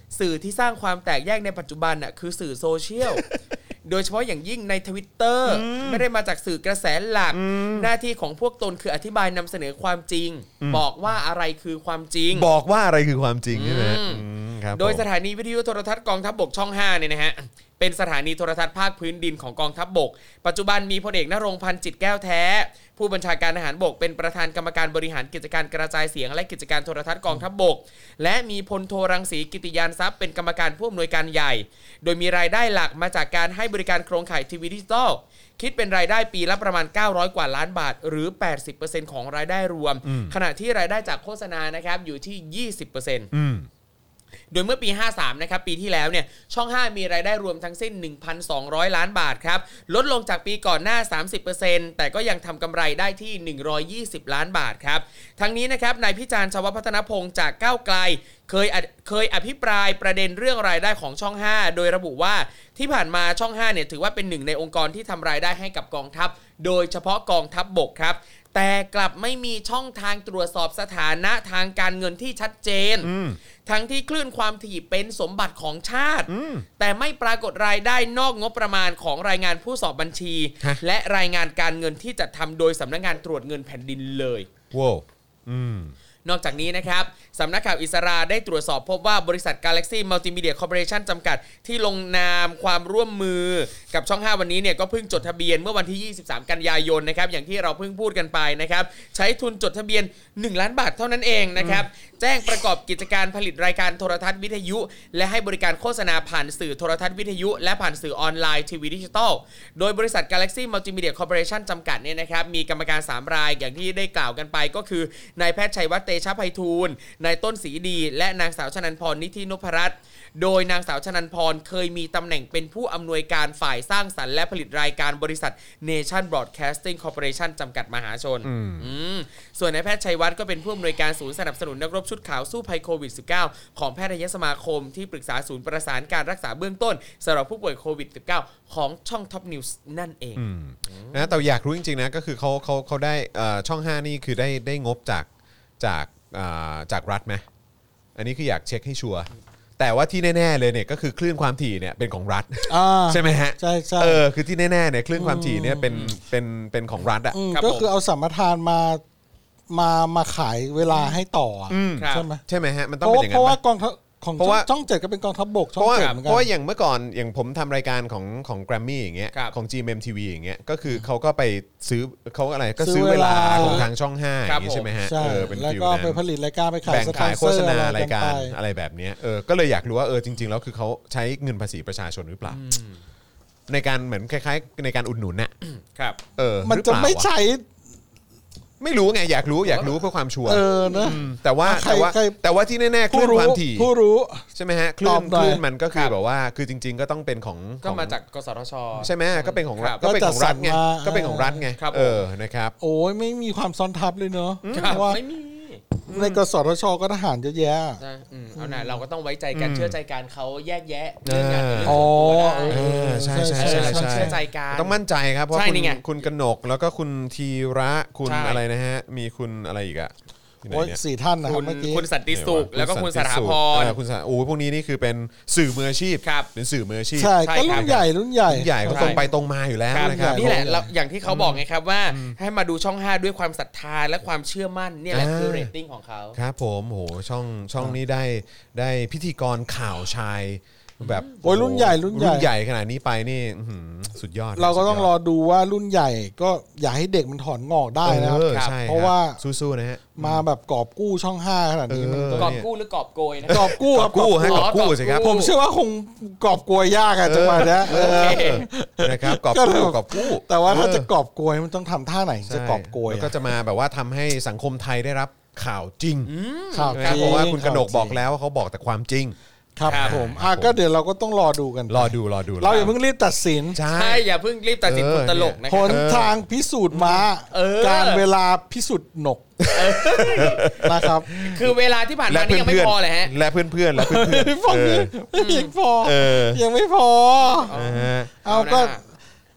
สื่อที่สร้างความแตกแยกในปัจจุบันน่ะคือสื่อโซเชียล โดยเฉพาะอย่างยิ่งใน Twitter ไม่ได้มาจากสื่อกระแสหลักหน้าที่ของพวกตนคืออธิบายนำเสนอความจริงบอกว่าอะไรคือความจริงบอกว่าอะไรคือความจริงใช่ไหมครับโดยสถานีวิทยุโทรทัศน์กองทัพบกช่องห้าเนี่ยนะฮะเป็นสถานีโทรทัศน์ภาคพื้นดินของกองทัพบกปัจจุบันมีพลเอกณรงค์พันธ์จิตแก้วแท้ผู้บัญชาการทหารบกเป็นประธานกรรมการบริหารกิจการกระจายเสียงและกิจการโทรทัศน์กองทัพบกและมีพลโทรังสีกิติยานทรัพย์เป็นกรรมการผู้อำนวยการใหญ่โดยมีรายได้หลักมาจากการให้บริการโครงข่ายทีวีดิจิตอลคิดเป็นรายได้ปีละประมาณเก้าร้อยกว่าล้านบาทหรือ แปดสิบเปอร์เซ็นต์ ของรายได้รวมขณะที่รายได้จากโฆษณานะครับอยู่ที่ ยี่สิบเปอร์เซ็นต์โดยเมื่อปีห้าสิบสามนะครับปีที่แล้วเนี่ยช่องห้ามีรายได้รวมทั้งสิ้น หนึ่งพันสองร้อย ล้านบาทครับลดลงจากปีก่อนหน้า สามสิบเปอร์เซ็นต์ แต่ก็ยังทำกำไรได้ที่หนึ่งร้อยยี่สิบล้านบาทครับทั้งนี้นะครับนายพิจารณ์ชวพัฒนพงศ์จากก้าวไกลเคยเคยอภิปรายประเด็นเรื่องรายได้ของช่องห้าโดยระบุว่าที่ผ่านมาช่องห้าเนี่ยถือว่าเป็นหนึ่งในองค์กรที่ทำรายได้ให้กับกองทัพโดยเฉพาะกองทัพบกครับแต่กลับไม่มีช่องทางตรวจสอบสถานะทางการเงินที่ชัดเจนทั้งที่คลื่นความถี่เป็นสมบัติของชาติแต่ไม่ปรากฏรายได้นอกงบประมาณของรายงานผู้สอบบัญชีและรายงานการเงินที่จัดทำโดยสำนักงานตรวจเงินแผ่นดินเลยว้าวอืมนอกจากนี้นะครับสำนักข่าวอิสราได้ตรวจสอบพบว่าบริษัท Galaxy Multimedia Corporation จำกัดที่ลงนามความร่วมมือกับช่องห้าวันนี้เนี่ยก็เพิ่งจดทะเบียนเมื่อวันที่ยี่สิบสามกันยายนนะครับอย่างที่เราเพิ่งพูดกันไปนะครับใช้ทุนจดทะเบียนหนึ่งล้านบาทเท่านั้นเองนะครับแจ้งประกอบกิจการผลิตรายการโทรทัศน์วิทยุและให้บริการโฆษณาผ่านสื่อโทรทัศน์วิทยุและผ่านสื่อออนไลน์ทีวีดิจิตอลโดยบริษัท Galaxy Multimedia Corporation จำกัดเนี่ยนะครับมีกรรมการสามรายอย่างที่ได้กล่าวกันไปก็คือนายแพทย์ชัยวัฒน์เตชะไพฑูรย์นายต้นศรีดีและนางสาวชนันพรนิธินพรัตน์โดยนางสาวชนันพรเคยมีตำแหน่งเป็นผู้อำนวยการฝ่ายสร้างสรรค์และผลิตรายการบริษัท Nation Broadcasting Corporation จำกัดมหาชนส่วนนายแพทย์ชัยวัฒน์ก็เป็นผู้อำนวยการศูนย์สนับสนุนนักรบชุดขาวสู้ภัยโควิด สิบเก้า ของแพทยสมาคมที่ปรึกษาศูนย์ประสานการรักษาเบื้องต้นสำหรับผู้ป่วยโควิด สิบเก้า ของช่อง Top News นั่นเองนะแต่อยากรู้จริงๆนะก็คือเขาเขาเขาได้ช่องห้านี่คือได้ได้งบจากจากจากรัฐไหมอันนี้คืออยากเช็คให้ชัวร์แต่ว่าที่แน่ๆเลยเนี่ยก็คือคลื่นความถี่เนี่ยเป็นของรัฐใช่ไหมฮะใช่ใช่เออคือที่แน่ๆเนี่ยคลื่นความถี่เนี่ยเป็นเป็นเป็นของรัฐอ่ะก็คือเอาสัมปทานมามามาขายเวลาให้ต่อใช่ไหมใช่ไหมฮะมันต้องเป็นอย่างนั้นเพราะว่ากองของช่องเจ็ดก็เป็นกองทัพบกช่องเจ็ดเหมือนกันเพราะว่าอย่างเมื่อก่อนอย่างผมทำรายการของของ Grammy อย่างเงี้ยของ จี เอ็ม เอ็ม ที วี อย่างเงี้ยก็คือเขาก็ไปซื้อเขาอะไรก็ซื้อเวลาของทางช่องห้าอย่างงี้ใช่ไหมฮะเออเป็นฟิลนั้นแล้วก็ไปผลิตรายการไปขายสปอนเซอร์โฆษณารายการอะไรแบบนี้เออก็เลยอยากรู้ว่าเออจริงๆแล้วคือเขาใช้เงินภาษีประชาชนหรือเปล่าในการเหมือนคล้ายๆในการอุดหนุนน่ะครับเออมันจะไม่ใช้ไม่รู้ไงอยากรู้อยากรู้เพื่อความชัวร์เออนะแต่ว่าแต่ว่าแต่ว่าที่แน่ๆคลื่นความถี่ผู้รู้ใช่ไหมฮะคลื่นคลื่นมันก็คือแบบว่าคือจริงๆก็ต้องเป็นของก็มาจากกสทช. ใช่ไหมก็เป็นของรัฐก็เป็นของรัฐไงก็เป็นของรัฐไงเออนะครับโอ้ยไม่มีความซ้อนทับเลยเนอะเพราะว่าไม่มีในกสทช.ก็ทหารเยอะแยะเอาหน่าเราก็ต้องไว้ใจกันเชื่อใจกันเขาแยกแยะเรื่องงานเรื่องอ๋อใช่ใช่ใช่ใช่เชื่อใจกันต้องมั่นใจครับเพราะคุณคุณกนกแล้วก็คุณธีระคุณอะไรนะฮะมีคุณอะไรอีกอะโอ้ยสี่ท่านนะครับเมื่อกี้คุณสันติสุขแล้วก็คุณสถาพรคุณโอ้พวกนี้นี่คือเป็นสื่อมืออาชีพเป็นสื่อมืออาชีพใช่ก็รุ่นใหญ่รุ่นใหญ่รุ่นใหญ่เขาตรงไปตรงมาอยู่แล้วนะครับนี่แหละอย่างที่เขาบอกไงครับว่าให้มาดูช่องห้าด้วยความศรัทธาและความเชื่อมั่นนี่แหละคือเรตติ้งของเขาครับผมโหช่องช่องนี้ได้ได้พิธีกรข่าวชายแบบโอ้ยรุ่นใหญ่รุ่นใหญ่รุ่นใหญ่ขนาดนี้ไปนี่สุดยอดเราก็ต้องรอดูว่ารุ่นใหญ่ก็อย่าให้เด็กมันถอนงอกได้นะครับเพราะว่าสู้ๆนะฮะมาแบบกอบกู้ช่องห้าขนาดนี้กอบกู้หรือกอบโกยนะกอบกู้กอบกู้ฮะกอบกู้สิครับผมเชื่อว่าคงกอบโกยยากอะจังหวะนี้นะครับกอบกู้กอบกู้แต่ว่าถ้าจะกอบโกยมันต้องทำท่าไหนจะกอบโกยแล้วก็จะมาแบบว่าทำให้สังคมไทยได้รับข่าวจริงข่าวจริงเพราะว่าคุณกนกบอกแล้วว่าเขาบอกแต่ความจริงครับผมอ่ะก็เดี๋ยวเราก็ต้องรอดูกันรอดูรอดูเราอย่าเพิ่งรีบตัดสินใช่อย่าเพิ่งรีบตัดสินคนตลกนะผลทางพิสูจน์ม้าการเวลาพิสูจน์หนกนะครับคือเวลาที่ผ่านมานี่ยังไม่พอเลยฮะและเพื่อนๆและเพื่อนๆฟังยังพอยังไม่พอเอาก็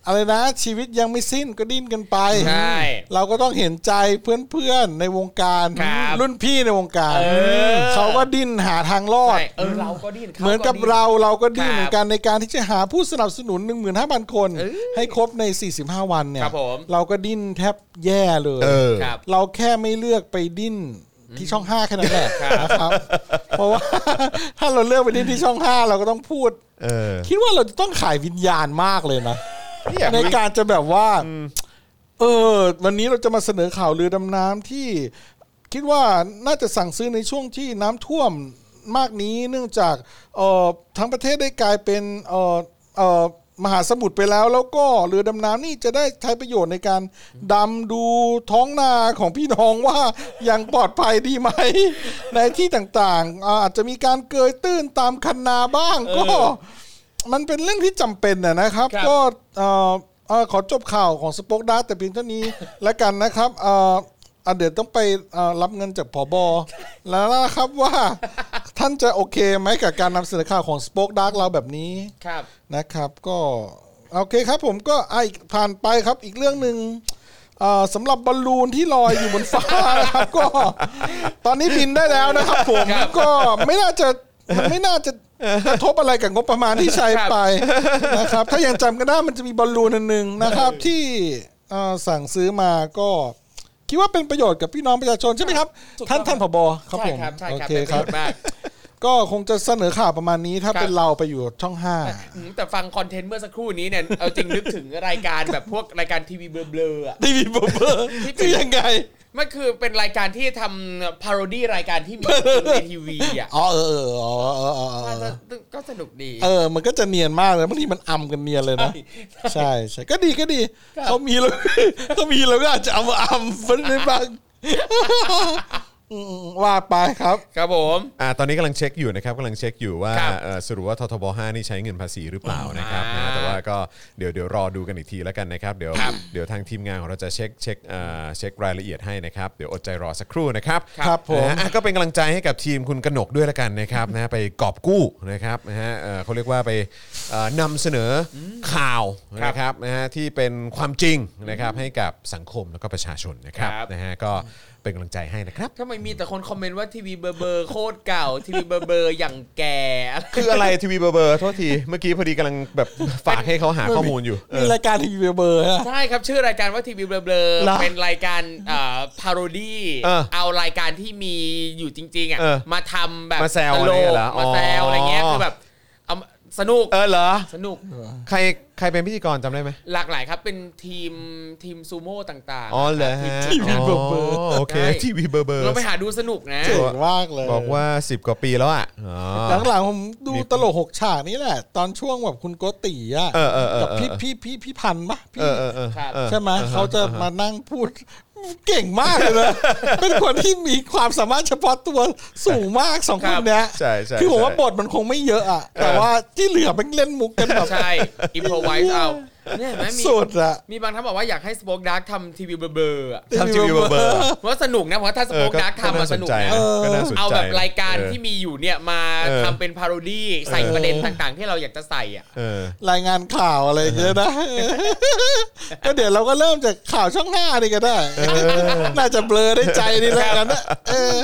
อะไรนะชีวิตยังไม่สิ้นก็ดิ้นกันไปใช่เราก็ต้องเห็นใจเพื่อนๆในวงการครับรุ่นพี่ในวงการเออเขาก็ดิ้นหาทางรอดใช่เออเราก็ดิ้นขเหมือนกับเราเราก็ดิ้นครับเหมือนกันในการที่จะหาผู้สนับสนุน หนึ่งหมื่นห้าพัน คนเออให้ครบในสี่สิบห้าวันเนี่ยครับผมเราก็ดิ้นแทบแย่เลยเออครับเราแค่ไม่เลือกไปดิ้นที่ช่องห้าแค่นั้นแหละครับนะครับเพราะว่า ถ้าเราเลือกไปดิ้นที่ช่องห้าเราก็ต้องพูดเออคิดว่าเราจะต้องขายวิญญาณมากเลยนะนี่อยากในรู้การจะแบบว่า เออ วันนี้เราจะมาเสนอข่าวเรือดำน้ำที่คิดว่าน่าจะสั่งซื้อในช่วงที่น้ำท่วมมากนี้ เนื่องจากเอ่อทั้งประเทศได้กลายเป็นเอ่อเอ่อมหาสมุทรไปแล้ว แล้วก็เรือดำน้ำนี่จะได้ใช้ประโยชน์ในการดำดูท้องนาของพี่น้องว่ายังปลอดภัยดีไหม ในที่ต่างๆอ่าอาจจะมีการเกยตื้นตามคันนาบ้างก็ มันเป็นเรื่องที่จำเป็นนะนะครับครับก็เอ่อเอ่อขอจบข่าวของสป็อคดาร์กแต่เพียงเท่านี้ แล้วกันนะครับเอ่ออ่ะเดี๋ยวต้องไปเอ่อรับเงินจากผบ แล้วนะครับว่า ท่านจะโอเคไหมกับการนำเสนอข่าวของสป็อคดาร์กเราแบบนี้ครับนะครับก็โอเคครับผมก็อ่ะอีกผ่านไปครับอีกเรื่องหนึ่งเอ่อสำหรับบอลลูนที่ลอยอยู่บนฟ้านะครับ ก็ตอนนี้บินได้แล้วนะครับผมครับก็ไม่น่าจะมันไม่น่าจะกระทบอะไรกับงบประมาณที่ใช้ไปนะครับถ้ายังจำกันได้มันจะมีบอลลูนอันหนึ่งนะครับที่เอ่อสั่งซื้อมาก็คิดว่าเป็นประโยชน์กับพี่น้องประชาชนใช่ไหมครับท่านท่านผบครับใช่ผมครับใช่โอครับเคเป็นปคระรัโยบชน์มากก็คงจะเสนอข่าวประมาณนี้ถ้าครับเป็นเราไปอยู่ช่องห้าอืมแต่ฟังคอนเทนต์เมื่อสักครู่นี้เนี่ย เอาจริงนึกถึงรายการแบบพวกรายการทีวีเบลอๆอ่ะทีวีเบอร์เบอร์ที่ยังไงมันคือเป็นรายการที่ทำพาโรดี้รายการที่มีอยู่ในทีวีอ่ะอ๋อเออเอออ๋อเออเออเอก็อก็สนุกดีเออมันก็จะเนียนมากเลยบางทีมันอำกันเนียนเลยนะใช่ใช่ก็ดีก็ดีเขามีแล้วเขามีแล้วก็อาจจะเอามาอำฟันได้บ้างอืมว่าไปครับครับผมอ่าตอนนี้กำลังเช็คอยู่นะครับกำลังเช็คอยู่ว่าครับเอ่อสรุปว่าททบห้านี่ใช้เงินภาษีหรือเปล่านะครับอ่านะแต่ว่าก็เดี๋ยวเดี๋ยวรอดูกันอีกทีแล้วกันนะครับเดี๋ยวเดี๋ยวทางทีมงานของเราจะเช็คเช็คเอ่อเช็ครายละเอียดให้นะครับเดี๋ยวอดใจรอสักครู่นะครับครับผมนะฮะอ่ะก็เป็นกำลังใจให้กับทีมคุณกนกด้วยแล้วกันนะครับนะไปกอบกู้นะครับนะฮะเอ่อเขาเรียกว่าไปเอ่อนำเสนอข่าวนะครับนะฮะที่เป็นความจริงนะครับให้กับสังคมแล้วก็ประชาชนนะครับครับนะฮะก็เป็นกำลังใจให้นะครับทำไมมีแต่คนคอมเมนต์ว่าทีวีเบอร์เบอร์โคตรเก่าทีวีเบอร์เบอร์อย่างแก่คืออะไรทีวีเบอร์เบอร์โทษทีเมื่อกี้พอดีกำลังแบบฝากให้เขาหาข้อมูลอยู่เอมีอรายการทีวีเบอร์ฮะใช่ครับชื่อรายการว่าทีวีเบอร์เบอร์เหรอเป็นรายการเอ่อพาโรดี้เออเอารายการที่มีอยู่จริงๆอ่ะเออมาทำแบบมาแซวตอะไรลกเหรอมาแซวอ๋อออะไรเงี้ยคือแบบเอาสนุกเออเหรอสนุกใครใครเป็นพิธีกรจำได้ไหมหลากหลายครับเป็นทีมทีมซูโม่ต่างๆอ๋อเหรอฮะทีวีเบอร์เบอร์โอเคใช่ทีวีเบอร์เบอร์เราไปหาดูสนุกนะเจ๋งมากเลยบอกว่าสิบกว่าปีแล้วอ่ะอ๋อหลังๆผมดูตลกหกฉากนี่แหละ ตอนช่วงแบบคุณโกติอ่ะเออเออเออกับพี่พี่พี่พี่พันธุ์ปะเอพี่อเออเออครับเออใช่ไหมเขาจะมานั่งพูดเก่งมากเลยนะ เป็นคนที่มีความสามารถเฉพาะตัวสูงมากสองคนเนี้ยใช่ใช่คือผมว่าใช่บทมันคงไม่เยอะอ่ะ แต่ว่าที่เหลือมันเล่นมุกกันแบบใช่อิมพอไวส์เอาเนี่ยเห็นไหมมีสุดอ่ะมีบางท่านบอกว่าอยากให้สป็อคดาร์กทำทีวีเบอร์เบอร์อะทำทีวีเบอร์เบอร์เพราะว่าสนุกนะเพราะว่าถ้าสเอป็ออคดาร์กทำมาสนุกนะเออก็น่าสนใจเอาแบบรายการเออที่มีอยู่เนี่ยมาเออทำเป็นพาโรดี้ใส่ประเด็นต่างๆ ที่เราอยากจะใส่อ่ะเออรายงานข่าวอะไรอย่างเงี้ยนะ ก็เดี๋ยวเราก็เริ่มจากข่าวช่องห้านี่ก็ได้ น่าจะเบลอได้ใจนี่แล้วกันนะเออ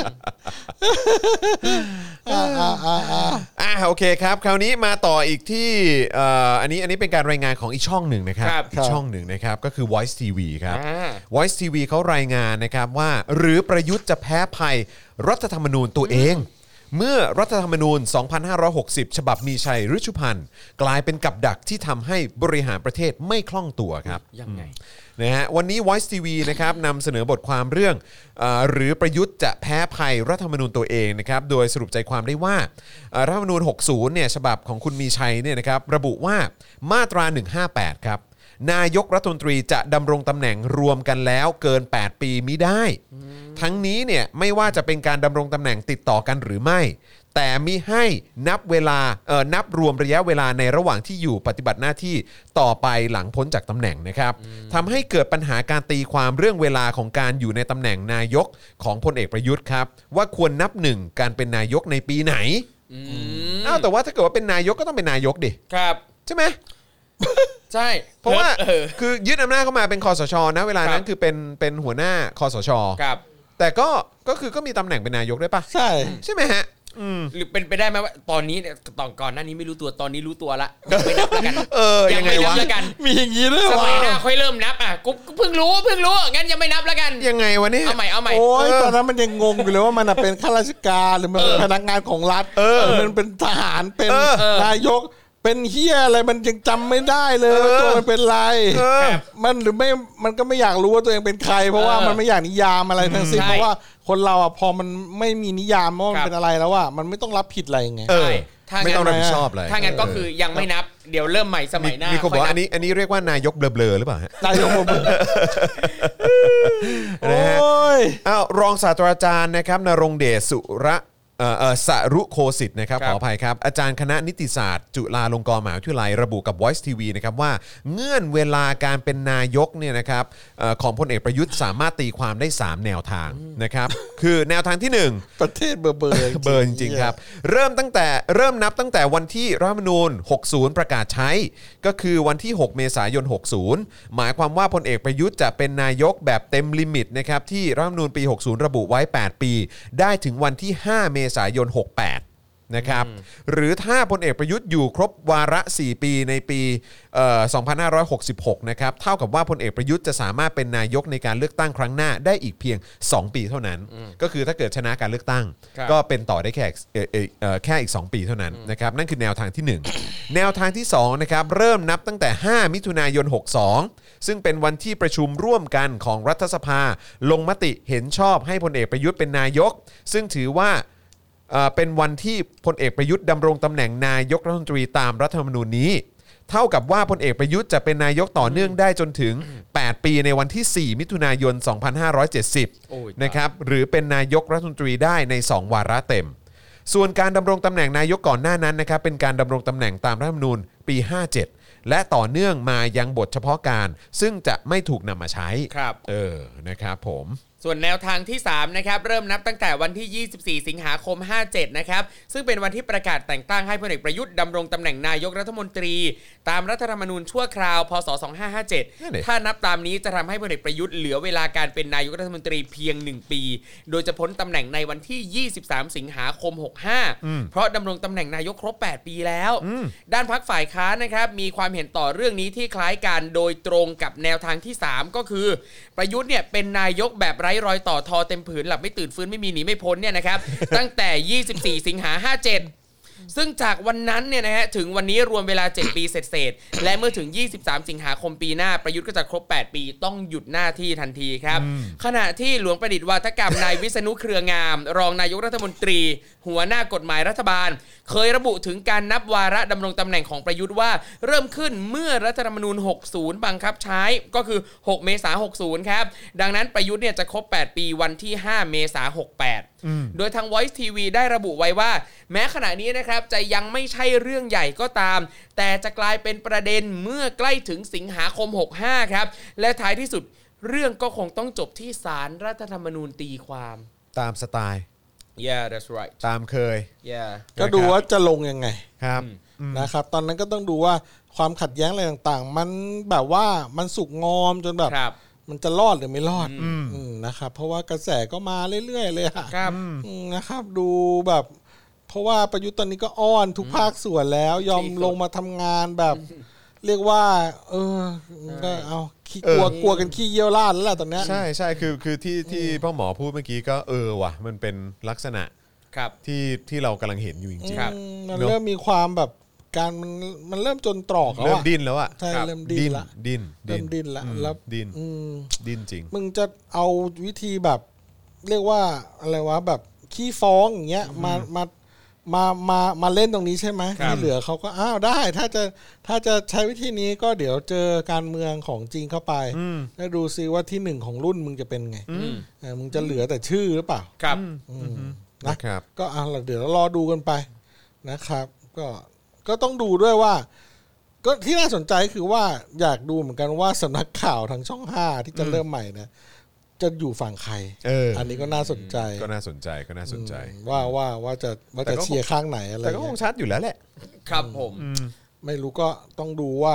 อ่าอ่าอ่าอ่าอ่ะโอเคครับคราวนี้มาต่ออีกที่เอ่ออันนี้อันนี้เป็นการรายงานของอีกช่องหนึ่งนะครับครับอีกช่องหนึ่งนะครับก็คือ Voice ที วี ครับอ่า Voice ที วี เขารายงานนะครับว่าหรือประยุทธ์จะแพ้ภัยรัฐธรรมนูญตัวเอง เมื่อรัฐธรรมนูญ สองพันห้าร้อยหกสิบ ฉบับมีชัยฤชุพันธ์กลายเป็นกับดักที่ทำให้บริหารประเทศไม่คล่องตัวครับยังไงนะฮะวันนี้ Voice ที วี นะครับนำเสนอบทความเรื่องเออหรือประยุทธ์จะแพ้ภัยรัฐธรรมนูญตัวเองนะครับโดยสรุปใจความได้ว่าเอ่อรัฐธรรมนูญ หกสิบ เนี่ยฉบับของคุณมีชัยเนี่ยนะครับระบุว่ามาตรา หนึ่งห้าแปด ครับนายกรัฐมนตรีจะดำรงตำแหน่งรวมกันแล้วเกิน แปด ปีมิได้ ทั้งนี้เนี่ยไม่ว่าจะเป็นการดำรงตำแหน่งติดต่อกันหรือไม่ แต่มิให้นับเวลาเอ่อนับรวมระยะเวลาในระหว่างที่อยู่ปฏิบัติหน้าที่ต่อไปหลังพ้นจากตำแหน่งนะครับทำให้เกิดปัญหาการตีความเรื่องเวลาของการอยู่ในตำแหน่งนายกของพลเอกประยุทธ์ครับว่าควรนับหนึ่งการเป็นนายกในปีไหนอ้าวแต่ว่าถ้าเกิดว่าเป็นนายกก็ต้องเป็นนายกดิครับใช่ไหมใช่เพราะว่าคือยึดอำนาจเข้ามาเป็นคสชนะเวลานั้นคือเป็นเป็นหัวหน้าคสชครับแต่ก็ก็คือก็มีตำแหน่งเป็นนายกได้ปะใช่ใช่ไหมฮะหรือเป็นไปได้ไหมว่าตอนนี้เนี่ยตอนก่อนหน้านี้ไม่รู้ตัวตอนนี้รู้ตัวละไม่นับแล้วกันเออยังไงวะมีอย่างนี้ด้วยสมัยหน้าค่อยเริ่มนับอ่ะกูเพิ่งรู้เพิ่งรู้งั้นยังไม่นับแล้วกันยังไงวะเนี่ยเอาใหม่เอาใหม่โอ้ยตอนนั้นมันยังงงอยู่เลยว่ามันเป็นข้าราชการหรือมันเป็นพนักงานของรัฐมันเป็นทหารเป็นนายกเป็นเฮียอะไรมันยังจำไม่ได้เลยว่าตัวมันเป็นไรมันหรือไม่มันก็ไม่อยากรู้ว่าตัวเองเป็นใครเพราะว่ามันไม่อยากนิยามอะไรทั้งสิ้นเพราะว่าคนเราอ่ะพอมันไม่มีนิยามว่ามันเป็นอะไรแล้วอ่ะมันไม่ต้องรับผิดอะไรไงไม่ต้องรับผิดชอบเลยถ้างั้นก็คือยังไม่นับเดี๋ยวเริ่มใหม่สมัยหน้ามีคนบอกอันนี้อันนี้เรียกว่านายกเบลอๆหรือเปล่าฮะนายกเบลอๆนะฮะอ้าวรองศาสตราจารย์นะครับณรงค์เดชสุระเอ่อเอ่อสรุโคสิทธิ์นะครับขออภัยครับอาจารย์คณะนิติศาสตร์จุฬาลงกรณ์มหาวิทยาลัยระบุกับ Voice ที วี นะครับว่าเงื่อนเวลาการเป็นนายกเนี่ยนะครับเอ่อของพลเอกประยุทธ์สามารถตีความได้สามแนวทางนะครับคือแนวทางที่หนึ่งประเทศเบอร์เบอร์เบอร์จริงๆครับเริ่มตั้งแต่เริ่มนับตั้งแต่วันที่รัฐธรรมนูญหกสิบประกาศใช้ก็คือวันที่หกเมษายนหกสิบหมายความว่าพลเอกประยุทธ์จะเป็นนายกแบบเต็มลิมิตนะครับที่รัฐธรรมนูญปีหกสิบระบุไว้แปดปีได้ถึงวันที่ห้าเมษายนหกสิบแปดนะครับหรือถ้าพลเอกประยุทธ์อยู่ครบวาระสี่ปีในปีเอ่อสองพันห้าร้อยหกสิบหกนะครับเท่ากับว่าพลเอกประยุทธ์จะสามารถเป็นนายกในการเลือกตั้งครั้งหน้าได้อีกเพียงสองปีเท่านั้นก็คือถ้าเกิดชนะการเลือกตั้งก็เป็นต่อได้แค่เอ่อเอ่อแค่อีกสองปีเท่านั้นนะครับนั่นคือแนวทางที่หนึ่งแนวทางที่สองนะครับเริ่มนับตั้งแต่ห้ามิถุนายนหกสิบสองซึ่งเป็นวันที่ประชุมร่วมกันของรัฐสภาลงมติเห็นชอบให้พลเอกประยุทธ์เป็นนายกซึ่งถือว่าเป็นวันที่พลเอกประยุทธ์ดำรงตำแหน่งนายกรัฐมนตรีตามรัฐธรรมนูญนี้เท่ากับว่าพลเอกประยุทธ์จะเป็นนายกต่อเนื่องได้จนถึงแปดปีในวันที่สี่มิถุนายนสองพันห้าร้อยเจ็ดสิบนะครับหรือเป็นนายกรัฐมนตรีได้ในสองวาระเต็มส่วนการดำรงตำแหน่งนายกก่อนหน้านั้นนะครับเป็นการดำรงตำแหน่งตามรัฐธรรมนูญปีห้าสิบเจ็ดและต่อเนื่องมายังบทเฉพาะการซึ่งจะไม่ถูกนำมาใช้ครับเออนะครับผมส่วนแนวทางที่สามนะครับเริ่มนับตั้งแต่วันที่ยี่สิบสี่สิงหาคมห้าสิบเจ็ดนะครับซึ่งเป็นวันที่ประกาศแต่งตั้งให้พลเอกประยุทธ์ดำรงตำแหน่งนายกรัฐมนตรีตามรัฐธรรมนูญชั่วคราวพศสองพันห้าร้อยห้าสิบเจ็ดถ้านับตามนี้จะทำให้พลเอกประยุทธ์เหลือเวลาการเป็นนายกรัฐมนตรีเพียงหนึ่งปีโดยจะพ้นตำแหน่งในวันที่ยี่สิบสามสิงหาคมหกสิบห้าเพราะดำรงตำแหน่งนายกครบแปดปีแล้วด้านพรรคฝ่ายค้านนะครับมีความเห็นต่อเรื่องนี้ที่คล้ายกันโดยตรงกับแนวทางที่สามก็คือประยุทธ์เนี่ยเป็นนายกแบบไร้รอยต่อทอเต็มผืนหลับไม่ตื่นฟื้นไม่มีหนีไม่พ้นเนี่ยนะครับ ตั้งแต่ยี่สิบสี่สิงหาห้าสิบเจ็ดซึ่งจากวันนั้นเนี่ยนะฮะถึงวันนี้รวมเวลาเจ็ดปีเศษๆและเมื่อถึงยี่สิบสามสิงหาคมปีหน้าประยุทธ์ก็จะครบแปดปีต้องหยุดหน้าที่ทันทีครับขณะที่หลวงประดิษฐ์วาทกรรมนายวิษณุเครืองามรองนายกรัฐมนตรีหัวหน้ากฎหมายรัฐบาลเคยระบุถึงการนับวาระดำรงตำแหน่งของประยุทธ์ว่าเริ่มขึ้นเมื่อรัฐธรรมนูญหกสิบบังคับใช้ก็คือหกเมษายนหกสิบครับดังนั้นประยุทธ์เนี่ยจะครบแปดปีวันที่ห้าเมษายนหกสิบแปดโดยทาง Voice ที วี ได้ระบุไว้ว่าแม้ขณะนี้นะครับจะยังไม่ใช่เรื่องใหญ่ก็ตามแต่จะกลายเป็นประเด็นเมื่อใกล้ถึงสิงหาคมหกสิบห้าครับและท้ายที่สุดเรื่องก็คงต้องจบที่ศาลรัฐธรรมนูญตีความตามสไตล์ yeah that's right ตามเคย yeah ก็ดูว่าจะลงยังไงครับนะครับตอนนั้นก็ต้องดูว่าความขัดแย้งอะไรต่างๆมันแบบว่ามันสุกงอมจนแบบมันจะรอดหรือไม่รอดนะครับเพราะว่ากระแสก็มาเรื่อยๆเลยอะนะครับดูแบบเพราะว่าประยุทธ์ตอนนี้ก็อ้อนทุกภาคส่วนแล้วยอมลงมาทำงานแบบเรียกว่าเออก็เอาขี้กลัวกลัวกันขี้เยี่ยวราดแล้วแหละตอนนี้ใช่ใช่คือคือที่ที่พ่อหมอพูดเมื่อกี้ก็เออว่ะมันเป็นลักษณะที่ที่เรากำลังเห็นอยู่จริงๆมันเริ่มมีความแบบการมันมันเริ่มจนตรอกแล้วเริ่มดิ้นแล้วอ่ะใช่เริ่มดิ้นละดิ้นเริ่มดิ้นละแล้วดิ้นดิ้นจริงมึงจะเอาวิธีแบบเรียกว่าอะไรวะแบบขี้ฟ้องอย่างเงี้ยมามามามามาเล่นตรงนี้ใช่ไหมที่เหลือเขาก็อ้าวได้ถ้าจะถ้าจะใช้วิธีนี้ก็เดี๋ยวเจอการเมืองของจริงเข้าไปแล้วดูซิว่าที่หนึ่งของรุ่นมึงจะเป็นไงมึงจะเหลือแต่ชื่อหรือเปล่าครับนะครับก็อ่ะเดี๋ยวเรารอดูกันไปนะครับก็ก็ต้องดูด้วยว่าก็ที่น่าสนใจคือว่าอยากดูเหมือนกันว่าสำนักข่าวทางช่องห้าที่จะเริ่มใหม่นะจะอยู่ฝั่งใครเอออันนี้ก็น่าสนใจก็น่าสนใจก็น่าสนใจว่าว่าว่าจะว่าจะเชียร์ข้างไหนอะไรแต่ก็คงชัดอยู่แล้วแหละครับผมไม่รู้ก็ต้องดูว่า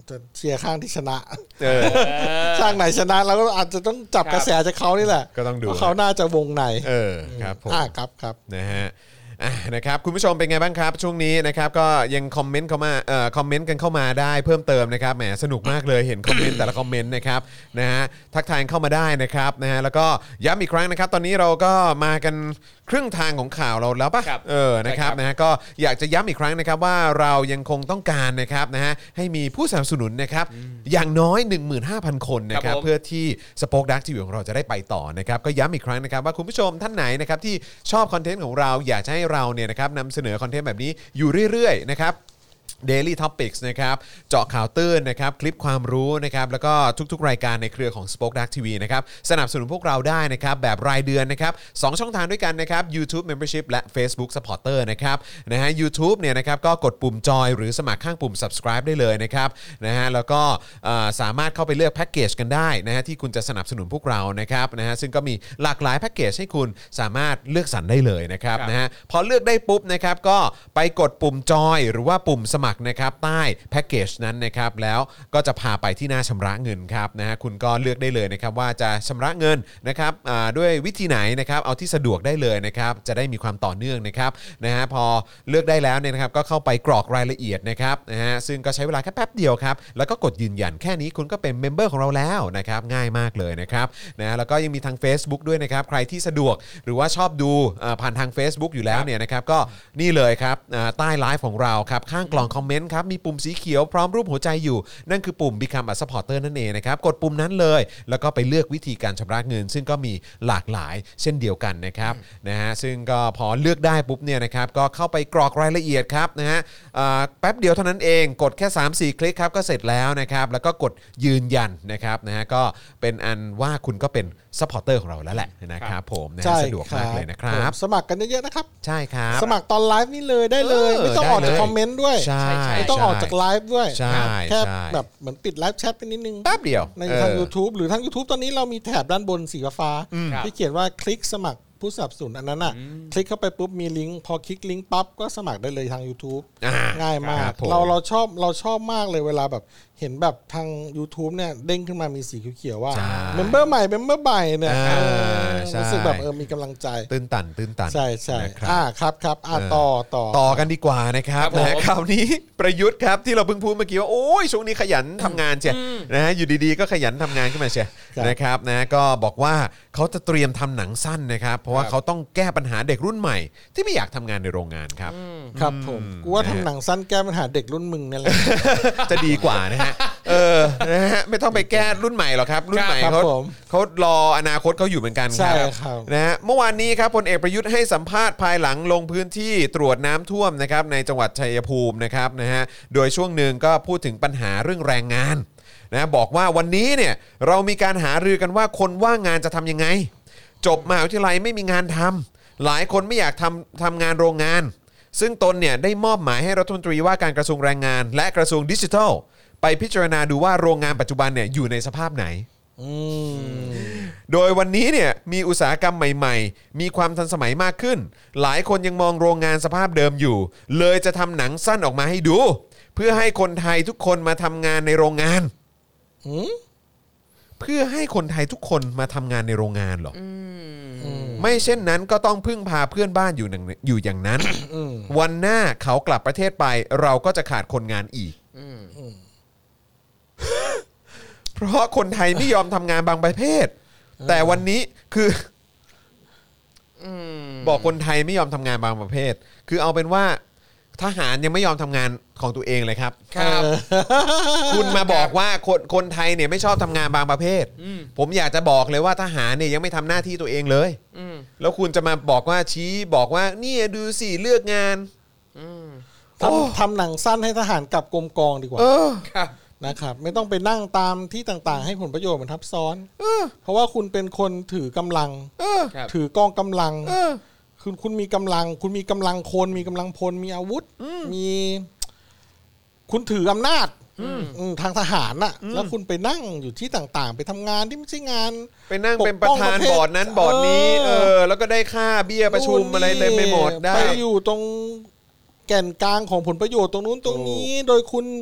จะเชียร์ข้างที่ชนะเออข้างไหนชนะเราก็อาจจะต้องจับกระแสจากเขานี่แหละก็ต้องดูเพราะเขาน่าจะวงในเออครับผมอ่าครับครับนะฮะอ่ะนะครับคุณผู้ชมเป็นไงบ้างครับช่วงนี้นะครับก็ยังคอมเมนต์เข้ามาเอ่อคอมเมนต์กันเข้ามาได้เพิ่มเติมนะครับแหมสนุกมากเลยเห็นคอมเมนต์แต่ละคอมเมนต์นะครับนะฮะทักทายเข้ามาได้นะครับนะฮะแล้วก็ย้ำอีกครั้งนะครับตอนนี้เราก็มากันครึ่งทางของข่าวเราแล้วป่ะครับเออนะครับใช่ครับนะฮะก็อยากจะย้ำอีกครั้งนะครับว่าเรายังคงต้องการนะครับนะฮะให้มีผู้สนับสนุนนะครับอย่างน้อย หนึ่งหมื่นห้าพัน คนนะคครัรับบผมเพื่อที่ Spoke Dark ที วี ของเราจะได้ไปต่อนะครับก็ย้ำอีกครั้งนะครับว่าคุณผู้ชมท่านไหนนะครับที่ชอบคอนเทนต์ของเราอยากจะให้เราเนี่ยนะครับนำเสนอคอนเทนต์แบบนี้อยู่เรื่อยๆนะครับ Daily Topics นะครับเจาะข่าวตื้นนะครับคลิปความรู้นะครับแล้วก็ทุกๆรายการในเครือของ Spoke Dark ที วี นะครับสนับสนุนพวกเราได้นะครับแบบรายเดือนนะครับสองช่องทางด้วยกันนะครับ YouTube Membership และ Facebook Supporter นะครับนะฮะ YouTube เนี่ยนะครับก็กดปุ่มจอยหรือสมัครข้างปุ่ม Subscribe ได้เลยนะครับนะฮะแล้วก็เอ่อสามารถเข้าไปเลือกแพ็กเกจกันได้นะฮะที่คุณจะสนับสนุนพวกเรานะครับนะฮะซึ่งก็มีหลากหลายแพ็กเกจให้คุณสามารถเลือกสรรได้เลยนะครับครับนะฮะพอเลือกได้ปุ๊บนะครับก็ไปกดปุ่มจอยหรือว่าปุ่มสมัครนะครับใต้แพ็กเกจนั้นนะครับแล้วก็จะพาไปที่หน้าชำระเงินครับนะฮะคุณก็เลือกได้เลยนะครับว่าจะชำระเงินนะครับอ่าด้วยวิธีไหนนะครับเอาที่สะดวกได้เลยนะครับจะได้มีความต่อเนื่องนะครับนะฮะพอเลือกได้แล้วเนี่ยนะครับก็เข้าไปกรอกรายละเอียดนะครับนะฮะซึ่งก็ใช้เวลาแค่แป๊บเดียวครับแล้วก็กดยืนยันแค่นี้คุณก็เป็นเมมเบอร์ของเราแล้วนะครับง่ายมากเลยนะครับนะแล้วก็ยังมีทาง Facebook ด้วยนะครับใครที่สะดวกหรือว่าชอบดูอ่าผ่านทาง Facebook อยู่แล้วเนี่ยนะครับก็นี่เลยครับอ่าใต้ไลฟ์ของเราครับข้างกล่องคอมเมนต์ครับมีปุ่มสีเขียวพร้อมรูปหัวใจอยู่นั่นคือปุ่ม Become a Supporter นั่นเองนะครับกดปุ่มนั้นเลยแล้วก็ไปเลือกวิธีการชำระเงินซึ่งก็มีหลากหลายเช่นเดียวกันนะครับนะฮะซึ่งก็พอเลือกได้ปุ๊บเนี่ยนะครับก็เข้าไปกรอกรายละเอียดครับนะฮะอ่าแป๊บเดียวเท่านั้นเองกดแค่ สามสี่ คลิกครับก็เสร็จแล้วนะครับแล้วก็กดยืนยันนะครับนะฮะก็เป็นอันว่าคุณก็เป็น Supporter ของเราแล้วแหละนะครับผมนะฮะสะดวกมากเลยนะครับสมัครกันเยอะๆนะครับใช่ครับสมัครตอนไลฟ์นี่เลยได้เลยเออไม่ต้องออกได้จากเลยคอมเมนต์ด้วยใช่ไม่ต้องออกจากไลฟ์ด้วยใช่แค่ใช่แบบเหมือนปิดไลฟ์แชทไปนิดนึงแป๊บเดียวในเออทาง YouTube หรือทาง YouTube ตอนนี้เรามีแถบด้านบนสีฟ้าๆครับที่เขียนว่าคลิกสมัครผู้สนับสนุนอันนั้นอ่ะคลิกเข้าไปปุ๊บมีลิงก์พอคลิกลิงก์ปั๊บก็สมัครได้เลยทาง YouTube อ่าง่ายมาครักบผมเราเราชอบเราชอบมากเลยเวลาแบบเห็นแบบทาง YouTube เนี่ยเด้งขึ้นมามีสีเขียวๆว่าใช่เมมเบอร์ใหม่เมมเบอร์ใหม่เนี่ยอ่าเออใช่รู้สึกแบบเออมีกำลังใจตื้นตันตื้นตันใช่ใช่นะครับอ่าครับครับอ่าต่อต่อต่อกันดีกว่านะครับครับผมนะคราวนี้ประยุทธ์ครับที่เราเพิ่งพูดเมื่อกี้ว่าโอ้ยช่วงนี้ขยันทำงานเชียนะฮะอยู่ดีๆก็ขยันทำงานขึ้นมาเชียนะครับนะก็บอกว่าเขาจะเตรียมทำหนังสั้นนะครับเพราะว่าเขาต้องแก้ปัญหาเด็กรุ่นใหม่ ที่ไม่อยากทำงานในโรงงานครับครับผมกูว่าทำหนังสั้นแก้ปัญหาเด็กรุ่นมึงเนี่ยแหละจะดีกว่านะฮะเออนะฮะไม่ต้องไปแก้รุ่นใหม่หรอกครับรุ่นใหม่ครับเขาผมเขารออนาคตเขาอยู่เหมือนกันคใช่รับครับนะฮะเมื่อวานนี้ครับพลเอกประยุทธ์ให้สัมภาษณ์ภายหลังลงพื้นที่ตรวจน้ำท่วมนะครับในจังหวัดชัยภูมินะครับนะฮะโดยช่วงหนึ่งก็พูดถึงปัญหาเรื่องแรงงานนะบอกว่าวันนี้เนี่ยเรามีการหารือกันว่าคนว่างงานจะทำยังไงจบมหาวิทยาลัยไม่มีงานทำหลายคนไม่อยากทำทำงานโรงงานซึ่งตนเนี่ยได้มอบหมายให้รัฐมนตรีว่าการกระทรวงแรงงานและกระทรวงดิจิทัลไปพิจารณาดูว่าโรงงานปัจจุบันเนี่ยอยู่ในสภาพไหนอืมโดยวันนี้เนี่ยมีอุตสาหกรรมใหม่ๆ มีความทันสมัยมากขึ้น หลายคนยังมองโรงงานสภาพเดิมอยู่ เลยจะทำหนังสั้นออกมาให้ดู เพื่อให้คนไทยทุกคนมาทำงานในโรงงานอืมเพื่อให้คนไทยทุกคนมาทำงานในโรงงานเหรอไม่เช่นนั้นก็ต้องพึ่งพาเพื่อนบ้านอยู่อย่างอยู่อย่างนั้นอืมวันหน้าเขากลับประเทศไป เราก็จะขาดคนงานอีก เพราะคนไทยไม่ยอมทำงานบางประเภท แต่วันนี้คืออบอกคนไทยไม่ยอมทำงานบางประเภท คือเอาเป็นว่าทหารยังไม่ยอมทำงานของตัวเองเลยครับครับคุณมาบอกว่าคนคนไทยเนี่ยไม่ชอบทำงานบางประเภท ผมอยากจะบอกเลยว่าทหารเนี่ยยังไม่ทำหน้าที่ตัวเองเลยแล้วคุณจะมาบอกว่าชี้บอกว่าเนี่ยดูสิเลือกงานทำทำหนังสั้นให้ทหารกลับกรมกองดีกว่าเออครับนะครับไม่ต้องไปนั่งตามที่ต่างๆ ให้ผลประโยชน์มันทับซ้อนเพราะว่าคุณเป็นคนถือกำลังครับถือกองกำลังคุณคุณมีกำลัง คุณมีกำลังคนมีกำลังพลมีอาวุธมี คุณถืออำนาจอืมทางทหารน่ะ แล้วคุณไปนั่งอยู่ที่ต่างๆ ไปทำงานที่ไม่ใช่งานไปนั่งเป็นประธานปกป้องประเทศบอร์ดนั้นบอร์ดนี้เอเอออแล้วก็ได้ค่าเบี้ยประชุมอะไรเต็มไปหมดได้ไปอยู่ตรงแก่นกลางของผลประโยชน์ตรงนู้นตรงนี้ โดยคุณ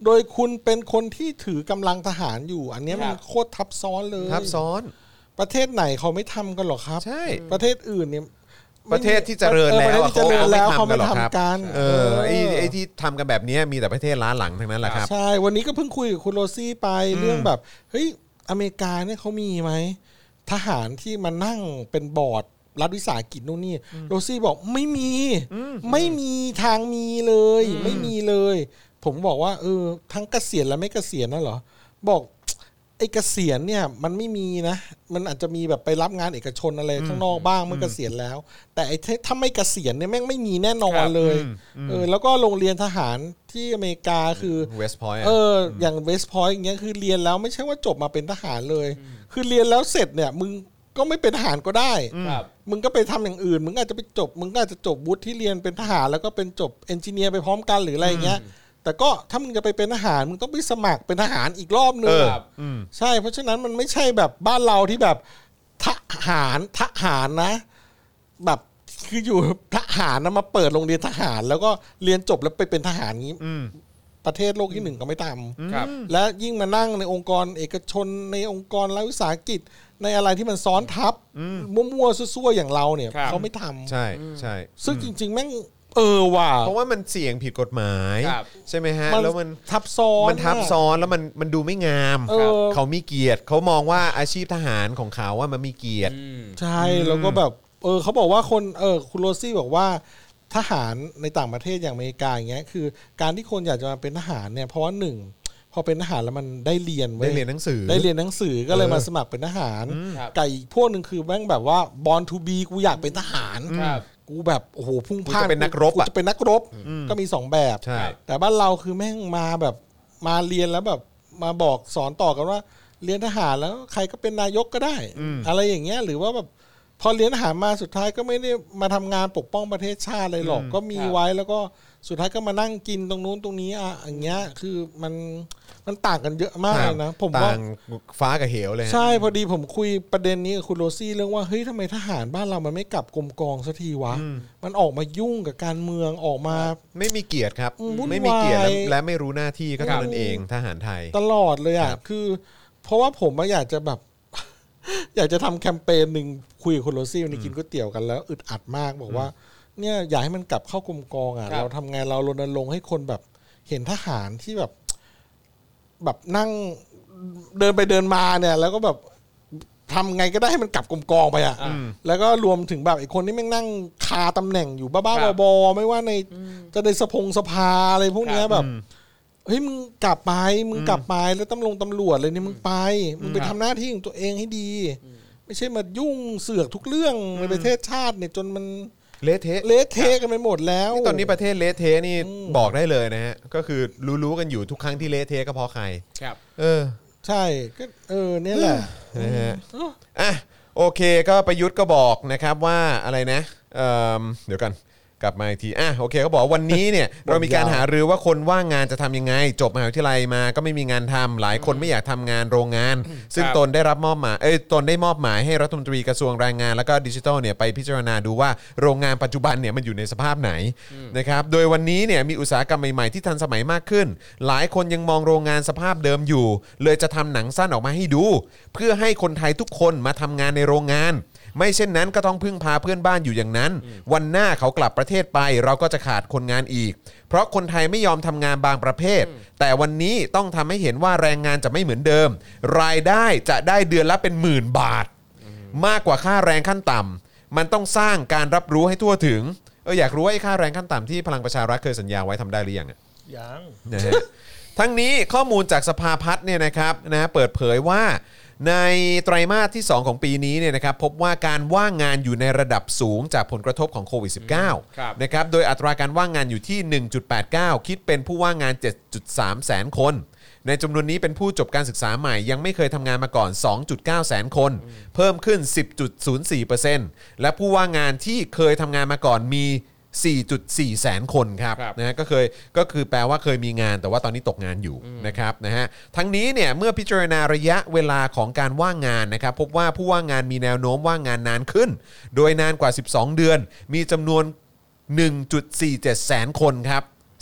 โดยคุณเป็นคนที่ถือกำลังทหารอยู่ อันนี้มันโคตรทับซ้อนเลยทับซ้อนประเทศไหนเขาไม่ทำกันหรอครับใช่ประเทศอื่นเนี่ยประเทศที่เจริญแล้วเขาไม่ทำกันเออไอ้ไอ้ที่ทำกันแบบนี้มีแต่ประเทศล้าหลังทั้งนั้นแหละครับใช่วันนี้ก็เพิ่งคุยกับคุณโรซี่ไปเรื่องแบบเฮ้ยอเมริกาเนี่ยเขามีไหมทหารที่มานั่งเป็นบอร์ดรัฐวิสาหกิจนู่นนี่โรซี่บอกไม่มีไม่มีทางมีเลยไม่มีเลยผมบอกว่าเออทั้งเกษียณและไม่เกษียณน่ะเหรอบอกไอ้เกษียณเนี่ยมันไม่มีนะมันอาจจะมีแบบไปรับงานเอกชนอะไรข้างนอกบ้างเมื่อเกษียณแล้วแต่ไอ้ถ้าไม่เกษียณเนี่ยแม่งไม่มีแน่นอนเลยเออแล้วก็โรงเรียนทหารที่อเมริกาคือเวสต์พอยต์เอออย่างเวสต์พอยต์อย่างเงี้ยคือเรียนแล้วไม่ใช่ว่าจบมาเป็นทหารเลยคือเรียนแล้วเสร็จเนี่ยมึงก็ไม่เป็นทหารก็ได้มึงก็ไปทำอย่างอื่นมึงอาจจะไปจบมึงอาจจะจบวุฒิที่เรียนเป็นทหารแล้วก็เป็นจบเอนจิเนียร์ไปพร้อมกันหรืออะไรอย่างเงี้ยแต่ก็ถ้ามึงจะไปเป็นทหารมึงต้องไปสมัครเป็นทหารอีกรอบนึงใช่เพราะฉะนั้นมันไม่ใช่แบบบ้านเราที่แบบทหารทหารนะแบบคืออยู่ทหารนะมาเปิดโรงเรียนทหารแล้วก็เรียนจบแล้วไปเป็นทหารงี้ประเทศโลกที่หนึ่งก็ไม่ทำและยิ่งมานั่งในองค์กรเอกชนในองค์กรรัฐวิสาหกิจในอะไรที่มันซ้อนทับมั่วๆซั่วๆอย่างเราเนี่ยเขาไม่ทำใช่ใช่ซึ่งจริงๆแม่งเออว่ะเพราะว่ามันเสี่ยงผิดกฎหมายใช่ไหมฮะแล้วมันทับซ้อนมันทับซ้อนแล้วมันมันดูไม่งามเขามีเกียรติเขามองว่าอาชีพทหารของเขาว่ามันมีเกียรติใช่แล้วก็แบบเออเขาบอกว่าคนเออคุณโรซี่บอกว่าทหารในต่างประเทศอย่างอเมริกาอย่างเงี้ยคือการที่คนอยากจะมาเป็นทหารเนี่ยเพราะว่าหนึ่งพอเป็นทหารแล้วมันได้เรียนได้เรียนหนังสือได้เรียนหนังสือก็เลยมาสมัครเป็นทหารไก่พวกนึงคือแม่งแบบว่า born to be กูอยากเป็นทหารกูแบบโอ้โหพุ่งพลาดจะเป็นนักรบจะเป็นนักรบก็มีสองแบบแต่บ้านเราคือแม่งมาแบบมาเรียนแล้วแบบมาบอกสอนต่อกันว่าเรียนทหารแล้วใครก็เป็นนายกก็ได้อะไรอย่างเงี้ยหรือว่าแบบพอเรียนทหารมาสุดท้ายก็ไม่ได้มาทำงานปกป้องประเทศชาติเลยหรอกก็มีไว้แล้วก็สุดท้ายก็มานั่งกินตรงนู้นตรงนี้อ่ะอย่างเงี้ยคือมันมันต่างกันเยอะมากเลยนะผมว่าต่างฟ้ากับเหวเลยใช่พอดีผมคุยประเด็นนี้กับคุณโรซี่เรื่องว่าเฮ้ยทำไมทหารบ้านเรามันไม่กลับกรมกองสักทีวะมันออกมายุ่งกับการเมืองออกมาไม่มีเกียรติครับไม่มีเกียรติและไม่รู้หน้าที่ก็เท่านั้นเองทหารไทยตลอดเลยอ่ะคือเพราะว่าผมอยากจะแบบอยากจะทำแคมเปญหนึ่งคุยกับคุณโรซี่วันนี้กินก๋วยเตี๋ยวกันแล้วอึดอัดมากบอกว่าเนี่ยอยากให้มันกลับเข้ากรมกองอ่ะเราทำไงเรารณรงค์ให้คนแบบเห็นทหารที่แบบแบบนั่งเดินไปเดินมาเนี่ยแล้วก็แบบทำไงก็ได้ให้มันกลับกรมกองไปอ่ะแล้วก็รวมถึงแบบไอ้คนที่แม่งนั่งคาตำแหน่งอยู่บ้าๆบอๆไม่ว่าในจะในสภงสภาอะไรพวกนี้แบบเฮ้ยมึงกลับไปมึงกลับไปแล้วตำรวจตำรวจเลยเนี่ยมึงไปมึงไปทำหน้าที่ของตัวเองให้ดีไม่ใช่มายุ่งเสือกทุกเรื่องในประเทศชาติเนี่ยจนมันเละเทะเละเทะกันไปหมดแล้วตอนนี้ประเทศเละเทะนี่บอกได้เลยนะฮะก็คือรู้ๆกันอยู่ทุกครั้งที่เละเทะก็เพราะใครครับเออใช่ก็เออเนี่ยแหละนะฮะอ่ะโอเคก็ประยุทธ์ก็บอกนะครับว่าอะไรนะเอ่อเดี๋ยวกันกลับมาอีกทีอ่ะโอเคเขาบอกวันนี้เนี่ยเรามีการหารือว่าคนว่างงานจะทำยังไงจบมหาวิทยาลัยมาก็ไม่มีงานทำหลายคนไม่อยากทำงานโรงงานซึ่งตนได้รับมอบหมายเอ้ยตนได้มอบหมายให้รัฐมนตรีกระทรวงแรงงานแล้วก็ดิจิทัลเนี่ยไปพิจารณาดูว่าโรงงานปัจจุบันเนี่ยมันอยู่ในสภาพไหนนะครับโดยวันนี้เนี่ยมีอุตสาหกรรมใหม่ๆที่ทันสมัยมากขึ้นหลายคนยังมองโรงงานสภาพเดิมอยู่เลยจะทำหนังสั้นออกมาให้ดูเพื่อให้คนไทยทุกคนมาทำงานในโรงงานไม่เช่นนั้นก็ต้องพึ่งพาเพื่อนบ้านอยู่อย่างนั้นวันหน้าเขากลับประเทศไปเราก็จะขาดคนงานอีกเพราะคนไทยไม่ยอมทำงานบางประเภทแต่วันนี้ต้องทำให้เห็นว่าแรงงานจะไม่เหมือนเดิมรายได้จะได้เดือนละเป็นหมื่นบาทมากกว่าค่าแรงขั้นต่ำมันต้องสร้างการรับรู้ให้ทั่วถึงเอออยากรู้ว่าไอ้ค่าแรงขั้นต่ำที่พลังประชารัฐเคยสัญญาไว้ทำได้หรือยังอ่ะยังนะฮะทั้งนี้ข้อมูลจากสภาพัฒน์เนี่ยนะครับนะเปิดเผยว่าในไตรมาสที่สองของปีนี้เนี่ยนะครับพบว่าการว่างงานอยู่ในระดับสูงจากผลกระทบของโควิด สิบเก้า นะครับโดยอัตราการว่างงานอยู่ที่ หนึ่งจุดแปดเก้า คิดเป็นผู้ว่างงาน เจ็ดจุดสาม แสนคนในจำนวนนี้เป็นผู้จบการศึกษาใหม่ยังไม่เคยทำงานมาก่อน สองจุดเก้า แสนคนเพิ่มขึ้น สิบจุดศูนย์สี่เปอร์เซ็นต์ และผู้ว่างงานที่เคยทำงานมาก่อนมี สี่จุดสี่ แสนคนครับนะฮะก็เคยก็คือแปลว่าเคยมีงานแต่ว่าตอนนี้ตกงานอยู่นะครับนะฮะทั้งนี้เนี่ยเมื่อพิจารณาระยะเวลาของการว่างงานนะครับพบว่าผู้ว่างงานมีแนวโน้มว่างงานนานขึ้นโดยนานกว่าสิบสองเดือนมีจำนวน หนึ่งจุดสี่เจ็ด แสนคนครับ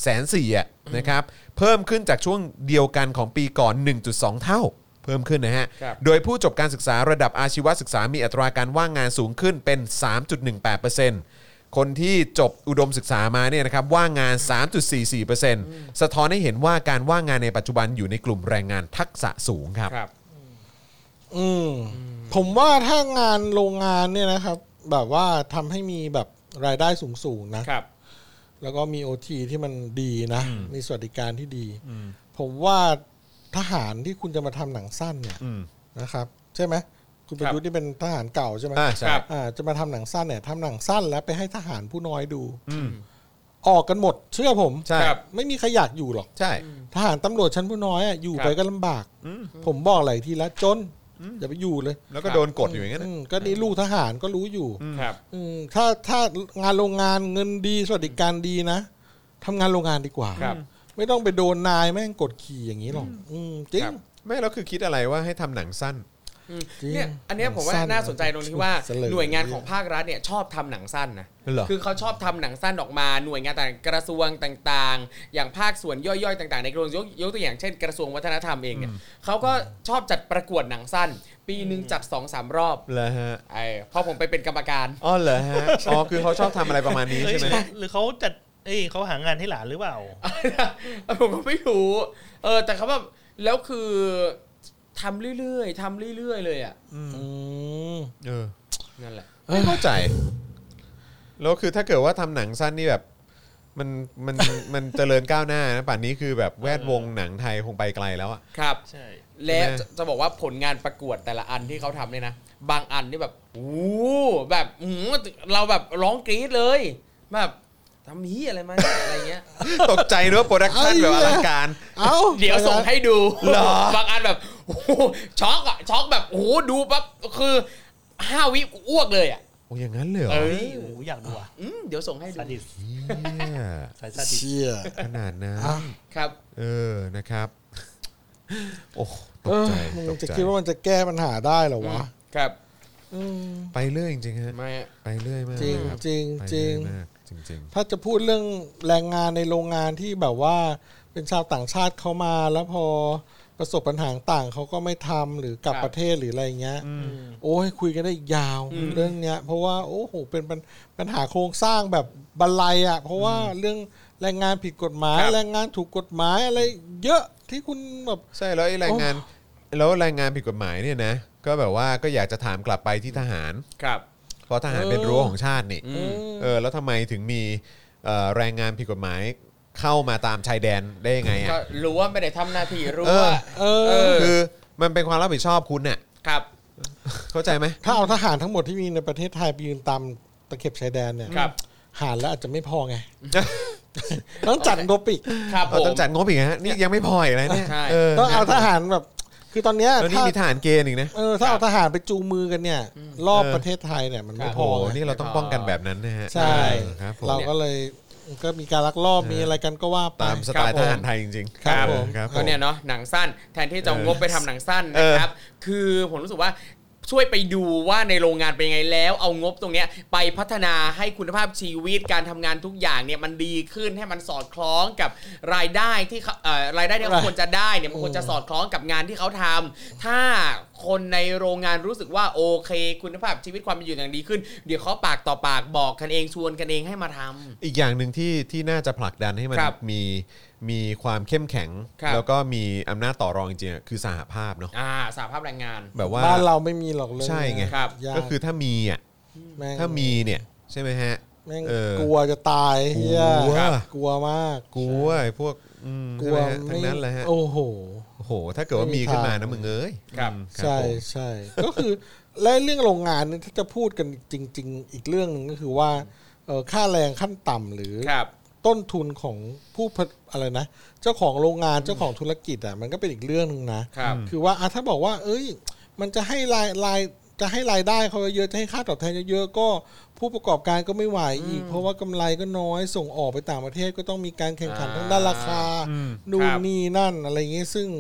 แสนสี่อ่ะนะครับเพิ่มขึ้นจากช่วงเดียวกันของปีก่อน หนึ่งจุดสอง เท่าเพิ่มขึ้นนะฮะโดยผู้จบการศึกษาระดับอาชีวศึกษามีอัตราการว่างงานสูงขึ้นเป็น สามจุดหนึ่งแปดเปอร์เซ็นต์ คนที่จบอุดมศึกษามาเนี่ยนะครับว่างงาน สามจุดสี่สี่เปอร์เซ็นต์ สะท้อนให้เห็นว่าการว่างงานในปัจจุบันอยู่ในกลุ่มแรงงานทักษะสูงครับครับอืมผมว่าถ้างานโรงงานเนี่ยนะครับแบบว่าทำให้มีแบบรายได้สูงๆนะครับแล้วก็มี โอ ที ที่มันดีนะมีสวัสดิการที่ดีผมว่าทหารที่คุณจะมาทำหนังสั้นเนี่ยนะครับใช่ไหมคุณประยุทธ์ที่เป็นทหารเก่าใช่ไหมอ่าใช่อ่าจะมาทำหนังสั้นเนี่ยทำหนังสั้นแล้วไปให้ทหารผู้น้อยดูออกกันหมดเชื่อผมใช่ไม่มีใครอยากอยู่หรอกใช่ทหารตำรวจชั้นผู้น้อยอ่ะอยู่ไปก็ลำบากผมบอกหลายทีแล้วจนอย่าไปอยู่เลยแล้วก็โดนกดอยู่อย่างนั้นก็นี่ลูกทหารก็รู้อยู่ครับถ้าถ้างานโรงงานเงินดีสวัสดิการดีนะทำงานโรงงานดีกว่าไม่ต้องไปโดนนายแม่งกดขี่อย่างนี้หรอกจริงไม่แล้วคือคิดอะไรว่าให้ทำหนังสั้นเนี่ยอันนี้ผมว่าน่าสนใจตรงที่ว่าหน่วยงานของภาครัฐเนี่ยชอบทำหนังสั้นนะคือเขาชอบทำหนังสั้นออกมาหน่วยงานต่างกระทรวงต่างๆอย่างภาคส่วนย่อยๆต่างๆในกระทรวงยกตัวอย่างเช่นกระทรวงวัฒนธรรมเองเนี่ยเขาก็ชอบจัดประกวดหนังสั้นปีนึงจัด สองสาม รอบเลยฮะไอ้พอผมไปเป็นกรรมการอ๋อเหรอฮะอ๋อคือเขาชอบทำอะไรประมาณนี้ใช่ไหมหรือเขาจัดเอ้ยเขาหางานให้หลานหรือเปล่าผมก็ไม่รู้เออแต่เขาแบบแล้วคือทำเรื่อยๆทำเรื่อยๆเลยอ่ะอืมเออนั่นแหละไม่เข้าใจแล้วคือถ้าเกิดว่าทำหนังสั้นนี่แบบมันมันมันเจริญก้าวหน้านะป่านนี้คือแบบแวดวงหนังไทยคงไปไกลแล้วอ่ะครับใช่และจะบอกว่าผลงานประกวดแต่ละอันที่เขาทำเนี่ยนะบางอันนี่แบบโอ้แบบเราแบบร้องกรี๊ดเลยแบบทำนี้อะไรมาอะไรเงี้ยตกใจเนอะโปรดักชั่นแบบอลังการเอ้าเดี๋ยวส่งให้ดูบางอันแบบโอ้ช็อกอ่ะช็อกแบบโอ้ดูปั๊บคือห้าวิอ้วกเลยอ่ะโอ้อย่างนั้นเลยเหรอเอ้ยโอ้อยากดูอ่ะเดี๋ยวส่งให้ดูสายซาดิสเชี่ยขนาดนั้นครับเออนะครับโอ้ตกใจมึงจะคิดว่ามันจะแก้ปัญหาได้เหรอวะครับไปเรื่อยจริงๆฮะไม่ไปเรื่อยมากจริงจริงจริงจริงถ้าจะพูดเรื่องแรงงานในโรงงานที่แบบว่าเป็นชาวต่างชาติเขามาแล้วพอประสบปัญหาต่างเขาก็ไม่ทำหรือกลับประเทศหรืออะไรเงี้ยโอ้ยคุยกันได้ยาวเรื่องเนี้ยเพราะว่าโอ้โหเป็นปัญหาโครงสร้างแบบบันไลอ่ะเพราะว่าเรื่องแรงงานผิดกฎหมายแรงงานถูกกฎหมายอะไรเยอะที่คุณแบบใช่แล้วไอ้แรงงานแล้วแรงงานผิดกฎหมายเนี่ยนะก็แบบว่าก็อยากจะถามกลับไปที่ทหารครับเพราะทหารเป็นรั้วของชาตินี่เออแล้วทำไมถึงมีแรงงานผิดกฎหมายเข้ามาตามชายแดนได้ยังไงอ่ะก็รู้ว่าไม่ได้ทำหน้าที่รู้ว่าคือมันเป็นความรับผิดชอบคุณเนี่ยครับเข้าใจไหมถ้าเอาทหารทั้งหมดที่มีในประเทศไทยไปยืนตามตะเข็บชายแดนเนี่ยหารแล้วอาจจะไม่พอไงต้องจัดงบอีกครับต้องจัดงบอีกฮะนี่ยังไม่พออีกเลยเนี่ยต้องเอาทหารแบบคือตอนเนี้ยถ้ามีทหารเกณฑ์อีกนะเออถ้าเอาทหารไปจูงมือกันเนี่ยรอบประเทศไทยเนี่ยมันไม่พอนี่เราต้องป้องกันแบบนั้นนะฮะใช่เราก็เลยก็มีการลักลอบมีอะไรกันก็ว่าตามสไตล์ทหารไทยจริงๆครับผมก็เนี่ยเนาะหนังสั้นแทนที่จะงบไปทำหนังสั้นนะครับคือผมรู้สึกว่าช่วยไปดูว่าในโรงงานเป็นยังไงแล้วเอางบตรงนี้ไปพัฒนาให้คุณภาพชีวิตการทำงานทุกอย่างเนี่ยมันดีขึ้นให้มันสอดคล้องกับรายได้ที่เอ่อรายได้ที่เขาควรจะได้เนี่ยมันควรจะสอดคล้องกับงานที่เขาทำถ้าคนในโรงงานรู้สึกว่าโอเคคุณภาพชีวิตความเป็นอยู่อย่างดีขึ้นเดี๋ยวเขาปากต่อปากบอกกันเองชวนกันเองให้มาทำอีกอย่างหนึ่งที่ที่น่าจะผลักดันให้มันมีมีความเข้มแข็งแล้วก็มีอำนาจต่อรองจริงๆคือสหภาพเนาะอ่าสหภาพแรงงานแบบว่าบ้านเราไม่มีหรอกเลยใช่ไงก็คือถ้ามีอ่ะถ้ามีเนี่ยใช่ไหมฮะกลัวจะตายกลัวกลัวมากกลัวไอ้พวกกลัวทั้งนั้นเลยฮะโอ้โหโอ้โหถ้าเกิดว่ามีขึ้นมานะมึงเอ้ยใช่ใช่ก็คือและเรื่องโรงงานนี่ถ้าจะพูดกันจริงๆอีกเรื่องนึงก็คือว่าค่าแรงขั้นต่ำหรือต้นทุนของผู้อะไรนะเจ้าของโรงงานเจ้าของธุรกิจอ่ะมันก็เป็นอีกเรื่องนึงนะคือว่าถ้าบอกว่าเอ้ยมันจะให้รายรายจะให้รายได้เขาเยอะจะให้ค่าตอบแทนเยอะๆก็ผู้ประกอบการก็ไม่ไหวอีกเพราะว่ากำไรก็น้อยส่งออกไปต่างประเทศก็ต้องมีการแข่งขันทางด้านราคานู่นนี่นั่นอะไรอย่างเงี้ยซึ่ง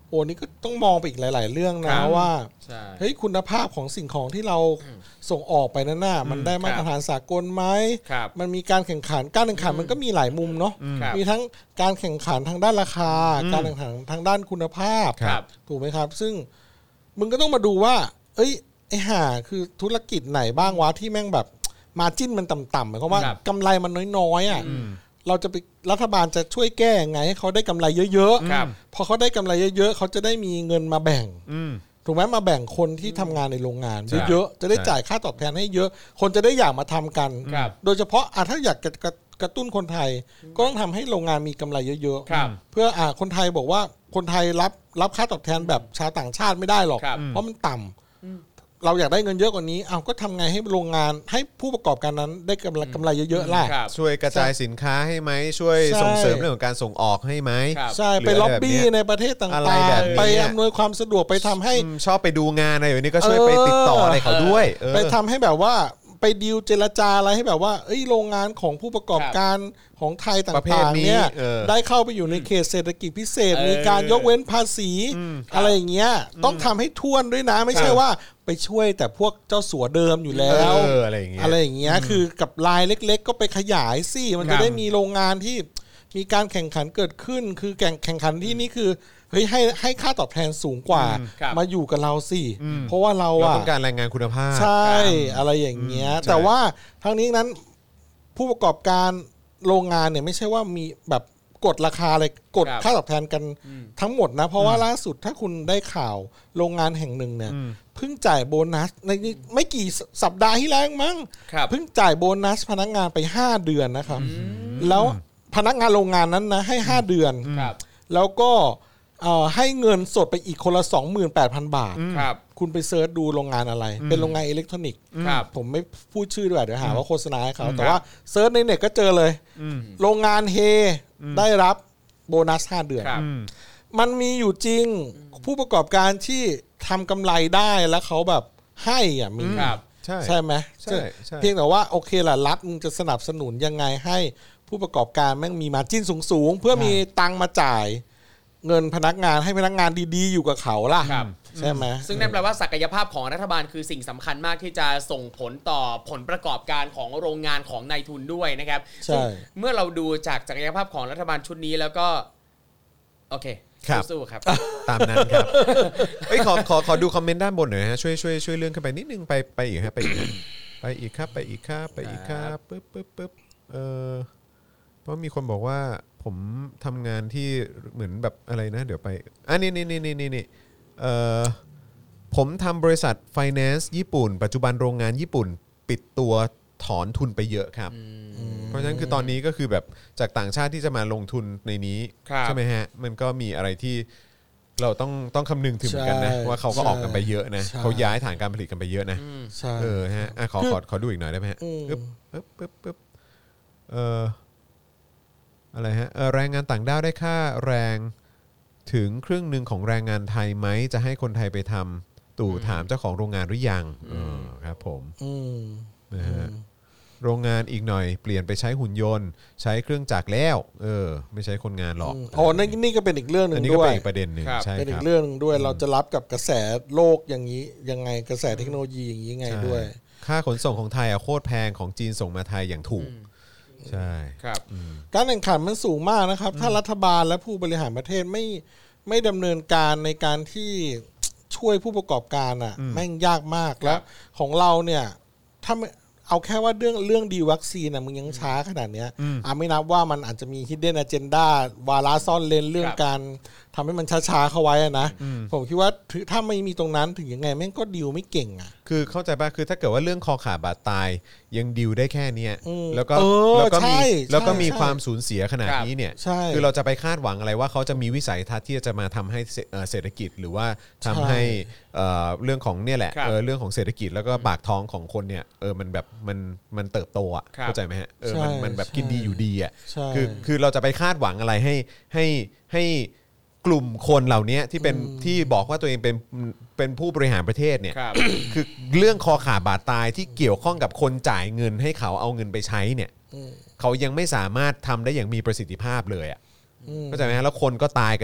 โอ้นี่ก็ต้องมองไปอีกหลาย ๆ เรื่องนะว่าเฮ้ยคุณภาพของสิ่งของที่เราส่งออกไปนั้นน่ะมันได้มาตรฐานสากลไหมมันมีการแข่งขันการแข่งขันมันก็มีหลายมุมเนาะมีทั้งการแข่งขันทางด้านราคาการแข่งขันทางด้านคุณภาพถูกไหมครับซึ่งมึงก็ต้องมาดูว่าเอ้ยไอ้ห่าคือธุรกิจไหนบ้างวะที่แม่งแบบมาจิ้นมันต่ำๆหมายความว่ากำไรมันน้อยๆอ่ะเราจะไปรัฐบาลจะช่วยแก้ไงให้เขาได้กำไรเยอะๆพอเขาได้กำไรเยอะๆเขาจะได้มีเงินมาแบ่งถูกไหมมาแบ่งคนที่ทำงานในโรงงานเยอะๆจะได้จ่ายค่าตอบแทนให้เยอะคนจะได้อยากมาทำกันโดยเฉพาะอ่ะถ้าอยากกระตุ้นคนไทยก็ต้องทำให้โรงงานมีกำไรเยอะๆเพื่ออ่ะคนไทยบอกว่าคนไทยรับรับค่าตอบแทนแบบชาวต่างชาติไม่ได้หรอกเพราะมันต่ำเราอยากได้เงินเยอะกว่านี้เอาก็ทำไงให้โรงงานให้ผู้ประกอบการนั้นได้กำไรกำไรเยอะๆล่ะช่วยกระจายสินค้าให้ไหมช่วยส่งเสริมเรื่องของการส่งออกให้ไหมใช่ไปล็อบบี้ในประเทศต่างๆไปอำนวยความสะดวกไปทำให้ชอบไปดูงานอะไรแบบนี้ก็ช่วยไปติดต่ออะไรเขาด้วยไปทำให้แบบว่าไปดีลเจรจาอะไรให้แบบว่าเอ้ยโรงงานของผู้ประกอบการของไทยต่างๆเนี่ยได้เข้าไปอยู่ในเขตเศรษฐกิจพิเศษมีการยกเว้นภาษีอะไรอย่างเงี้ยต้องทำให้ท่วนด้วยนะไม่ใช่ว่าไปช่วยแต่พวกเจ้าสัวเดิมอยู่แล้วอะไรอย่างเงี้ยอะไรอย่างเงี้ยคือกับรายเล็กๆก็ไปขยายสิมันจะได้มีโรงงานที่มีการแข่งขันเกิดขึ้นคือแข่งแข่งขันที่นี่คือเฮ้ยให้ให้ค่าตอบแทนสูงกว่ามาอยู่กับเราสิเพราะว่าเราอะต้องการแรงงานคุณภาพใช่อะไรอย่างเงี้ยแต่ว่าทั้งนี้นั้นผู้ประกอบการโรงงานเนี่ยไม่ใช่ว่ามีแบบกดราคาอะไรกดค่าตอบแทนกันทั้งหมดนะเพราะว่าล่าสุดถ้าคุณได้ข่าวโรงงานแห่งหนึ่งเนี่ยเพิ่งจ่ายโบนัสในไม่กี่สัปดาห์ที่แล้วมั้งเพิ่งจ่ายโบนัสพนักงานไปห้าเดือนนะครับแล้วพนักงานโรงงานนั้นนะให้ห้าเดือนแล้วก็ให้เงินสดไปอีกคนละ สองหมื่นแปดพัน บาทคุณไปเซิร์ชดูโรงงานอะไรเป็นโรงงานอิเล็กทรอนิกส์ผมไม่พูดชื่อด้วยเดี๋ยวหาว่าโฆษณาให้เขาแต่ว่าเซิร์ชในเน็ตก็เจอเลยโรงงานเฮได้รับโบนัสห้าเดือนมันมีอยู่จริงผู้ประกอบการที่ทำกำไรได้แล้วเขาแบบให้อ่ะมีใช่ใช่ไหมเพียงแต่ว่าโอเคล่ะรัฐมึงจะสนับสนุนยังไงให้ผู้ประกอบการแม่งมีมาร์จิ้นสูงๆเพื่อมีตังค์มาจ่ายเงินพนักงานให้พนักงานดีๆอยู่กับเขาล่ะใช่ไหมซึ่งนั่นแปลว่าศักยภาพของรัฐบาลคือสิ่งสำคัญมากที่จะส่งผลต่อผลประกอบการของโรงงานของนายทุนด้วยนะครับซึ่งเมื่อเราดูจากศักยภาพของรัฐบาลชุดนี้แล้วก็โอเคสู้ๆครับตามนั้นครับเอ้ยขอขอขอดูคอมเมนต์ด้านบนหน่อยฮะช่วยช่วยช่วยเลื่อนขึ้นไปนิดนึงไปไปอีกครับไปอีกไปอีกครับไปอีกครับไปอีกครับปึ๊บปึ๊บปึ๊บเออเพราะมีคนบอกว่าผมทำงานที่เหมือนแบบอะไรนะเดี๋ยวไปอันนี้นี่นี่นี่นี่เอ่อผมทำบริษัท Finance ญี่ปุ่นปัจจุบันโรงงานญี่ปุ่นปิดตัวถอนทุนไปเยอะครับเพราะฉะนั้นคือตอนนี้ก็คือแบบจากต่างชาติที่จะมาลงทุนในนี้ใช่ไหมฮะมันก็มีอะไรที่เราต้องต้องคำนึงถึงกันนะว่าเขาก็ออกกันไปเยอะนะเขาย้ายฐานการผลิตกันไปเยอะนะเออฮะขอขอขอดูอีกหน่อยได้ไหมฮะปึ๊บปึ๊บปึ๊บปึ๊บเอออะไรฮะแรงงานต่างด้าวได้ค่าแรงถึงครึ่งหนึ่งของแรงงานไทยไหมจะให้คนไทยไปทำตู่ถามเจ้าของโรงงานหรือยังครับผมนะฮะโรงงานอีกหน่อยเปลี่ยนไปใช้หุ่นยนต์ใช้เครื่องจักรแล้วเออไม่ใช้คนงานหรอกอ๋อนี่นี่ก็เป็นอีกเรื่องนึงด้วยอันนี้ก็เป็นอีกประเด็นนึงใช่เป็นอีกเรื่องนึงด้วยเราจะรับกับกระแสโลกอย่างนี้ยังไงกระแสเทคโนโลยีอย่างนี้ไงด้วยค่าขนส่งของไทยอะโคตรแพงของจีนส่งมาไทยอย่างถูกใช่ครับการแข่งขันมันสูงมากนะครับถ้ารัฐบาลและผู้บริหารประเทศไม่ไม่ดำเนินการในการที่ช่วยผู้ประกอบการอ่ะแม่งยากมากแล้วของเราเนี่ยถ้าเอาแค่ว่าเรื่องเรื่องดีวัคซีนนะมึงยังช้าขนาดเนี้ยอ่ะไม่นับว่ามันอาจจะมี hidden agenda วาระซ่อนเลนเรื่องการทำให้มันช้าๆเข้าไว้นะผมคิดว่าถ้าไม่มีตรงนั้นถึงยังไงแม่งก็ดีลไม่เก่งอ่ะคือเข้าใจป่ะคือถ้าเกิดว่าเรื่องคอขาดบาดตายยังดีลได้แค่นี้แล้วก็แล้วก็มีแล้วก็มีความสูญเสียขนาดนี้เนี่ยคือเราจะไปคาดหวังอะไรว่าเขาจะมีวิสัยทัศน์ที่จะมาทำให้เศรษฐกิจหรือว่าทำให้เรื่องของเนี่ยแหละเรื่องของเศรษฐกิจแล้วก็ปากท้องของคนเนี่ยเออมันแบบมันมันเติบโตอ่ะเข้าใจไหมฮะเออมันมันแบบกินดีอยู่ดีอ่ะคือคือเราจะไปคาดหวังอะไรให้ให้ให้กลุ่มคนเหล่านี้ที่เป็นที่บอกว่าตัวเองเป็นเป็นผู้บริหารประเทศเนี่ย คือเรื่องคอขาดบาดตายที่เกี่ยวข้องกับคนจ่ายเงินให้เขาเอาเงินไปใช้เนี่ยเขายังไม่สามารถทำได้อย่างมีประสิทธิภาพเลยอ่ะเข้าใจไหมฮะแล้วคนก็ตายกัน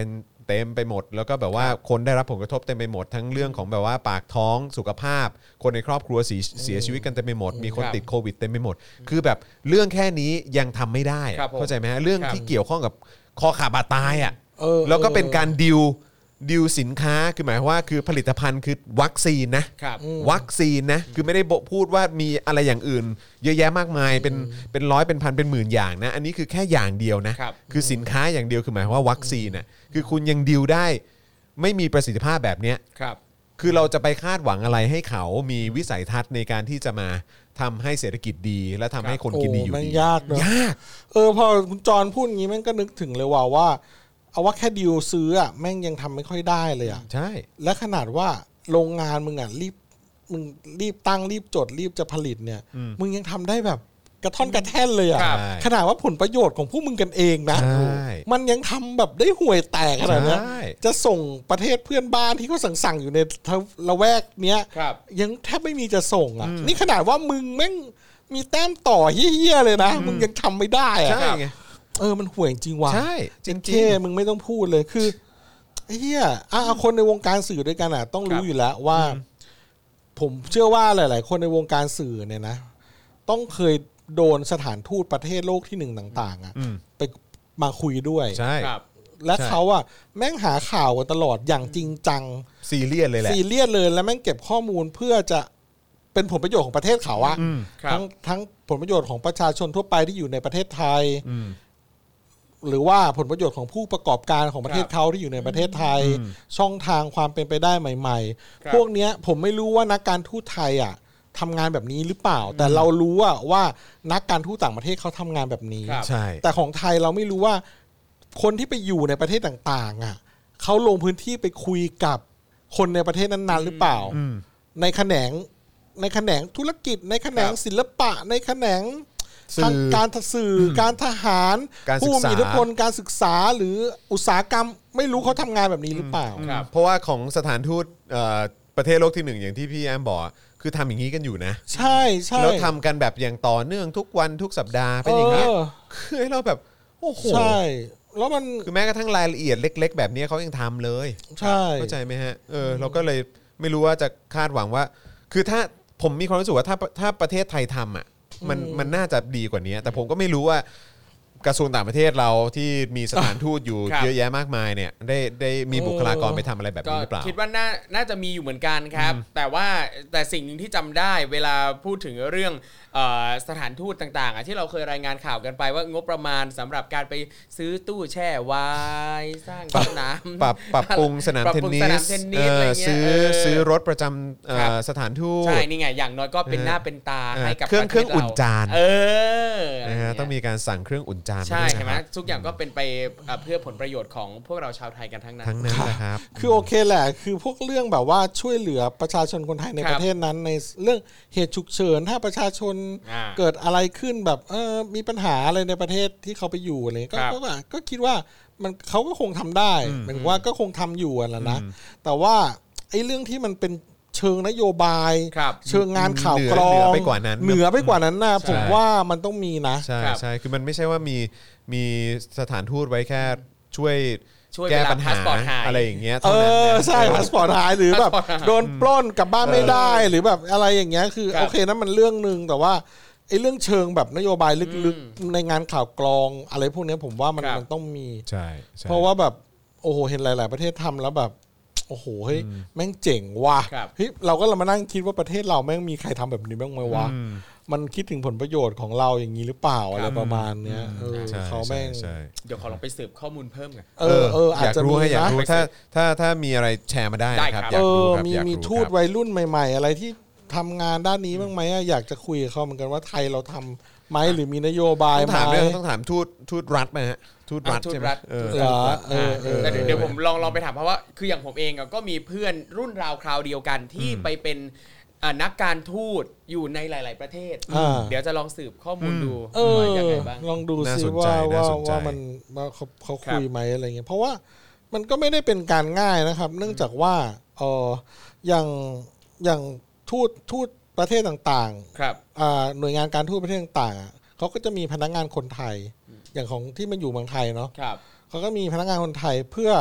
เต็มไปหมดแล้วก็แบบว่าคนได้รับผลกระทบเต็มไปหมดทั้งเรื่องของแบบว่าปากท้องสุขภาพคนในครอบครัวเสียเสียชีวิตกันเต็มไปหมดมีคนติดโควิดเต็มไปหมดคือแบบเรื่องแค่นี้ยังทำไม่ได้อะเข้าใจไหมฮะเรื่องที่เกี่ยวข้องกับคอขาดบาดตายอ่ะแล้วก็เป็นการดิวดิวสินค้าคือหมายว่าคือผลิตภัณฑ์คือวัคซีนนะวัคซีนนะคือไม่ได้พูดว่ามีอะไรอย่างอื่นเยอะแยะมากมายเป็นเป็นร้อยเป็นพันเป็นหมื่นอย่างนะอันนี้คือแค่อย่างเดียวนะ คือสินค้าอย่างเดียวคือหมายว่าวัคซีนน่ะคือคุณยังดิวได้ไม่มีประสิทธิภาพแบบเนี้ยคือเราจะไปคาดหวังอะไรให้เขามีวิสัยทัศน์ในการที่จะมาทำให้เศรษฐกิจดีและทำให้คนกินดีอยู่ดียากเนอะยากเออพอคุณจรพูดอย่างนี้แม่งก็นึกถึงเลยว่าว่าเอาว่าแค่ดิวซื้ออ่ะแม่งยังทำไม่ค่อยได้เลยอ่ะใช่และขนาดว่าโรงงานมึงอ่ะรีบมึงรีบตั้งรีบจดรีบจะผลิตเนี่ยมึงยังทำได้แบบกระท่อนกระแท่นเลยอ่ะขนาดว่าผลประโยชน์ของพวกมึงกันเองนะมันยังทำแบบได้ห่วยแตกขนาดนี้จะส่งประเทศเพื่อนบ้านที่เขาสั่งๆอยู่ในละแวกเนี้ยยังแทบไม่มีจะส่งอ่ะนี่ขนาดว่ามึงแม่งมีแต้มต่อเฮี้ยๆเลยนะมึงยังทำไม่ได้อ่ะใช่ไงเออมันห่วยจริงว่ะใช่จริงๆมึงไม่ต้องพูดเลยคือเฮี้ยอ่ะคนในวงการสื่อด้วยกันอ่ะต้องรู้อยู่แล้วว่าผมเชื่อว่าหลายๆคนในวงการสื่อเนี่ยนะต้องเคยโดนสถานทูตประเทศโลกที่หนึ่งต่างๆอ่ะไปมาคุยด้วยใช่และเขาอ่ะแม่งหาข่าวกันตลอดอย่างจริงจังซีเรียสเลยแหละซีเรียสเลยแล้วแม่งเก็บข้อมูลเพื่อจะเป็นผลประโยชน์ของประเทศเขาอ่ะทั้งทั้งผลประโยชน์ของประชาชนทั่วไปที่อยู่ในประเทศไทยหรือว่าผลประโยชน์ของผู้ประกอบการของประเทศเขาที่อยู่ในประเทศไทยช่องทางความเป็นไปได้ใหม่ๆพวกเนี้ยผมไม่รู้ว่านักการทูตไทยอ่ะทำงานแบบนี้หรือเปล่าแต่เรารู้ว่าว่านักการทูตต่างประเทศเขาทำงานแบบนี้ใช่แต่ของไทยเราไม่รู้ว่าคนที่ไปอยู่ในประเทศต่างๆอ่ะเขาลงพื้นที่ไปคุยกับคนในประเทศนั้นๆหรือเปล่าในแขนงในแขนงธุรกิจในแขนงศิลปะในแขนงทางการสื่อการทหารผู้มีอิทธิพลการศึกษาหรืออุตสาหกรรมไม่รู้เขาทำงานแบบนี้หรือเปล่าเพราะว่าของสถานทูตประเทศโลกที่หนึ่งอย่างที่พี่แอมบอกคือทำอย่างนี้กันอยู่นะใช่ใช่แล้วทำกันแบบอย่างต่อเนื่องทุกวันทุกสัปดาห์เป็นอย่างนี้คือให้เราแบบโอ้โหใช่แล้วมันคือแม้กระทั่งรายละเอียดเล็กๆแบบนี้เขายังทำเลยใช่เข้าใจไหมฮะเออเราก็เลยไม่รู้ว่าจะคาดหวังว่าคือถ้าผมมีความรู้สึกว่าถ้าถ้าประเทศไทยทำอ่ะมันมันน่าจะดีกว่านี้แต่ผมก็ไม่รู้ว่ากระทรวงต่างประเทศเราที่มีสถานทูตอยู่เยอะแยะมากมายเนี่ยได้ได้มีบุคลากรไปทำอะไรแบบนี้หรือเปล่าคิดว่าน่าน่าจะมีอยู่เหมือนกันครับแต่ว่าแต่สิ่งหนึ่งที่จำได้เวลาพูดถึงเรื่องสถานทูตต่างๆที่เราเคยรายงานข่าวกันไปว่างบประมาณสำหรับการไปซื้อตู้แช่ไวน์สร้างสนามปรับปรับปรุงสนามเทนนิสซื้อซื้อรถประจำสถานทูตใช่นี่ไงอย่างน้อยก็เป็นหน้าเป็นตาให้กับเครื่องเครื่องอุ่นจานเออนะฮะต้องมีการสั่งเครื่องอุ่นจานใช่ใช่ไหมทุกอย่างก็เป็นไปเพื่อผลประโยชน์ของพวกเราชาวไทยกันทั้งนั้นทั้งนั้นนะครับคือโอเคแหละคือพวกเรื่องแบบว่าช่วยเหลือประชาชนคนไทยในประเทศนั้นในเรื่องเหตุฉุกเฉินถ้าประชาชนเกิดอะไรขึ้นแบบเออมีปัญหาอะไรในประเทศที่เขาไปอยู่อะไรก็ก็ก็คิดว่ามันเขาก็คงทำได้เหมือนว่าก็คงทำอยู่แหละนะแต่ว่าไอ้เรื่องที่มันเป็นเชิงนโยบายเชิงงานข่าวกรองเหนือไปกว่านั้นเหนือไปกว่านั้นนะผมว่ามันต้องมีนะใช่ใช่คือมันไม่ใช่ว่ามีมีสถานทูตไว้แค่ช่วยแก้ปัญหาอะไรอย่างเงี้ยเออใช่พาสปอร์ตหายหรือแบบโดนปล้นกลับบ้านไม่ได้หรือแบบอะไรอย่างเงี้ยคือโอเคนั้นมันเรื่องนึงแต่ว่าไอ้เรื่องเชิงแบบนโยบายลึกๆในงานข่าวกรองอะไรพวกนี้ผมว่ามันมันต้องมีใช่เพราะว่าแบบโอ้โหเห็นหลายๆประเทศทำแล้วแบบโอ้โหเฮ้ยแม่งเจ๋งว่ะเฮ้ยเราก็เลยมานั่งคิดว่าประเทศเราแม่งมีใครทำแบบนี้บ้างไหมวะมันคิดถึงผลประโยชน์ของเราอย่างนี้หรือเปล่าอะไรประมาณเนี้ยเออเขาแม่งเดี๋ยวขอลองไปสืบข้อมูลเพิ่มกันเออเอออาจจะรู้ให้อยากรู้ถ้าถ้าถ้ามีอะไรแชร์มาได้นะครับอยากรู้ครับมีมีทูตวัยรุ่นใหม่ๆอะไรที่ทำงานด้านนี้บ้างไหมอยากจะคุยกับเขาเหมือนกันว่าไทยเราทำไหมหรือมีนโยบายไหมต้องถามเรื่องต้องถามทูตทูตรัฐไหมฮะทูตรัฐใช่ไหมเออแต่เดี๋ยวผมลองลองไปถามเพราะว่าคืออย่างผมเองก็มีเพื่อนรุ่นราวคราวเดียวกันที่ไปเป็นนักการทูตอยู่ในหลายๆประเทศเดี๋ยวจะลองสืบข้อมูลดูว่าอย่างไรบ้างลองดูซิว่าว่าว่ามันว่าเขาเขาคุยไหมอะไรเงี้ยเพราะว่ามันก็ไม่ได้เป็นการง่ายนะครับเนื่องจากว่าเอออย่างอย่างทูตทูตประเทศต่างๆหน่วยงานการทูตประเทศต่างๆเขาก็จะมีพนักงานคนไทยอย่างของที่มันอยู่เมืองไทยเนาะเขาก็มีพนักงานคนไทยเพื่อ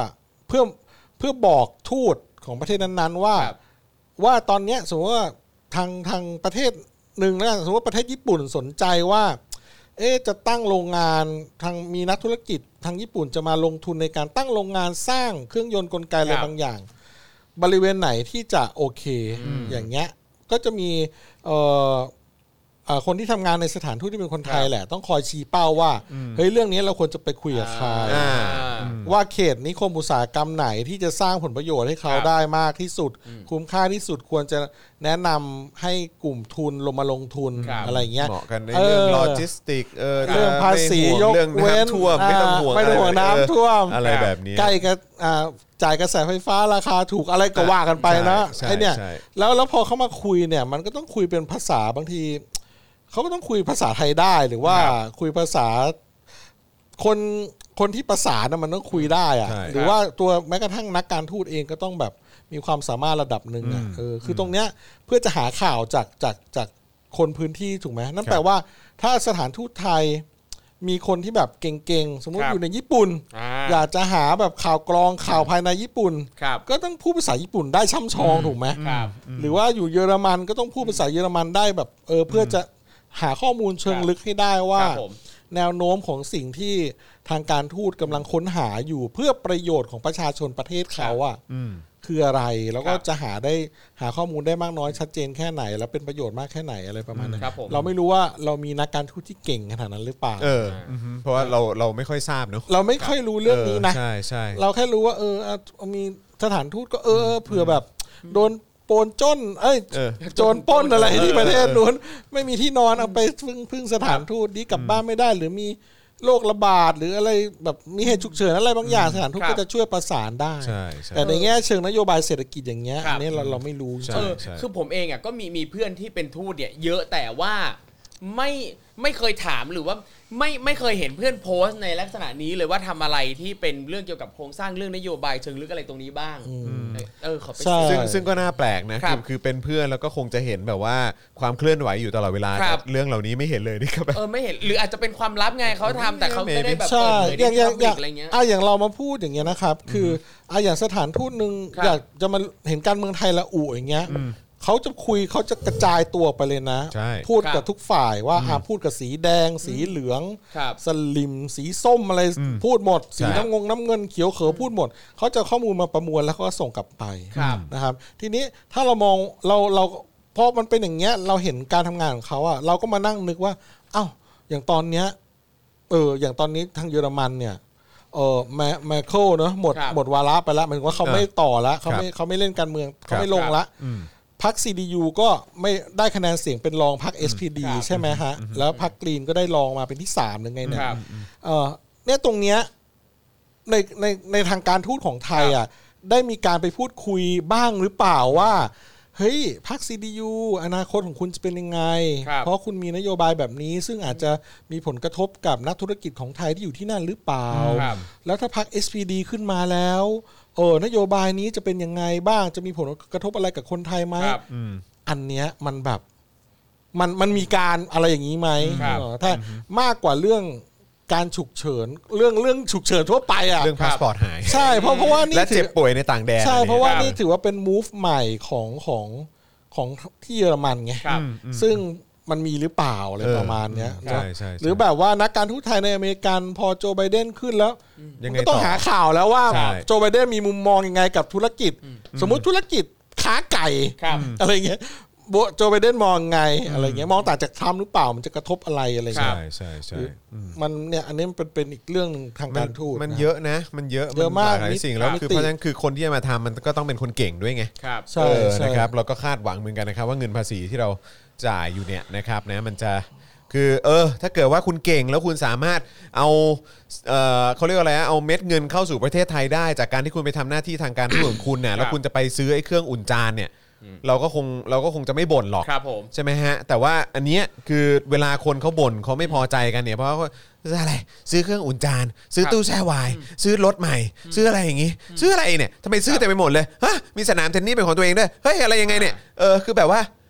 เพื่อเพื่อบอกทูตของประเทศนั้นๆว่าว่าตอนเนี้ยสมมติว่าทางทางประเทศหนึ่งนะสมมติว่าประเทศญี่ปุ่นสนใจว่าเอ๊ะจะตั้งโรงงานทางมีนักธุรกิจทางญี่ปุ่นจะมาลงทุนในการตั้งโรงงานสร้างเครื่องยนต์กลไกอะไรบางอย่างบริเวณไหนที่จะโอเคอย่างเงี้ยก็จะมีเอ่อคนที่ทำงานในสถานทูตที่เป็นคนไทยแหละต้องคอยชี้เป้าว่าเฮ้ยเรื่องนี้เราควรจะไปคุยกับใครว่าเขตนิคมอุตสาหกรรมไหนที่จะสร้างผลประโยชน์ให้เขาได้มากที่สุดคุ้มค่าที่สุดควรจะแนะนำให้กลุ่มทุนลงมาลงทุนอะไรเงี้ยเหมาะกันในเรื่องโลจิสติกเออเรื่องภาษียกเว้นท่วมไม่ต้องห่วงไม่ต้องห่วงน้ำท่วมอะไรแบบนี้ใกล้กับจ่ายกระแสไฟฟ้าราคาถูกอะไรก็ว่ากันไปนะไอ้เนี่ยแล้วแล้วพอเขามาคุยเนี่ยมันก็ต้องคุยเป็นภาษาบางทีเขาก็ต้องคุยภาษาไทยได้หรือว่าคุยภาษาคนคนที่ประสานนะมันต้องคุยได้อะหรือว่าตัวแม้กระทั่งนักการทูตเองก็ต้องแบบมีความสามารถระดับหนึ่งอ่ะเออคือตรงเนี้ยเพื่อจะหาข่าวจากจากจากคนพื้นที่ถูกไหมนั่นแปลว่าถ้าสถานทูตไทยมีคนที่แบบเก่งๆสมมุติอยู่ในญี่ปุ่นอยากจะหาแบบข่าวกรองข่าวภายในญี่ปุ่นก็ต้องพูดภาษาญี่ปุ่นได้ช่ำชองถูกไหมหรือว่าอยู่เยอรมันก็ต้องพูดภาษาเยอรมันได้แบบเออเพื่อจะหาข้อมูลเชิงลึกให้ได้ว่าแนวโน้มของสิ่งที่ทางการทูตกำลังค้นหาอยู่เพื่อประโยชน์ของประชาชนประเทศเขาอ่ะคืออะไรแล้วก็จะหาได้หาข้อมูลได้มากน้อยชัดเจนแค่ไหนแล้วเป็นประโยชน์มากแค่ไหนอะไรประมาณนั้นเราไม่รู้ว่าเรามีนักการทูตที่เก่งขนาดนั้นหรือเปล่าเออเพราะว่าเราเราไม่ค่อยทราบเนอะเราไม่ค่อยรู้เรื่องนี้นะใช่ใช่เราแค่รู้ว่าเออมีสถานทูตก็เออเผื่อแบบโดนโปนจนเอ้ยโจรปล้นอะไรที่ประเทศนู้นไม่มีที่นอนเอาไปพึ่งพึ่งสถานทูตนี้กลับบ้านไม่ได้หรือมีโรคระบาดหรืออะไรแบบมีเหตุฉุกเฉินอะไรบางอย่างสถานทูตก็จะช่วยประสานได้แต่ในแง่เชิงนโยบายเศรษฐกิจอย่างเงี้ยอันนี้เราเราไม่รู้เออคือผมเองอ่ะก็มีมีเพื่อนที่เป็นทูตเนี่ยเยอะแต่ว่าไม่ไม่เคยถามหรือว่าไม่ไม่เคยเห็นเพื่อนโพสต์ในลักษณะนี้เลยว่าทำอะไรที่เป็นเรื่องเกี่ยวกับโครงสร้างเรื่องนโยบายเชิงลึกอะไรตรงนี้บ้างเออขอไปซึ่งซึ่งก็น่าแปลกนะคือคือเป็นเพื่อนแล้วก็คงจะเห็นแบบว่าความเคลื่อนไหวอยู่ตลอดเวลาแต่เรื่องเหล่านี้ไม่เห็นเลยนี่ครับเออไม่เห็นหรืออาจจะเป็นความลับไงเขาทำแต่เขาไม่ได้แบบเปิดเผยอย่างอย่างอะไรเงี้ยอ่ะอย่างเรามาพูดอย่างเงี้ยนะครับคืออ่ะอย่างสถานทูตนึงอยากจะมาเห็นการเมืองไทยละอุอย่างเงี้ยเขาจะคุยเขาจะกระจายตัวไปเลยนะพูดกับทุกฝ่ายว่าอ่าพูดกับสีแดงสีเหลืองสลิมสีส้มอะไรพูดหมดสีน้ำงงน้ำเงินเขียวเขียวพูดหมดเขาจะข้อมูลมาประมวลแล้วก็ส่งกลับไปนะครับทีนี้ถ้าเรามองเราเราพอมันเป็นอย่างเงี้ยเราเห็นการทำงานของเขาอ่ะเราก็มานั่งนึกว่าอ้าวอย่างตอนเนี้ยเอออย่างตอนนี้ทางเยอรมันเนี่ยเออแมแมเคิลเนอะหมดหมดวาระไปแล้วหมายถึงว่าเขาไม่ต่อแล้วเขาไม่เขาไม่เล่นการเมืองเขาไม่ลงละพรรค ซี ดี ยู ก็ไม่ได้คะแนนเสียงเป็นรองพรรค เอส พี ดี ใช่ไหมฮะแล้วพรรคกรีนก็ได้รองมาเป็นที่สามหรือไงเนี่ยเออเนี่ยตรงเนี้ยในในในทางการทูตของไทยอ่ะได้มีการไปพูดคุยบ้างหรือเปล่าว่าเฮ้ยพรรค ซี ดี ยู อนาคตของคุณจะเป็นยังไงเพราะคุณมีนโยบายแบบนี้ซึ่งอาจจะมีผลกระทบกับนักธุรกิจของไทยที่อยู่ที่นั่นหรือเปล่าแล้วถ้าพรรค เอส พี ดี ขึ้นมาแล้วเออนโยบายนี้จะเป็นยังไงบ้างจะมีผลกระทบอะไรกับคนไทยไหมอันเนี้ยมันแบบมันมันมีการอะไรอย่างนี้ไหมถ้ามากกว่าเรื่องการฉุกเฉินเรื่องเรื่องฉุกเฉินทั่วไปอ่ะเรื่องพาสปอร์ตหายใช่เพราะเพราะว่านี่และเจ็บป่วยในต่างแดนใช่เพราะว่านี่ถือว่าเป็น move ใหม่ของของของที่เยอรมันไงซึ่งมันมีหรือเปล่าอะไรประมาณเนี้ยหรือแบบว่านักการทูตไทยในอเมริกันพอโจไบเดนขึ้นแล้วก็ต้องหาข่าวแล้วว่าโจไบเดนมีมุมมองยังไงกับธุรกิจสมมุติธุรกิจค้าไก่อะไรเงี้ยโจไบเดนมองไงอะไรเงี้ยมองต่างจากทรัมป์หรือเปล่ามันจะกระทบอะไรอะไรเงี้ยใช่ใช่ใช่มันเนี่ยอันนี้มันเป็นเป็นอีกเรื่องทางการทูตมันเยอะนะมันเยอะเยอะมากหลายสิ่งแล้วคือเพราะฉะนั้นคือคนที่จะมาทำมันก็ต้องเป็นคนเก่งด้วยไงใช่นะครับเราก็คาดหวังเหมือนกันนะครับว่าเงินภาษีที่เราจ่ายอยู่เนี่ยนะครับนะมันจะคือเออถ้าเกิดว่าคุณเก่งแล้วคุณสามารถเอาเออเขาเรียกว่าอะไรนะเอาเม็ดเงินเข้าสู่ประเทศไทยได้จากการที่คุณไปทำหน้าที่ทางการทูตของคุณเนี่ยแล้วคุณจะไปซื้อไอ้เครื่องอุ่นจานเนี่ยเราก็คงเราก็คงจะไม่บ่นหรอกใช่ไหมฮะแต่ว่าอันเนี้ยคือเวลาคนเขาบ่นเขาไม่พอใจกันเนี่ยเพราะว่าซื้ออะไรซื้อเครื่องอุ่นจานซื้อตู้แช่ไวน์ซื้อรถใหม่ซื้ออะไรอย่างงี้ซื้ออะไรเนี่ยทำไมซื้อแต่ไปหมดเลยฮะมีสนามเทนนิสเป็นของตัวเองด้วยเฮ้ยอะไรยังไงเนี่ยเออคือแบบว่า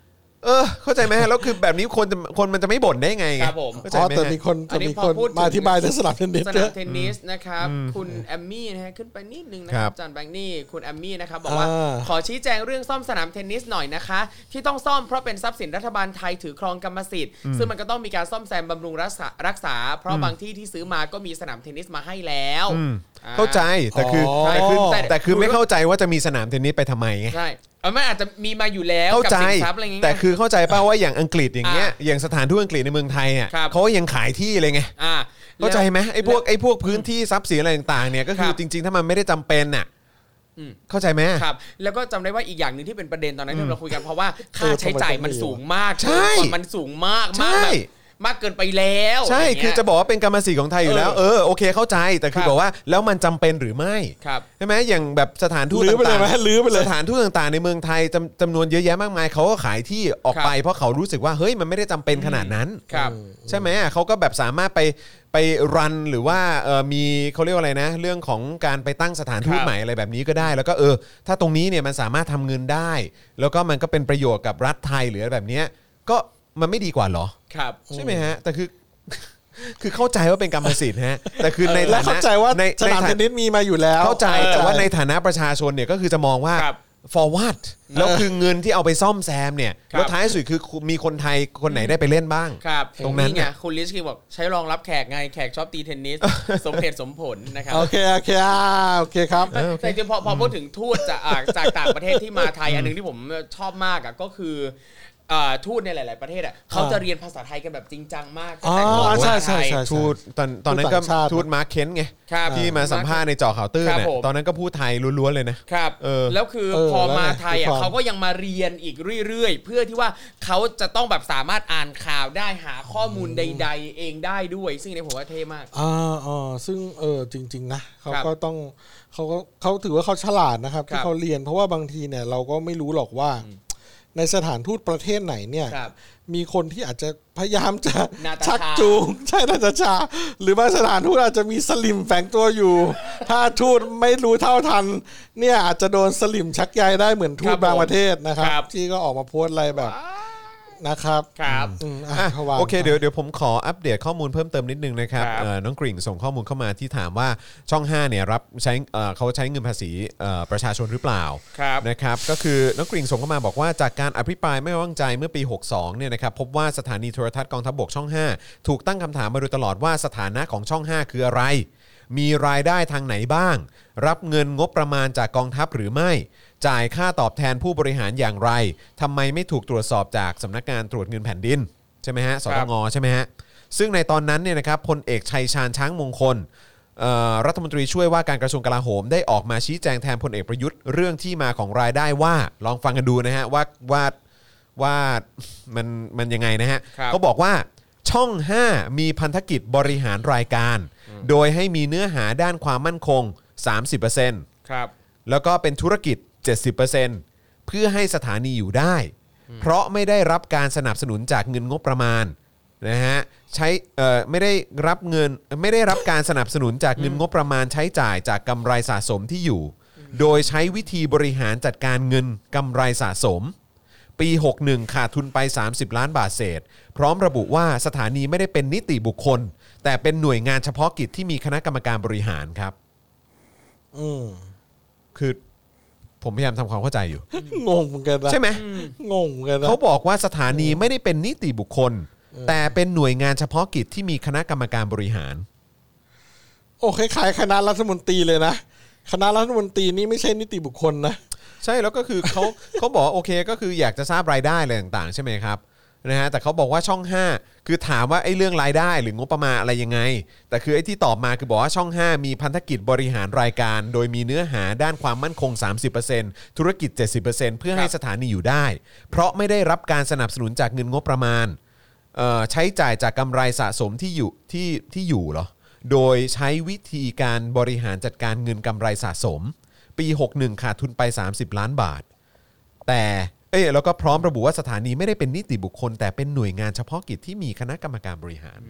เออเข้าใจไหมแล้วคือแบบนี้คนจะคนมันจะไม่บ่นได้ไงไงครับผมเข้าใจอ๋อไหมแต่มีฮะคนอัจะนนี้มีพอคนพูดถึงมาอธิบายเรื่องสนามเทนนิสสด้นาวยมเทนนิสนะครับคุณแอมมี่นะฮะขึ้นไปนิดนึงนะคครัรับบ อาจารย์แบงค์นี่คุณแอมมี่นะครับบอกว่าอ่าขอชี้แจงเรื่องซ่อมสนามเทนนิสหน่อยนะคะที่ต้องซ่อมเพราะเป็นทรัพย์สินรัฐบาลไทยถือครองกรรมสิทธิ์ซึ่งมันก็ต้องมีการซ่อมแซมบำรุงรักษารักษาเพราะบางที่ที่ซื้อมาก็มีสนามเทนนิสมาให้แล้วอ่เข้าใจแต่คือออแต่คือแต่แต่คือไม่เข้าใจว่าจะมีสนามเทนนิสไปทำไมไงใช่เอามันอาจจะมีมาอยู่แล้วเข้ากับใจสินทรัพย์อะไรอย่างเงี้ยแต่คือเข้าใจป่ะว่าอย่างอังกฤษอย่างเงี้ยอ่ะอย่างสถานทูตอังกฤษในเมืองไทยอ่ะครับเขาก็ยังขายที่เลยไงอ่าเข้าใจไหมไอ้พวกไอ้พวกพื้นที่ทรัพย์สินอะไรต่างๆเนี่ยก็คือครับจริงๆถ้ามันไม่ได้จำเป็นน่ะอืมเข้าใจไหมครับแล้วก็จำได้ว่าอีกอย่างหนึ่งที่เป็นประเด็นตอนนั้นที่เราคุยกันเพราะว่าเอค่าอใช้จ่ายมันสูงมากใช่กว่ามันสูงมากใช่มากแบบมากเกินไปแล้วใช่ย่างเงี้ยคือจะบอกว่าเป็นกรรมสิทธิ์ของไทยอยู่แล้วเอเอออโอเคเข้าใจแต่คือครับบอกว่าแล้วมันจำเป็นหรือไม่ครับใช่ไหมอย่างแบบสถานทูตลื้อไปเลยต่างไหมลื้อไปเลยสถานทูตต่างๆในเมืองไทยจำจำนวนเยอะแยะมากมายเขาก็ขายที่ออกไป เพราะเขารู้สึกว่าเฮ้ยมันไม่ได้จำเป็นขนาดนั้นครับใช่ไหมเขาก็แบบสามารถไปไปรันหรือว่าเออมีเขาเรียกว่าอะไรนะ เรื่องของการไปตั้งสถานทูตครับใหม่อะไรแบบนี้ก็ได้ แล้วก็เออถ้าตรงนี้เนี่ยมันสามารถทำเงินได้ แล้วก็มันก็เป็นประโยชน์กับรัฐไทยหรืออะไรแบบเนี้ยก็มันไม่ดีกว่าเหรอครับใช่ไหมฮะแต่คือ คือเข้าใจว่าเป็นกรรมสิทธิ์ฮะแต่คือในและฐนะเข้าใจว่าในสนามในฐเทนนิสมีมาอยู่แล้วเข้าใจออแต่ว่าในฐานะประชาชนเนี่ยก็คือจะมองว่าครับ for what แล้วคือเงินที่เอาไปซ่อมแซมเนี่ยครับแล้วท้ายสุดคือมีคนไทยคนไหนได้ไปเล่นบ้างครับตรงนั้นไงเนี่ยคุณลิชคิงบอกใช้รองรับแขกไงแขกชอบตีเทนนิส สมเหตุสมผลนะครับโอเคโอเคอ่าโอเคครับแต่จริงๆพอพอพูดถึงทูตจากอ่าจากต่างประเทศที่มาไทยอันหนึงที่ผมชอบมากอ่ะก็คืออ่าทูตในหลาย ๆประเทศอ่ะเขาจะเรียนภาษาไทยกันแบบจริงจังมากอ๋อแต่ก่อนใช่มาใช่ไทยใช่ทูตตอนตอนนั้นก็ทูตต่างชาติทูตมาร์คเคนไงครับที่มาสัมภาษณ์ในเจอข่าวตื้นครับเนี่ยผมตอนนั้นก็พูดไทยล้วนๆเลยนะครับ เออแล้วคือเออพอมาแล้วไงไทยอ่ะคือความเขาก็ยังมาเรียนอีกเรื่อย ๆ เพื่อที่ว่าเขาจะต้องแบบสามารถอ่านข่าวได้หาข้อมูลใด ๆ เองได้ด้วย ซึ่งในผมว่าเท่มากอ่าอ่าซึ่งเออจริง ๆ นะเขาครับก็ต้องเขาก็เขาถือว่าเขาฉลาดนะครับครัที่บเขาเรียนเพราะว่าบางทีเนี่ยเราก็ไม่รู้หรอกว่า ในสถานทูตประเทศไหนเนี่ยครับมีคนที่อาจจะพยายามจะนาตาชาชักจูง ใช่นาตาชา หรือบางสถานทูตอาจจะมีสลิมแฝงตัวอยู่ ถ้าทูตไม่รู้เท่าทัน เนี่ยอาจจะโดนสลิมชักใยได้เหมือนทูครัตบบางผมประเทศนะครับครับที่ก็ออกมาโพสต์อะไรแบบนะครับครับอืมอ่ะอ่ะเขาว่าโอเคเดี๋ยวเดี๋ยวผมขออัปเดตข้อมูลเพิ่มเติมนิดนึงนะครับครับเอ่อน้องกริ่งส่งข้อมูลเข้ามาที่ถามว่าช่องห้าเนี่ยรับใช้เอ่อเขาใช้เงินภาษีเอ่อประชาชนหรือเปล่าครับนะครับก็คือน้องกริ่งส่งเข้ามาบอกว่าจากการอภิปรายไม่ไว้วางใจเมื่อปีหกสิบสองเนี่ยนะครับพบว่าสถานีโทรทัศน์กองทัพบกช่องห้าถูกตั้งคำถามมาโดยตลอดว่าสถานะของช่องห้าคืออะไร มีรายได้ทางไหนบ้าง รับเงินงบประมาณจากกองทัพหรือไม่ จ่ายค่าตอบแทนผู้บริหารอย่างไรทำไมไม่ถูกตรวจสอบจากสำนักงานตรวจเงินแผ่นดินใช่ไหมฮะสตงใช่ไหมฮะซึ่งในตอนนั้นเนี่ยนะครับพลเอกชัยชาญช้างมงคลเอ่อรัฐมนตรีช่วยว่าการกระทรวงกลาโหมได้ออกมาชี้แจงแทนพลเอกประยุทธ์เรื่องที่มาของรายได้ว่าลองฟังกันดูนะฮะว่าว่าว่ามันมันยังไงนะฮะครับเขาบอกว่าช่องห้ามีพันธกิจบริหารรายการ โดยให้มีเนื้อหาด้านความมั่นคง สามสิบเปอร์เซ็นต์ครับแล้วก็เป็นธุรกิจ เจ็ดสิบเปอร์เซ็นต์ เพื่อให้สถานีอยู่ได้ เพราะไม่ได้รับการสนับสนุนจากเงินงบประมาณนะฮะใช้เอ่อไม่ได้รับเงินไม่ได้รับการสนับสนุนจากเงินงบประมาณใช้จ่ายจากกำไรสะสมที่อยู่ โดยใช้วิธีบริหารจัดการเงินกำไรสะสม ปีหกสิบเอ็ดขาดทุนไปสามสิบล้านบาทเศษพร้อมระบุว่าสถานีไม่ได้เป็นนิติบุคคล แต่เป็นหน่วยงานเฉพาะกิจที่มีคณะกรรมการบริหารครับอืมคือผมพยายามทำความเข้าใจอยู่งงเหมือนกันนะใช่ไหมงงเหมือนกันนะเขาบอกว่าสถานีไม่ได้เป็นนิติบุคคล แต่เป็นหน่วยงานเฉพาะกิจที่มีคณะกรรมการบริหารโอ้คล้ายๆคณะรัฐมนตรีเลยนะคณะรัฐมนตรีนี่ไม่ใช่นิติบุคคลนะใช่แล้วก็คือเขา เขาบอกว่าโอเคก็คืออยากจะทราบรายได้อะไรต่างๆ ใช่ไหมครับนะฮะแต่เขาบอกว่าช่องห้าคือถามว่าไอ้เรื่องรายได้หรืองบประมาณอะไรยังไง แต่คือไอ้ที่ตอบมาคือบอกว่าช่องห้ามีพันธกิจบริหารรายการ โดยมีเนื้อหาด้านความมั่นคง สามสิบเปอร์เซ็นต์ ธุรกิจ เจ็ดสิบเปอร์เซ็นต์ เพื่อให้สถานีอยู่ได้ เพราะไม่ได้รับการสนับสนุนจากเงินงบประมาณเอ่อใช้จ่ายจากกำไรสะสมที่อยู่ที่ที่อยู่เหรอโดยใช้วิธีการบริหารจัดการเงินกำไรสะสมปีหกสิบเอ็ดขาดทุนไปสามสิบล้านบาทแต่เอ้ยแล้วก็พร้อมระบุว่าสถานีไม่ได้เป็นนิติบุคคลแต่เป็นหน่วยงานเฉพาะกิจที่มีคณะกรรมการบริหาร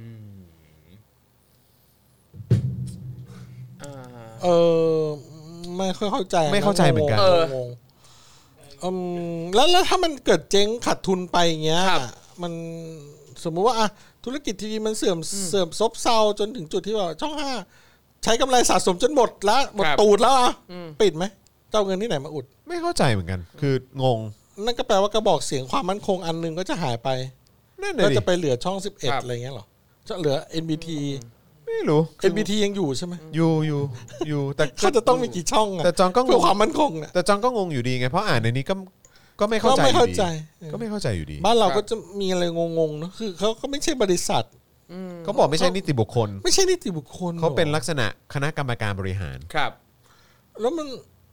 อ่าเออไม่ค่อยเข้าใจไม่เข้าใจเหมือนกันงงเอองงอืมแล้วแล้วถ้ามันเกิดเจ๊งขาดทุนไปอย่างเงี้ยครับมันสมมุติว่าอะธุรกิจทีวีมันเสื่อมเสื่อมซบเซาจนถึงจุดที่ว่าช่องห้าใช้กำไรสะสมจนหมดแล้วหมดครับตูดแล้วอ่ะอืมปิดไหมเจ้าเงินที่ไหนมาอุดไม่เข้าใจเหมือนกัน คืองงนั่นก็แปลว่ากระบอกเสียงความมั่นคงอันหนึงก็จะหายไปนั่นก็น่ะดิจะไปเหลือช่องสิบเอ็ดครับอะไรเงี้ยเหรอจะเหลือ เอ็น บี ทีไม่รู้เอ็น บี ที ยังอยู่ใช่ไหมอยู่อยู่อยู่แต่เขาจะต้องมีกี่ช่องอะแต่จองก็งเพื่อง ความมั่นคงเนี่ยแต่จองก็งงอยู่ดีไงเพราะอ่านในนี้ก็ก็ไม่เข้าก็ใจไม่เข้าอยู่ดีใจก็ไม่เข้าใจอยู่ดีบ้านเราครับก็จะมีอะไรงงๆเนอะคือเขาก็ไม่ใช่บริษัทเขาบอกไม่ใช่นิติบุคคลไม่ใช่นิติบุคคลเขาเป็นหรอลักษณะคณะกรรมการบริหารครับแล้วมัน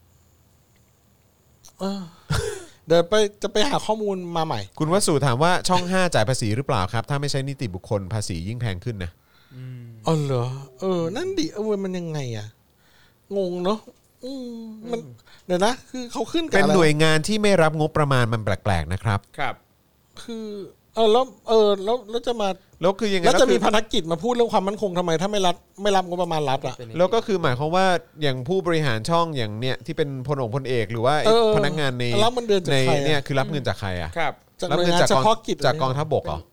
เออเดี๋ยวไปจะไปหาข้อมูลมาใหม่คุณวสุถามว่าช่องห้าจ่ายภาษีหรือเปล่าครับ ถ้าไม่ใช่นิติบุคคลภาษียิ่งแพงขึ้นนะอ๋อเหรอเออ นั่นดิเออมันยังไงอ่ะงงเนาะอืมมันเดี๋ยวนะคือเขาขึ้นกับเป็นอะไรหน่วยงานที่ไม่รับงบประมาณมันแปลกๆนะครับครับคือเออแล้วเออแล้วแล้วจะมาแล้วคือยังไงแล้วจะมีคือภารกิจมาพูดเรื่องความมั่นคงทำไม ถ้าไม่รับไม่รับงบประมาณรัฐอ่ะแล้วก็คือหมายความว่าอย่างผู้บริหารช่องอย่างเนี้ยที่เป็นพลองค์พลเอกหรือว่าไอ้เออพนักงานในรับเงินเดือนจากในใครอะเนี่ยคือรับเงินจากใครอ่ะครับจากรับหน่วยเงินงานจากเฉกองพาะกิจจากกองทัพบกเหรอก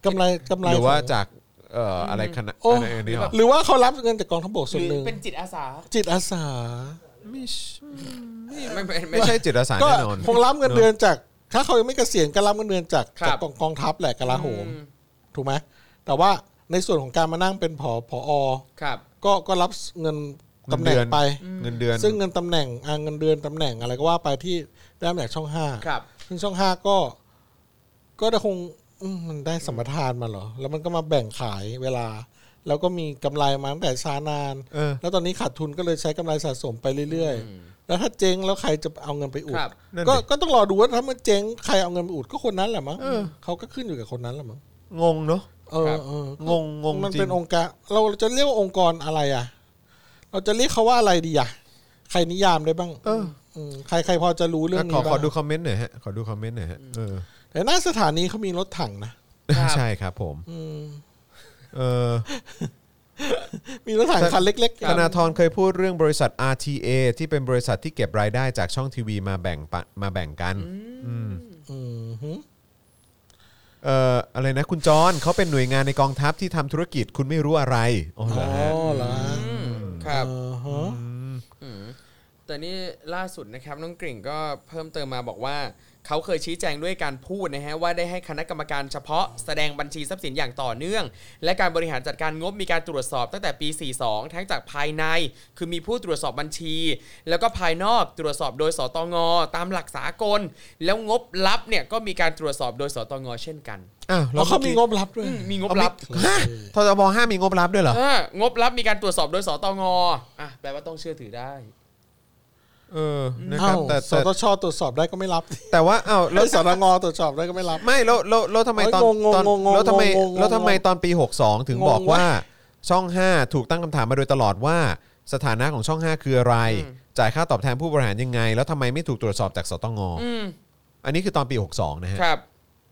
ำไรกำไรหรือว่าของจากเอ่ออะไรคณะโอ้อะไรนี้หรอหรือว่าเขารับเงินจากกองทัพบกหส่วนรือหนึ่งเป็นจิตอาสาจิตอาสาไม่ใช่ไม่ไม่ไม่ไม่ใช่จิตอาสาก็แน่นอนคงรับเงินเดือนจาก ถ้าเขายังไม่เกษียณก็รับเงินเดือนจากครับจากกองกองทัพแหละกลาโหมอืมถูกไหมแต่ว่าในส่วนของการมานั่งเป็นผอผอครับก็ก็รับเงินตำแหน่งเงินเดือนไปเงินเดือนซึ่งเงินตำแหน่งอ่าเงินเดือนตำแหน่งอะไรก็ว่าไปที่ได้มาจากช่องห้าครับซึ่งช่องห้าก็ ก็จะคงอืมมันได้สัมปทานมาเหรอ แล้วมันก็มาแบ่งขายเวลา แล้วก็มีกำไรมาตั้งแต่ช้านานเออแล้วตอนนี้ขาดทุนก็เลยใช้กำไรสะสมไปเรื่อยๆ แล้วถ้าเจ๊งแล้วใครจะเอาเงินไปอุดครับนั่นก็ดิก็ต้องรอดูว่าถ้ามันเจ๊งใครเอาเงินไปอุดก็คนนั้นแหละมั้งเขาก็ขึ้นอยู่กับคนนั้นแหละมั้งงงเนาะเออเอองงงงมันจริงเป็นองค์การเราจะเรียกว่าองค์กรอะไรอ่ะ เราจะเรียกเขาว่าอะไรดีอ่ะใครนิยามได้บ้างเออมใครใครพอจะรู้เรื่องขนี้อบ้างขอดูคอมเมนต์หน่อยฮะขอดูคอมเมนต์หน่อยฮะเออแต่หน้าสถานีเขามีรถถังนะครับใช่ครับผมอืมเออมีรถถังคันเล็กธนาธรเคยพูดเรื่องบริษัท อาร์ ที เอ ที่เป็นบริษัทที่เก็บรายได้จากช่องทีวีมาแบ่งปะมาแบ่งกันอืมๆอืมฮึเอ่ออะไรนะคุณจอนเขาเป็นหน่วยงานในกองทัพที่ทำธุรกิจคุณไม่รู้อะไรอ๋อเหรอ๋ออฮะเหรออืมครับเออฮะอืมแต่นี่ล่าสุดนะครับน้องกริ่งก็เพิ่มเติมมาบอกว่าเขาเคยชี้แจงด้วยการพูดนะฮะว่าได้ให้คณะกรรมการเฉพาะแสดงบัญชีทรัพย์สินอย่างต่อเนื่อง และการบริหารจัดการงบมีการตรวจสอบตั้งแต่ปี สี่สิบสอง ทั้งจากภายในคือมีผู้ตรวจสอบบัญชี แล้วก็ภายนอกตรวจสอบโดยสตงตามหลักสากล แล้วงบลับเนี่ยก็มีการตรวจสอบโดยสตงเช่นกันอ้าวแล้วเขามีงบรับด้วยอืมมีงบลับฮะททบห้ามีงบรับด้วยเหรอเอองบลับมีการตรวจสอบโดยสตงอ่ะแปลว่าต้องเชื่อถือได้เออนะครับอ้าวแต่สแต่ตชตรวจสอบได้ก็ไม่รับแต่ว่าอ้าวแล้แล้ว วสตงตรวจสอบได้ก็ไม่รับไม่แล้วแล้วแล้วทำไมตอนโอ๊ยงงตอนงงงแล้วทำไมงงงแล้วทำไมตอนปีหกสองถึงงงบอกว่าวะช่องห้าถูกตั้งคำถามมาโดยตลอดว่าสถานะของช่องห้าคืออะไร จ่ายค่าตอบแทนผู้บริหารยังไง แล้วทำไมไม่ถูกตรวจสอบจากสตงอืมอันนี้คือตอนปีหกสองนะฮะครับ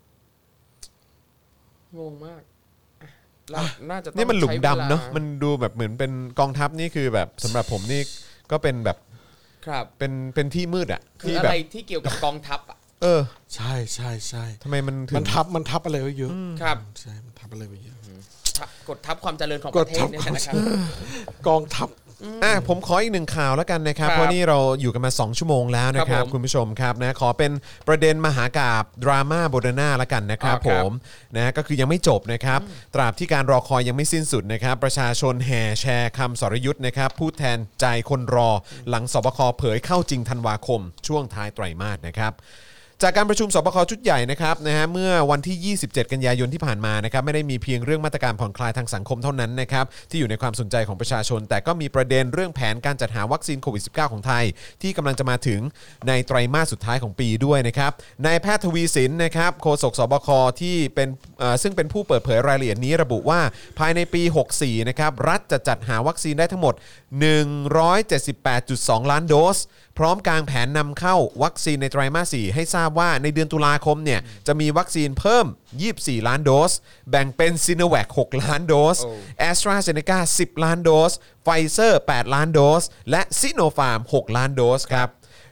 งงมากอ่ะเราน่าจะต้องนี่มันหลุมใช้วลดำเนาะมันดูแบบเหมือนเป็นกองทัพนี่คือแบบสำหรับผมนี่ก็เป็นแบบครับเป็นเป็นที่มืดอะคือที่อะแบบไรที่เกี่ยวกับกองทัพอ่ะเออใช่ใช่ใช่ทำไมมันถึมันงทับมันทับอะไรไว้เยอะครับใช่มันทับอะไรไว้เยอะทับกดทับความเจริญของกปดระเททัศบเนี่ยนะครับกองทัพอ่ะผมขออีกหนึ่งข่าวแล้วกันนะครับครับเพราะนี่เราอยู่กันมาสองชั่วโมงแล้วนะคครัรับบ ผมคุณผู้ชมครับนะขอเป็นประเด็นมหากาพย์ดราม่าโบเดนาละกันนะครับอ่าผครับมนะก็คือยังไม่จบนะครับตราบที่การรอคอยยังไม่สิ้นสุดนะครับประชาชนแห่แชร์คำสรยุทธ์นะครับพูดแทนใจคนรอหลังสบคเผยเข้าจริงธันวาคม ช่วงท้ายไตรมาสนะครับจากการประชุมสบคชุดใหญ่นะครับนะฮะเมื่อวันที่ยี่สิบเจ็ดกันยายนที่ผ่านมานะครับไม่ได้มีเพียงเรื่องมาตรการผ่อนคลายทางสังคมเท่านั้นนะครับที่อยู่ในความสนใจของประชาชน แต่ก็มีประเด็นเรื่องแผนการจัดหาวัคซีนโควิด สิบเก้า ของไทย ที่กำลังจะมาถึงในไตรมาสสุดท้ายของปีด้วยนะครับนายแพทย์ทวีสินนะครับโฆษกสบคที่เป็นเอ่อซึ่งเป็นผู้เปิดเผยรายละเอียดนี้ระบุว่าภายในปีหกสิบสี่นะครับรัฐจะจัดหาวัคซีนได้ทั้งหมด หนึ่งร้อยเจ็ดสิบแปดจุดสอง ล้านโดสพร้อมกางแผนนำเข้าวัคซีนในไตรมาสสี่ให้ทราบว่าในเดือนตุลาคมเนี่ยจะมีวัคซีนเพิ่มยี่สิบสี่ล้านโดสแบ่งเป็นซิโนแวคหกล้านโดสโอ้แอสตราเซเนกาสิบล้านโดสไฟเซอร์แปดล้านโดสและซิโนฟาร์มหกล้านโดสครับ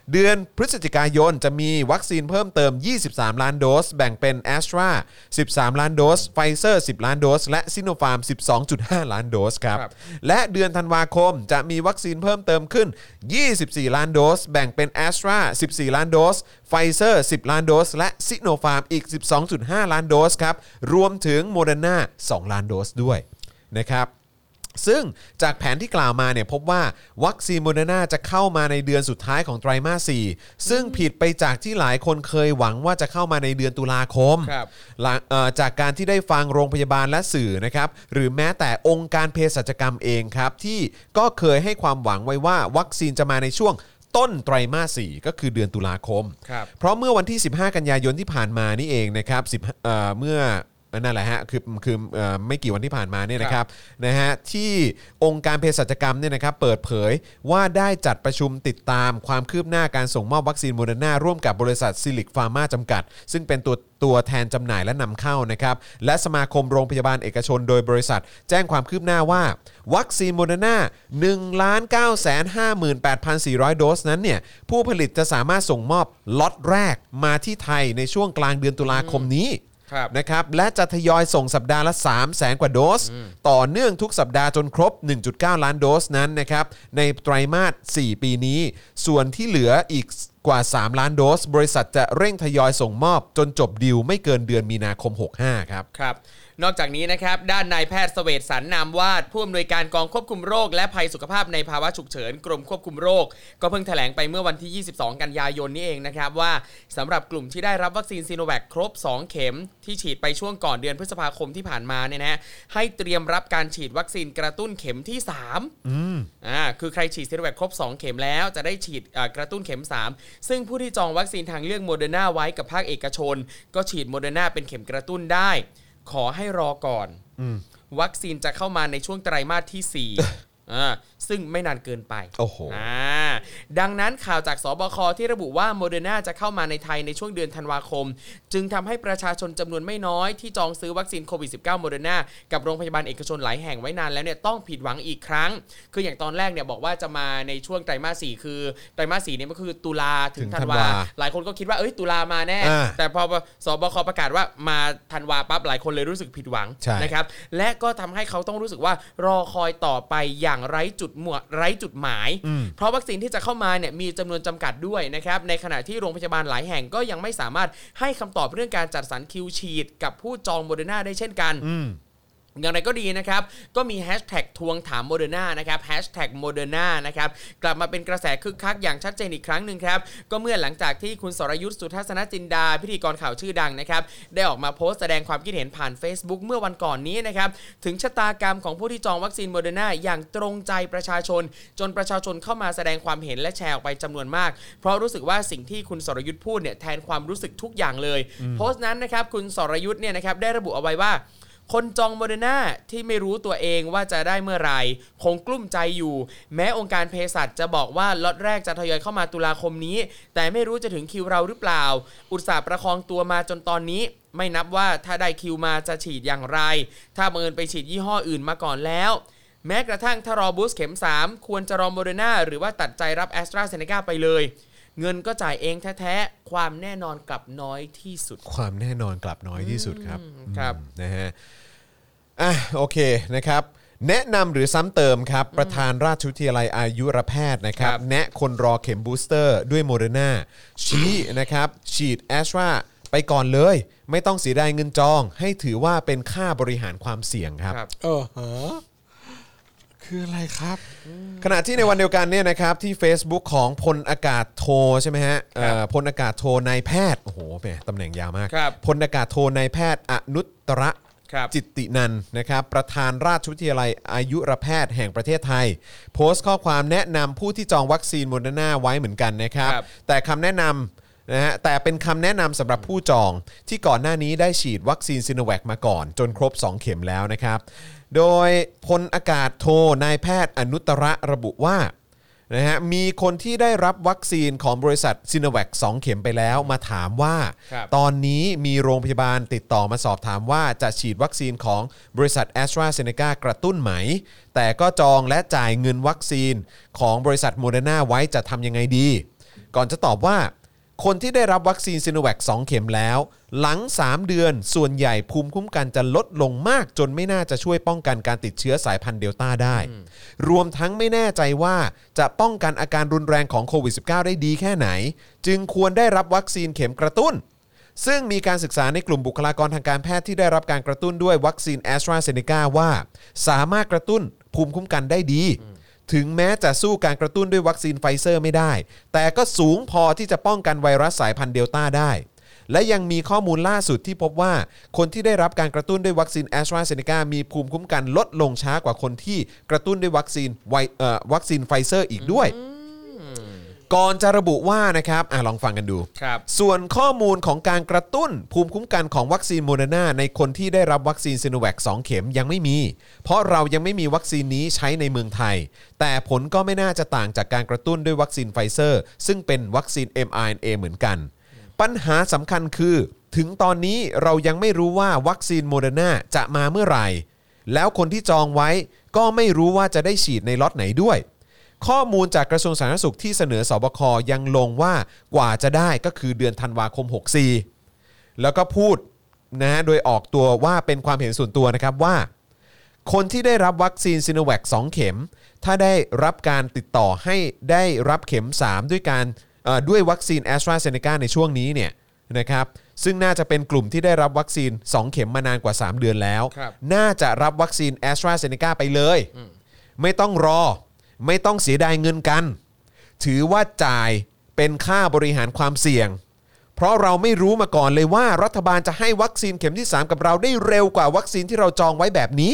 เดือนพฤศจิกายนจะมีวัคซีนเพิ่มเติมยี่สิบสามล้านโดสแบ่งเป็น Astra สิบสามล้านโดส Pfizer สิบล้านโดสและ Sinopharm สิบสองจุดห้าล้านโดสครับและเดือนธันวาคมจะมีวัคซีนเพิ่มเติมขึ้นยี่สิบสี่ล้านโดสแบ่งเป็น Astra สิบสี่ล้านโดส Pfizer สิบล้านโดสและ Sinopharm อีก สิบสองจุดห้าล้านโดสครับรวมถึง Moderna สองล้านโดสด้วยนะครับซึ่งจากแผนที่กล่าวมาเนี่ยพบว่าวัคซีนโมเดอร์นาจะเข้ามาในเดือนสุดท้ายของไตรมาสสี่ซึ่งผิดไปจากที่หลายคนเคยหวังว่าจะเข้ามาในเดือนตุลาคมหลังจากการที่ได้ฟังโรงพยาบาลและสื่อนะครับหรือแม้แต่องค์การเภสัชกรรมเองครับที่ก็เคยให้ความหวังไว้ว่าวัคซีนจะมาในช่วงต้นไตรมาสสี่ก็คือเดือนตุลาคมเพราะเมื่อวันที่สิบห้ากันยายนที่ผ่านมานี่เองนะครับสิบเอ่อเมื่อนั่นแหละฮะคือคือไม่กี่วันที่ผ่านมาเนี่ยนะครับนะฮะที่องค์การเภสัชกรรมเนี่ยนะครับเปิดเผยว่าได้จัดประชุมติดตามความคืบหน้าการส่งมอบวัคซีนโมเดอร์นาร่วมกับบริษัทซิลิกฟาร์มาจำกัดซึ่งเป็นตัวตัวแทนจำหน่ายและนำเข้านะครับและสมาคมโรงพยาบาลเอกชนโดยบริษัทแจ้งความคืบหน้าว่าวัคซีนโมเดอร์นา หนึ่งล้านเก้าแสนห้าหมื่นแปดพันสี่ร้อย โดสนั้นเนี่ยผู้ผลิตจะสามารถส่งมอบล็อตแรกมาที่ไทยในช่วงกลางเดือนตุลาคมนี้นะครับและจะทยอยส่งสัปดาห์ละ สามแสน กว่าโดสต่อเนื่องทุกสัปดาห์จนครบ หนึ่งจุดเก้า ล้านโดสนั้นนะครับในไตรมาสสี่ปีนี้ส่วนที่เหลืออีกกว่า สามล้านโดสบริษัทจะเร่งทยอยส่งมอบจนจบดีลไม่เกินเดือนมีนาคมหกสิบห้าครับครับนอกจากนี้นะครับด้านนายแพทย์เสวตสรรนามวาดผู้อำนวยการกองควบคุมโรคและภัยสุขภาพในภาวะฉุกเฉินกรมควบคุมโรคก็เพิ่งแถลงไปเมื่อวันที่ยี่สิบสองกันยายนนี้เองนะครับว่าสำหรับกลุ่มที่ได้รับวัคซีนซีโนแวคครบสองเข็มที่ฉีดไปช่วงก่อนเดือนพฤษภาคมที่ผ่านมาเนี่ยนะให้เตรียมรับการฉีดวัคซีนกระตุ้นเข็มที่สามอืมอ่าคือใครฉีดซีโนแวคครบสองเข็มแล้วจะได้ฉีดกระตุ้นเข็มสามซึ่งผู้ที่จองวัคซีนทางเลือกโมเดอร์นาไว้กับภาคเอกชนก็ฉีดโมเดอร์นาเป็นเข็มกระตุ้นได้ขอให้รอก่อนวัคซีนจะเข้ามาในช่วงไตรมาสที่สี่อ่าซึ่งไม่นานเกินไปโอ้โหอ่าดังนั้นข่าวจากสบคที่ระบุว่าโมเดอร์นาจะเข้ามาในไทยในช่วงเดือนธันวาคมจึงทำให้ประชาชนจำนวนไม่น้อยที่จองซื้อวัคซีนโควิด สิบเก้า โมเดอร์นากับโรงพยาบาลเอกชนหลายแห่งไว้นานแล้วเนี่ยต้องผิดหวังอีกครั้งคืออย่างตอนแรกเนี่ยบอกว่าจะมาในช่วงไตรมาสสี่คือไตรมาสสี่เนี่ยมันคือตุลาถึงธันวาหลายคนก็คิดว่าเอ้ยตุลามาแน่แต่พอสบคประกาศว่ามาธันวาปั๊บหลายคนเลยรู้สึกผิดหวังนะครับและก็ทำให้เขาต้องรู้สึกว่ารอคอยต่อไปอย่างไร้จุดหมวดไร้จุดหมายเพราะวัคซีนที่จะเข้ามาเนี่ยมีจำนวนจำกัดด้วยนะครับในขณะที่โรงพยาบาลหลายแห่งก็ยังไม่สามารถให้คำตอบเรื่องการจัดสรรคิวฉีดกับผู้จองโมเดอร์นาได้เช่นกันอย่างไรก็ดีนะครับก็มีแฮชแท็กทวงถามโมเดอร์นานะครับแฮชแท็กโมเดอร์นานะครับกลับมาเป็นกระแสคึกคักอย่างชัดเจนอีกครั้งหนึ่งครับก็เมื่อหลังจากที่คุณสรยุทธสุทัศนจินดาพิธีกรข่าวชื่อดังนะครับได้ออกมาโพสต์แสดงความคิดเห็นผ่าน Facebook เมื่อวันก่อนนี้นะครับถึงชะตากรรมของผู้ที่จองวัคซีนโมเดอร์นาอย่างตรงใจประชาชนจนประชาชนเข้ามาแสดงความเห็นและแชร์ออกไปจำนวนมากเพราะรู้สึกว่าสิ่งที่คุณสรยุทธพูดเนี่ยแทนความรู้สึกทุกอย่างเลยโพสต์นั้นนะครับคุณสรยุทธเนี่ยนะครับได้ระบุเอาไว้ว่าคนจองโมเดอร์นาที่ไม่รู้ตัวเองว่าจะได้เมื่อไหร่คงกลุ้มใจอยู่แม้องค์การเภสัชจะบอกว่าล็อตแรกจะทยอยเข้ามาตุลาคมนี้แต่ไม่รู้จะถึงคิวเราหรือเปล่าอุตส่าห์ประคองตัวมาจนตอนนี้ไม่นับว่าถ้าได้คิวมาจะฉีดอย่างไรถ้าบังเอิญไปฉีดยี่ห้ออื่นมาก่อนแล้วแม้กระทั่งถ้ารอบูสต์เข็มสามควรจะรอโมเดอร์นาหรือว่าตัดใจรับแอสตราเซเนกาไปเลยเงินก็จ่ายเองแท้ๆความแน่นอนกลับน้อยที่สุดความแน่นอนกลับน้อยที่สุดครับครับนะฮะอ่ะโอเคนะครับแนะนำหรือซ้ำเติมครับประธานราชวิทยาลัยอายุรแพทย์นะครับแนะคนรอเข็มบูสเตอร์ด้วยโมเดอร์นาชี้นะครับฉีดแอสตราไปก่อนเลยไม่ต้องเสียดายเงินจองให้ถือว่าเป็นค่าบริหารความเสี่ยงครับเออฮะคืออะไรครับขณะที่ในวันเดียวกันเนี่ยนะครับที่ Facebook ของพลอากาศโทใช่ไหมฮะพลอากาศโทนายแพทย์โอ้โหแหมตำแหน่งยาวมากพลอากาศโทนายแพทย์อนุตตรจิตตินันนะครับประธานราชวิทยาลัยอายุรแพทย์แห่งประเทศไทยโพสต์ข้อความแนะนำผู้ที่จองวัคซีนโมเดอร์นาไว้เหมือนกันนะครับแต่คำแนะนำนะฮะแต่เป็นคำแนะนำสำหรับผู้จองที่ก่อนหน้านี้ได้ฉีดวัคซีนซิโนแวคมาก่อนจนครบสองเข็มแล้วนะครับโดยพลอากาศโทนายแพทย์อนุตตรระบุว่านะฮะมีคนที่ได้รับวัคซีนของบริษัทซิโนแวคสองเข็มไปแล้วมาถามว่าตอนนี้มีโรงพยาบาลติดต่อมาสอบถามว่าจะฉีดวัคซีนของบริษัท AstraZeneca กระตุ้นไหมแต่ก็จองและจ่ายเงินวัคซีนของบริษัทโมเดอร์นาไว้จะทำยังไงดีก่อนจะตอบว่าคนที่ได้รับวัคซีนซิโนแวคสองเข็มแล้วหลังสามเดือนส่วนใหญ่ภูมิคุ้มกันจะลดลงมากจนไม่น่าจะช่วยป้องกันการติดเชื้อสายพันธุ์เดลต้าได้รวมทั้งไม่แน่ใจว่าจะป้องกันอาการรุนแรงของโควิด สิบเก้า ได้ดีแค่ไหนจึงควรได้รับวัคซีนเข็มกระตุ้นซึ่งมีการศึกษาในกลุ่มบุคลากรทางการแพทย์ที่ได้รับการกระตุ้นด้วยวัคซีน AstraZeneca ว่าสามารถกระตุ้นภูมิคุ้มกันได้ดีถึงแม้จะสู้การกระตุ้นด้วยวัคซีนไฟเซอร์ไม่ได้แต่ก็สูงพอที่จะป้องกันไวรัสสายพันธุ์เดลต้าได้และยังมีข้อมูลล่าสุดที่พบว่าคนที่ได้รับการกระตุ้นด้วยวัคซีน AstraZeneca มีภูมิคุ้มกันลดลงช้ากว่าคนที่กระตุ้นด้วยวัคซีนไวเอ่อวัคซีนไฟเซอร์อีกด้วยก่อนจะระบุว่านะครับอ่ะลองฟังกันดูส่วนข้อมูลของการกระตุ้นภูมิคุ้มกันของวัคซีนโมเดอร์นาในคนที่ได้รับวัคซีนซิโนแวคสองเข็มยังไม่มีเพราะเรายังไม่มีวัคซีนนี้ใช้ในเมืองไทยแต่ผลก็ไม่น่าจะต่างจากการกระตุ้นด้วยวัคซีนไฟเซอร์ซึ่งเป็นวัคซีน เอ็ม อาร์ เอ็น เอ เหมือนกันปัญหาสำคัญคือถึงตอนนี้เรายังไม่รู้ว่าวัคซีนโมเดอร์นาจะมาเมื่อไหร่แล้วคนที่จองไว้ก็ไม่รู้ว่าจะได้ฉีดในล็อตไหนด้วยข้อมูลจากกระทรวงสาธารณสุขที่เสนอสบคยังลงว่ากว่าจะได้ก็คือเดือนธันวาคมหกสิบสี่แล้วก็พูดนะโดยออกตัวว่าเป็นความเห็นส่วนตัวนะครับว่าคนที่ได้รับวัคซีนซิโนแวคสองเข็มถ้าได้รับการติดต่อให้ได้รับเข็มสามด้วยการด้วยวัคซีน AstraZeneca ในช่วงนี้เนี่ยนะครับซึ่งน่าจะเป็นกลุ่มที่ได้รับวัคซีนสองเข็มมานานกว่าสามเดือนแล้วน่าจะรับวัคซีน AstraZeneca ไปเลยไม่ต้องรอไม่ต้องเสียดายเงินกันถือว่าจ่ายเป็นค่าบริหารความเสี่ยงเพราะเราไม่รู้มาก่อนเลยว่ารัฐบาลจะให้วัคซีนเข็มที่สามกับเราได้เร็วกว่าวัคซีนที่เราจองไว้แบบนี้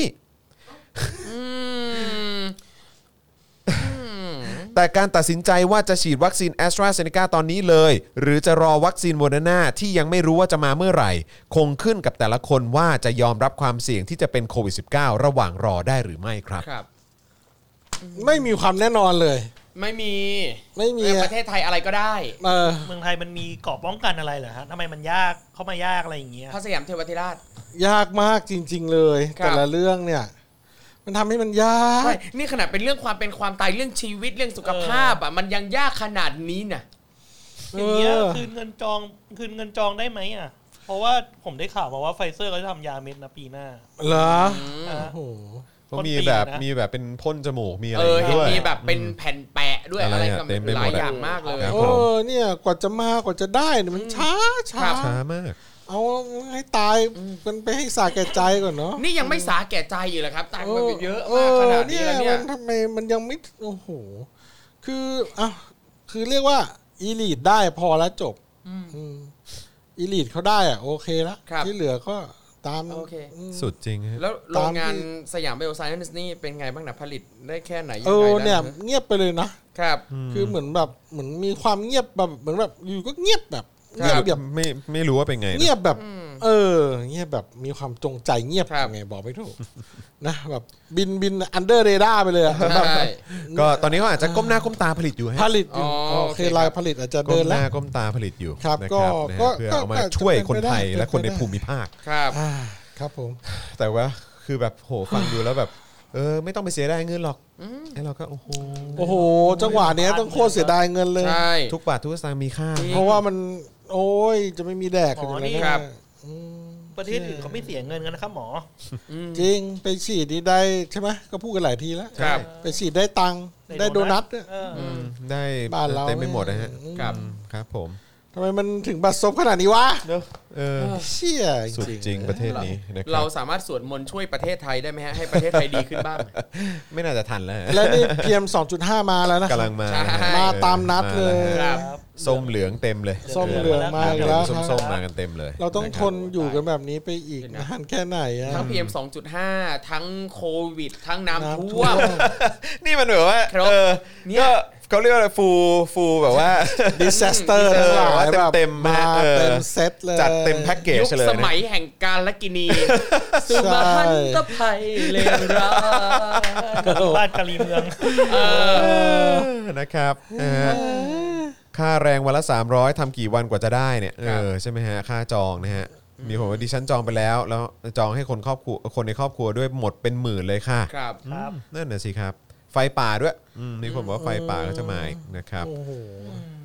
แต่การตัดสินใจว่าจะฉีดวัคซีน AstraZeneca ตอนนี้เลยหรือจะรอวัคซีนโมเดอร์นาที่ยังไม่รู้ว่าจะมาเมื่อไหร่คงขึ้นกับแต่ละคนว่าจะยอมรับความเสี่ยงที่จะเป็นโควิด สิบเก้า ระหว่างรอได้หรือไม่ครับไม่มีความแน่นอนเลยไม่มีไม่มีประเทศไทยอะไรก็ได้เออเมืองไทยมันมีเกราะป้องกันอะไรเหรอฮะทำไมมันยากเข้ามายากอะไรอย่างเงี้ยพระสยามเทวทิราชยากมากจริงๆเลยแต่ละเรื่องเนี่ยมันทำให้มันยากนี่ขนาดเป็นเรื่องความเป็นความตายเรื่องชีวิตเรื่องสุขภาพอ่ะมันยังยากขนาดนี้น่ะอย่างเงี้ยคืนเงินจองคืนเงินจองได้ไหมอ่ะเพราะว่าผมได้ข่าวมาว่าไฟเซอร์เขาจะทำยาเม็ดนะปีหน้าเหรอโอ้โหเขามีแบบมีแบบเป็นพ่นจมูกมีอะไรด้วยมีแบบเป็นแผ่นแปะด้วยอะไรกันหลายอย่างมากเลยโอ้เนี่ยกว่าจะมากว่าจะได้มันช้าช้าช้ามากเอาให้ตายกันไปให้สาแก่ใจก่อนเนาะนี่ยังไม่สาแก่ใจอยู่เลยครับตายไปเยอะมากขนาดนี้แล้วเนี่ยทำไมมันยังไม่โอ้โหคืออ่ะคือเรียกว่าอีลีทได้พอแล้วจบอีลีทเขาได้อ่ะโอเคแล้วที่เหลือก็ตามโอเคสุดจริงแล้วโรงงานสยามไบโอไซเอนซ์นี่เป็นไงบ้างนะผลิตได้แค่ไหนยังไงเออเนี่ยเงียบไปเลยนะครับคือเหมือนแบบเหมือนมีความเงียบแบบเหมือนแบบอยู่ก็เงียบแบบเงียบแบบไม่ไม่รู้ว่าเป็นไงเงียบแบบเออเงียบแบบมีความจงใจเงียบไงบอกไม่ถูกนะแบบบินบินอันเดอร์เรดาร์ไปเลยแบบก็ตอนนี้เขาอาจจะก้มหน้าก้มตาผลิตอยู่ผลิตอยู่โอเคลายผลิตอาจจะเดินแล้วก้มหน้าก้มตาผลิตอยู่ครับก็เพื่อเอามาช่วยคนไทยและคนในภูมิภาคครับครับผมแต่ว่าคือแบบโหฟังดูแล้วแบบเออไม่ต้องไปเสียดายเงินหรอกไอ้เราก็โอ้โหโอ้โหจังหวะนี้ต้องโคตรเสียดายเงินเลยทุกบาททุกสตางค์มีค่าเพราะว่ามันโอ้ยจะไม่มีแดกกันเลยนะครับประเทศอื่นเขาไม่เสียเงินกันนะครับหมอจริงไปฉีดนี่ได้ใช่ไหมก็พูดกันหลายทีแล้วไปฉีดได้ตังค์ได้โดนัทได้บ้านเราเต็มไปหมดนะฮะครับครับผมทำไมมันถึงบัดซบขนาดนี้วะเออเชี่ยสุดจริงประเทศนี้นะครับเราสามารถสวดมนต์ช่วยประเทศไทยได้ไหมฮะให้ประเทศไทยดีขึ้นบ้างไม่น่าจะทันแล้วแล้วนี่ พี เอ็ม สองจุดห้า มาแล้วนะกำลังมามาตามนัดเลยส้มเหลืองเต็มเลยส้มเหลืองมาแล้วส้มๆมากันเต็มเลยเราต้องทนอยู่กันแบบนี้ไปอีกนานแค่ไหนทั้ง พี เอ็ม สองจุดห้า ทั้งโควิดทั้งน้ำท่วมนี่มันแบบว่าเออเนี่ยเขาเรียกอะไรฟูฟูแบบว่า disaster ทั้งหลายแบบเต็มมาเต็มเซตเลยจัดเต็มแพ็กเกจเลยยุคสมัยแห่งการละกินีสุมหันตภัยเลวร้ายบ้านกะลีเมืองนะครับค่าแรงวันละสามร้อยทำกี่วันกว่าจะได้เนี่ยเออใช่ไหมฮะค่าจองนะฮะมีผมว่าดิฉันจองไปแล้วแล้วจองให้คนครอบครัวคนในครอบครัวด้วยหมดเป็นหมื่นเลยค่ะครับนั่นน่ะสิครับไฟป่าด้วยมีคนบอกว่าไฟป่าก็จะมานะครับ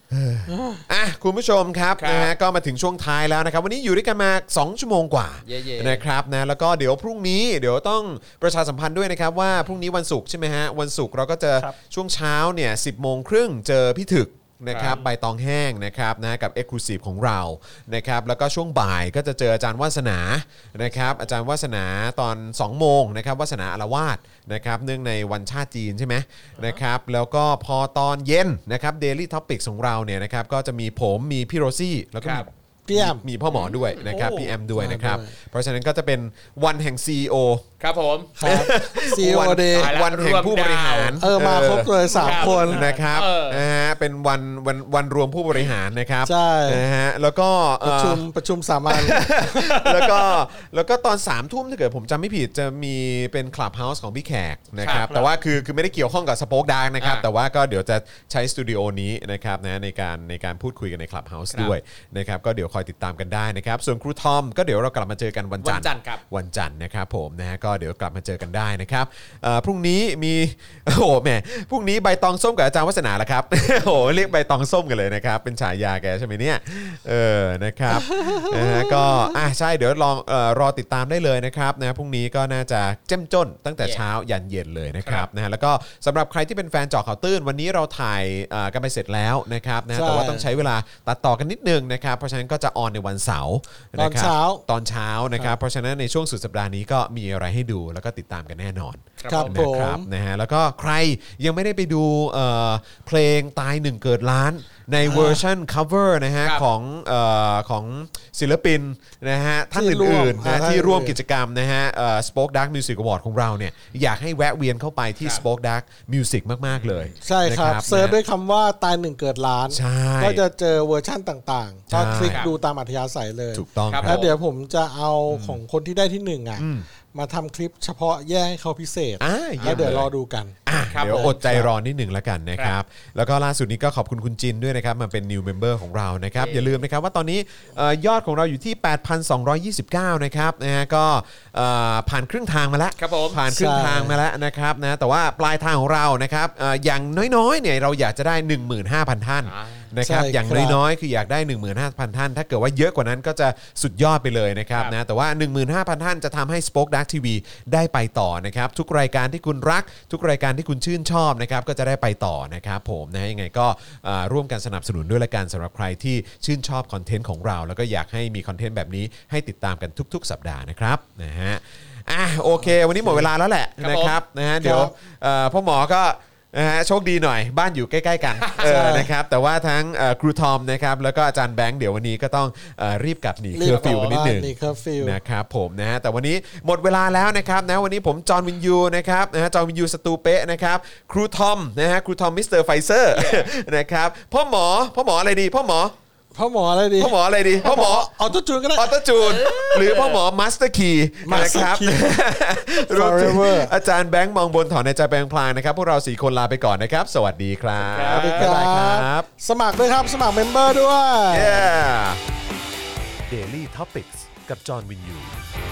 อ่ะคุณผู้ชมครับครับนะฮะก็มาถึงช่วงท้ายแล้วนะครับวันนี้อยู่ด้วยกันมาสองชั่วโมงกว่าเย่ๆนะครับนะแล้วก็เดี๋ยวพรุ่งนี้เดี๋ยวต้องประชาสัมพันธ์ด้วยนะครับว่าพรุ่งนี้วันศุกร์ใช่ไหมฮะวันศุกร์เราก็จะครับช่วงเช้าเนี่ยสิบโมงครึ่งเจอพี่ถึกนะคครัรับบ ใบตองแห้งนะครับนะกับ Exclusive ของเรานะครับแล้วก็ช่วงบ่ายก็จะเจออาจารย์วาสนานะครับอาจารย์วาสนาตอนสองโมงนะครับวาสนาอารวาสนะครับเนื่องในวันชาติจีนใช่ไหมนะครับแล้วก็พอตอนเย็นนะครับ Daily Topics ของเราเนี่ยนะครับก็จะมีผมมีพี่โรซี่แล้วก็คมีรับพี่แอมมีพ่อหมอด้วยนะครับโอ้พี่แอมด้วยนะครับมาด้วยเพราะฉะนั้นก็จะเป็นวันแห่ง ซี อี โอครับผมครับ ซี อี โอวัน Day ตายละวันแห่งผู้บริหารเออมาครบเลยสามครับคนนะครับเออนะฮะเป็นวันวันวันรวมผู้บริหารนะครับใช่นะฮะแล้วก็ปเอ่ระอชุมประชุมสามัญแล้วก็แล้วก็ตอนสามทุ่มถ้าเกิดผมจำไม่ผิดจะมีเป็นคลับเฮาส์ของพี่แขกนะครับครับแต่ว่าคือคือไม่ได้เกี่ยวข้องกับสป็อคดาร์กนะครับอ่าแต่ว่าก็เดี๋ยวจะใช้สตูดิโอนี้นะครับนะในการในการพูดคุยกันในคลับเฮาส์ครับด้วยนะครับก็เดี๋ยวคอยติดตามกันได้นะครับส่วนครูทอมก็เดี๋ยวเรากลับมาเจอกันวันจันทร์วันจันทร์ครับวันจันทร์นะครับผมนะฮะก็เดี๋ยวกลับมาเจอกันได้นะครับเอ่อพรุ่งนี้มี โอ้โหแหมพรุ่งนี้ใบตองส้มกับอาจารย์วัฒนาแล้วครับ โอ้โหเรียกใบตองส้มกันเลยนะครับเป็นฉายาแกใช่ไหมเนี่ยเออนะครับนะฮะก็อ่ะใช่เดี๋ยวลองเอ่อรอติดตามได้เลยนะครับนะพรุ่งนี้ก็น่าจะเจ้มจ้นตั้งแต่เช้ายันเย็นเลยนะครับนะฮะแล้วก็สำหรับใครที่เป็นแฟนเจาะข่าวตื้นวันนี้เราถ่ายเอ่อกันไปเสร็จแล้วนะครับนะใช่แต่ว่าต้องใช้เวลาตัดต่อกันนิดนึงนะครับเพราะฉะนั้นก็จะออนในวันเสาร์ตอนเช้าตอนเช้านะครับเพราะฉะนั้นในช่วงสุดสัปดาห์นี้ก็มีอะไรให้ดูแล้วก็ติดตามกันแน่นอนครับนะผครับมนะฮะแล้วก็ใครยังไม่ได้ไปดูเอ่อเพลงตายหนึ่งเกิดล้านในเวอร์ชัน cover นะฮะครับของเอ่อของศิลปินนะฮะท่านที่ร่วมอื่นๆนะอ่าที่ร่วมท่านอื่นกิจกรรมนะฮะเอ่อ Spoke Dark Music Award ของเราเนี่ยอยากให้แวะเวียนเข้าไปที่ครับ Spoke Dark Music มากๆเลยใช่ครับนะเซิร์ชนะด้วยคำว่าตายหนึ่งเกิดล้านใช่ก็จะเจอเวอร์ชั่นต่างๆใช่ก็คลิกดูตามอัธยาศัยเลยถูกต้องครับคแล้รับวเดี๋ยวผมจะเอาของคนที่ได้ที่หนึ่งอ่ะมาทำคลิปเฉพาะแยกให้เขาพิเศษอ่าแล้วเดี๋ยวเยี่ยมเลยรอดูกันอ่ะครับเดี๋ยวผมอดใจรอนิดหนึ่งแล้วกันนะครับ แล้วก็ล่าสุดนี้ก็ขอบคุณคุณจินด้วยนะครับมาเป็น new member ของเรานะครับเย้อย่าลืมนะครับว่าตอนนี้เอ่อยอดของเราอยู่ที่ แปดพันสองร้อยยี่สิบเก้า นะครับนะฮะก็เอ่อผ่านครึ่งทางมาแล้วครับผมผ่านครึ่งใช่ทางมาแล้วนะครับนะแต่ว่าปลายทางของเรานะครับเอ่ออย่างน้อยๆเนี่ยเราอยากจะได้ หนึ่งหมื่นห้าพัน ท่านอ่านะครับใช่อย่างครับน้อยๆคืออยากได้ หนึ่งหมื่นห้าพัน ท่าน ถ้าเกิดว่าเยอะกว่านั้นก็จะสุดยอดไปเลยนะครับครับนะแต่ว่า หนึ่งหมื่นห้าพัน ท่านจะทำให้ Spoke Dark ที วี ได้ไปต่อนะครับทุกรายการที่คุณรัก ทุกรายการที่คุณชื่นชอบนะครับก็จะได้ไปต่อนะครับผมนะยังไงก็อ่าร่วมกันสนับสนุนด้วยละกันสำหรับใครที่ชื่นชอบคอนเทนต์ของเรา แล้วก็อยากให้มีคอนเทนต์แบบนี้ให้ติดตามกันทุกๆ สัปดาห์นะครับนะฮะอ่ะโอเค วันนี้หมดเวลาแล้วแหละครับนะครับนะฮะเดี๋ยวเอ่อพ่อหมอก็นะฮะโชคดีหน่อยบ้านอยู่ใกล้ๆกันเออนะครับแต่ว่าทั้งเอ่อครูทอมนะครับแล้วก็อาจารย์แบงค์เดี๋ยววันนี้ก็ต้องเอ่อรีบกลับหนีเคอร์ฟิวกันนิดหนึงนี่เคอร์ฟิวนะครับผมนะฮะแต่วันนี้หมดเวลาแล้วนะครับนะวันนี้ผมจอห์นวินยูนะครับนะฮะจอห์นวินยูสตูเป๊ะนะครับครูทอมนะฮะครูทอมมิสเตอร์ไฟเซอร์นะครับพ่อหมอพ่อหมออะไรดีพ่อหมอพ่อหมออะไรดีพ่อหมออะไรดีพ่อหมอออโต้จูนก็ได้ออโตจูนหรือพ่อหมอมาสเตอร์คีย์ Master นะครับ Key รวมถึง Forever อาจารย์แบงค์มองบนถอนในใจแปลงพลางนะครับพวกเราสี่คนลาไปก่อนนะครับสวัสดีครับสวัสดีคบ๊ายบายครัรับบ สมัครด้วยครับ สมัครเมมเบอร์ด้วย Yeah Daily Topics กับจอห์นวินยู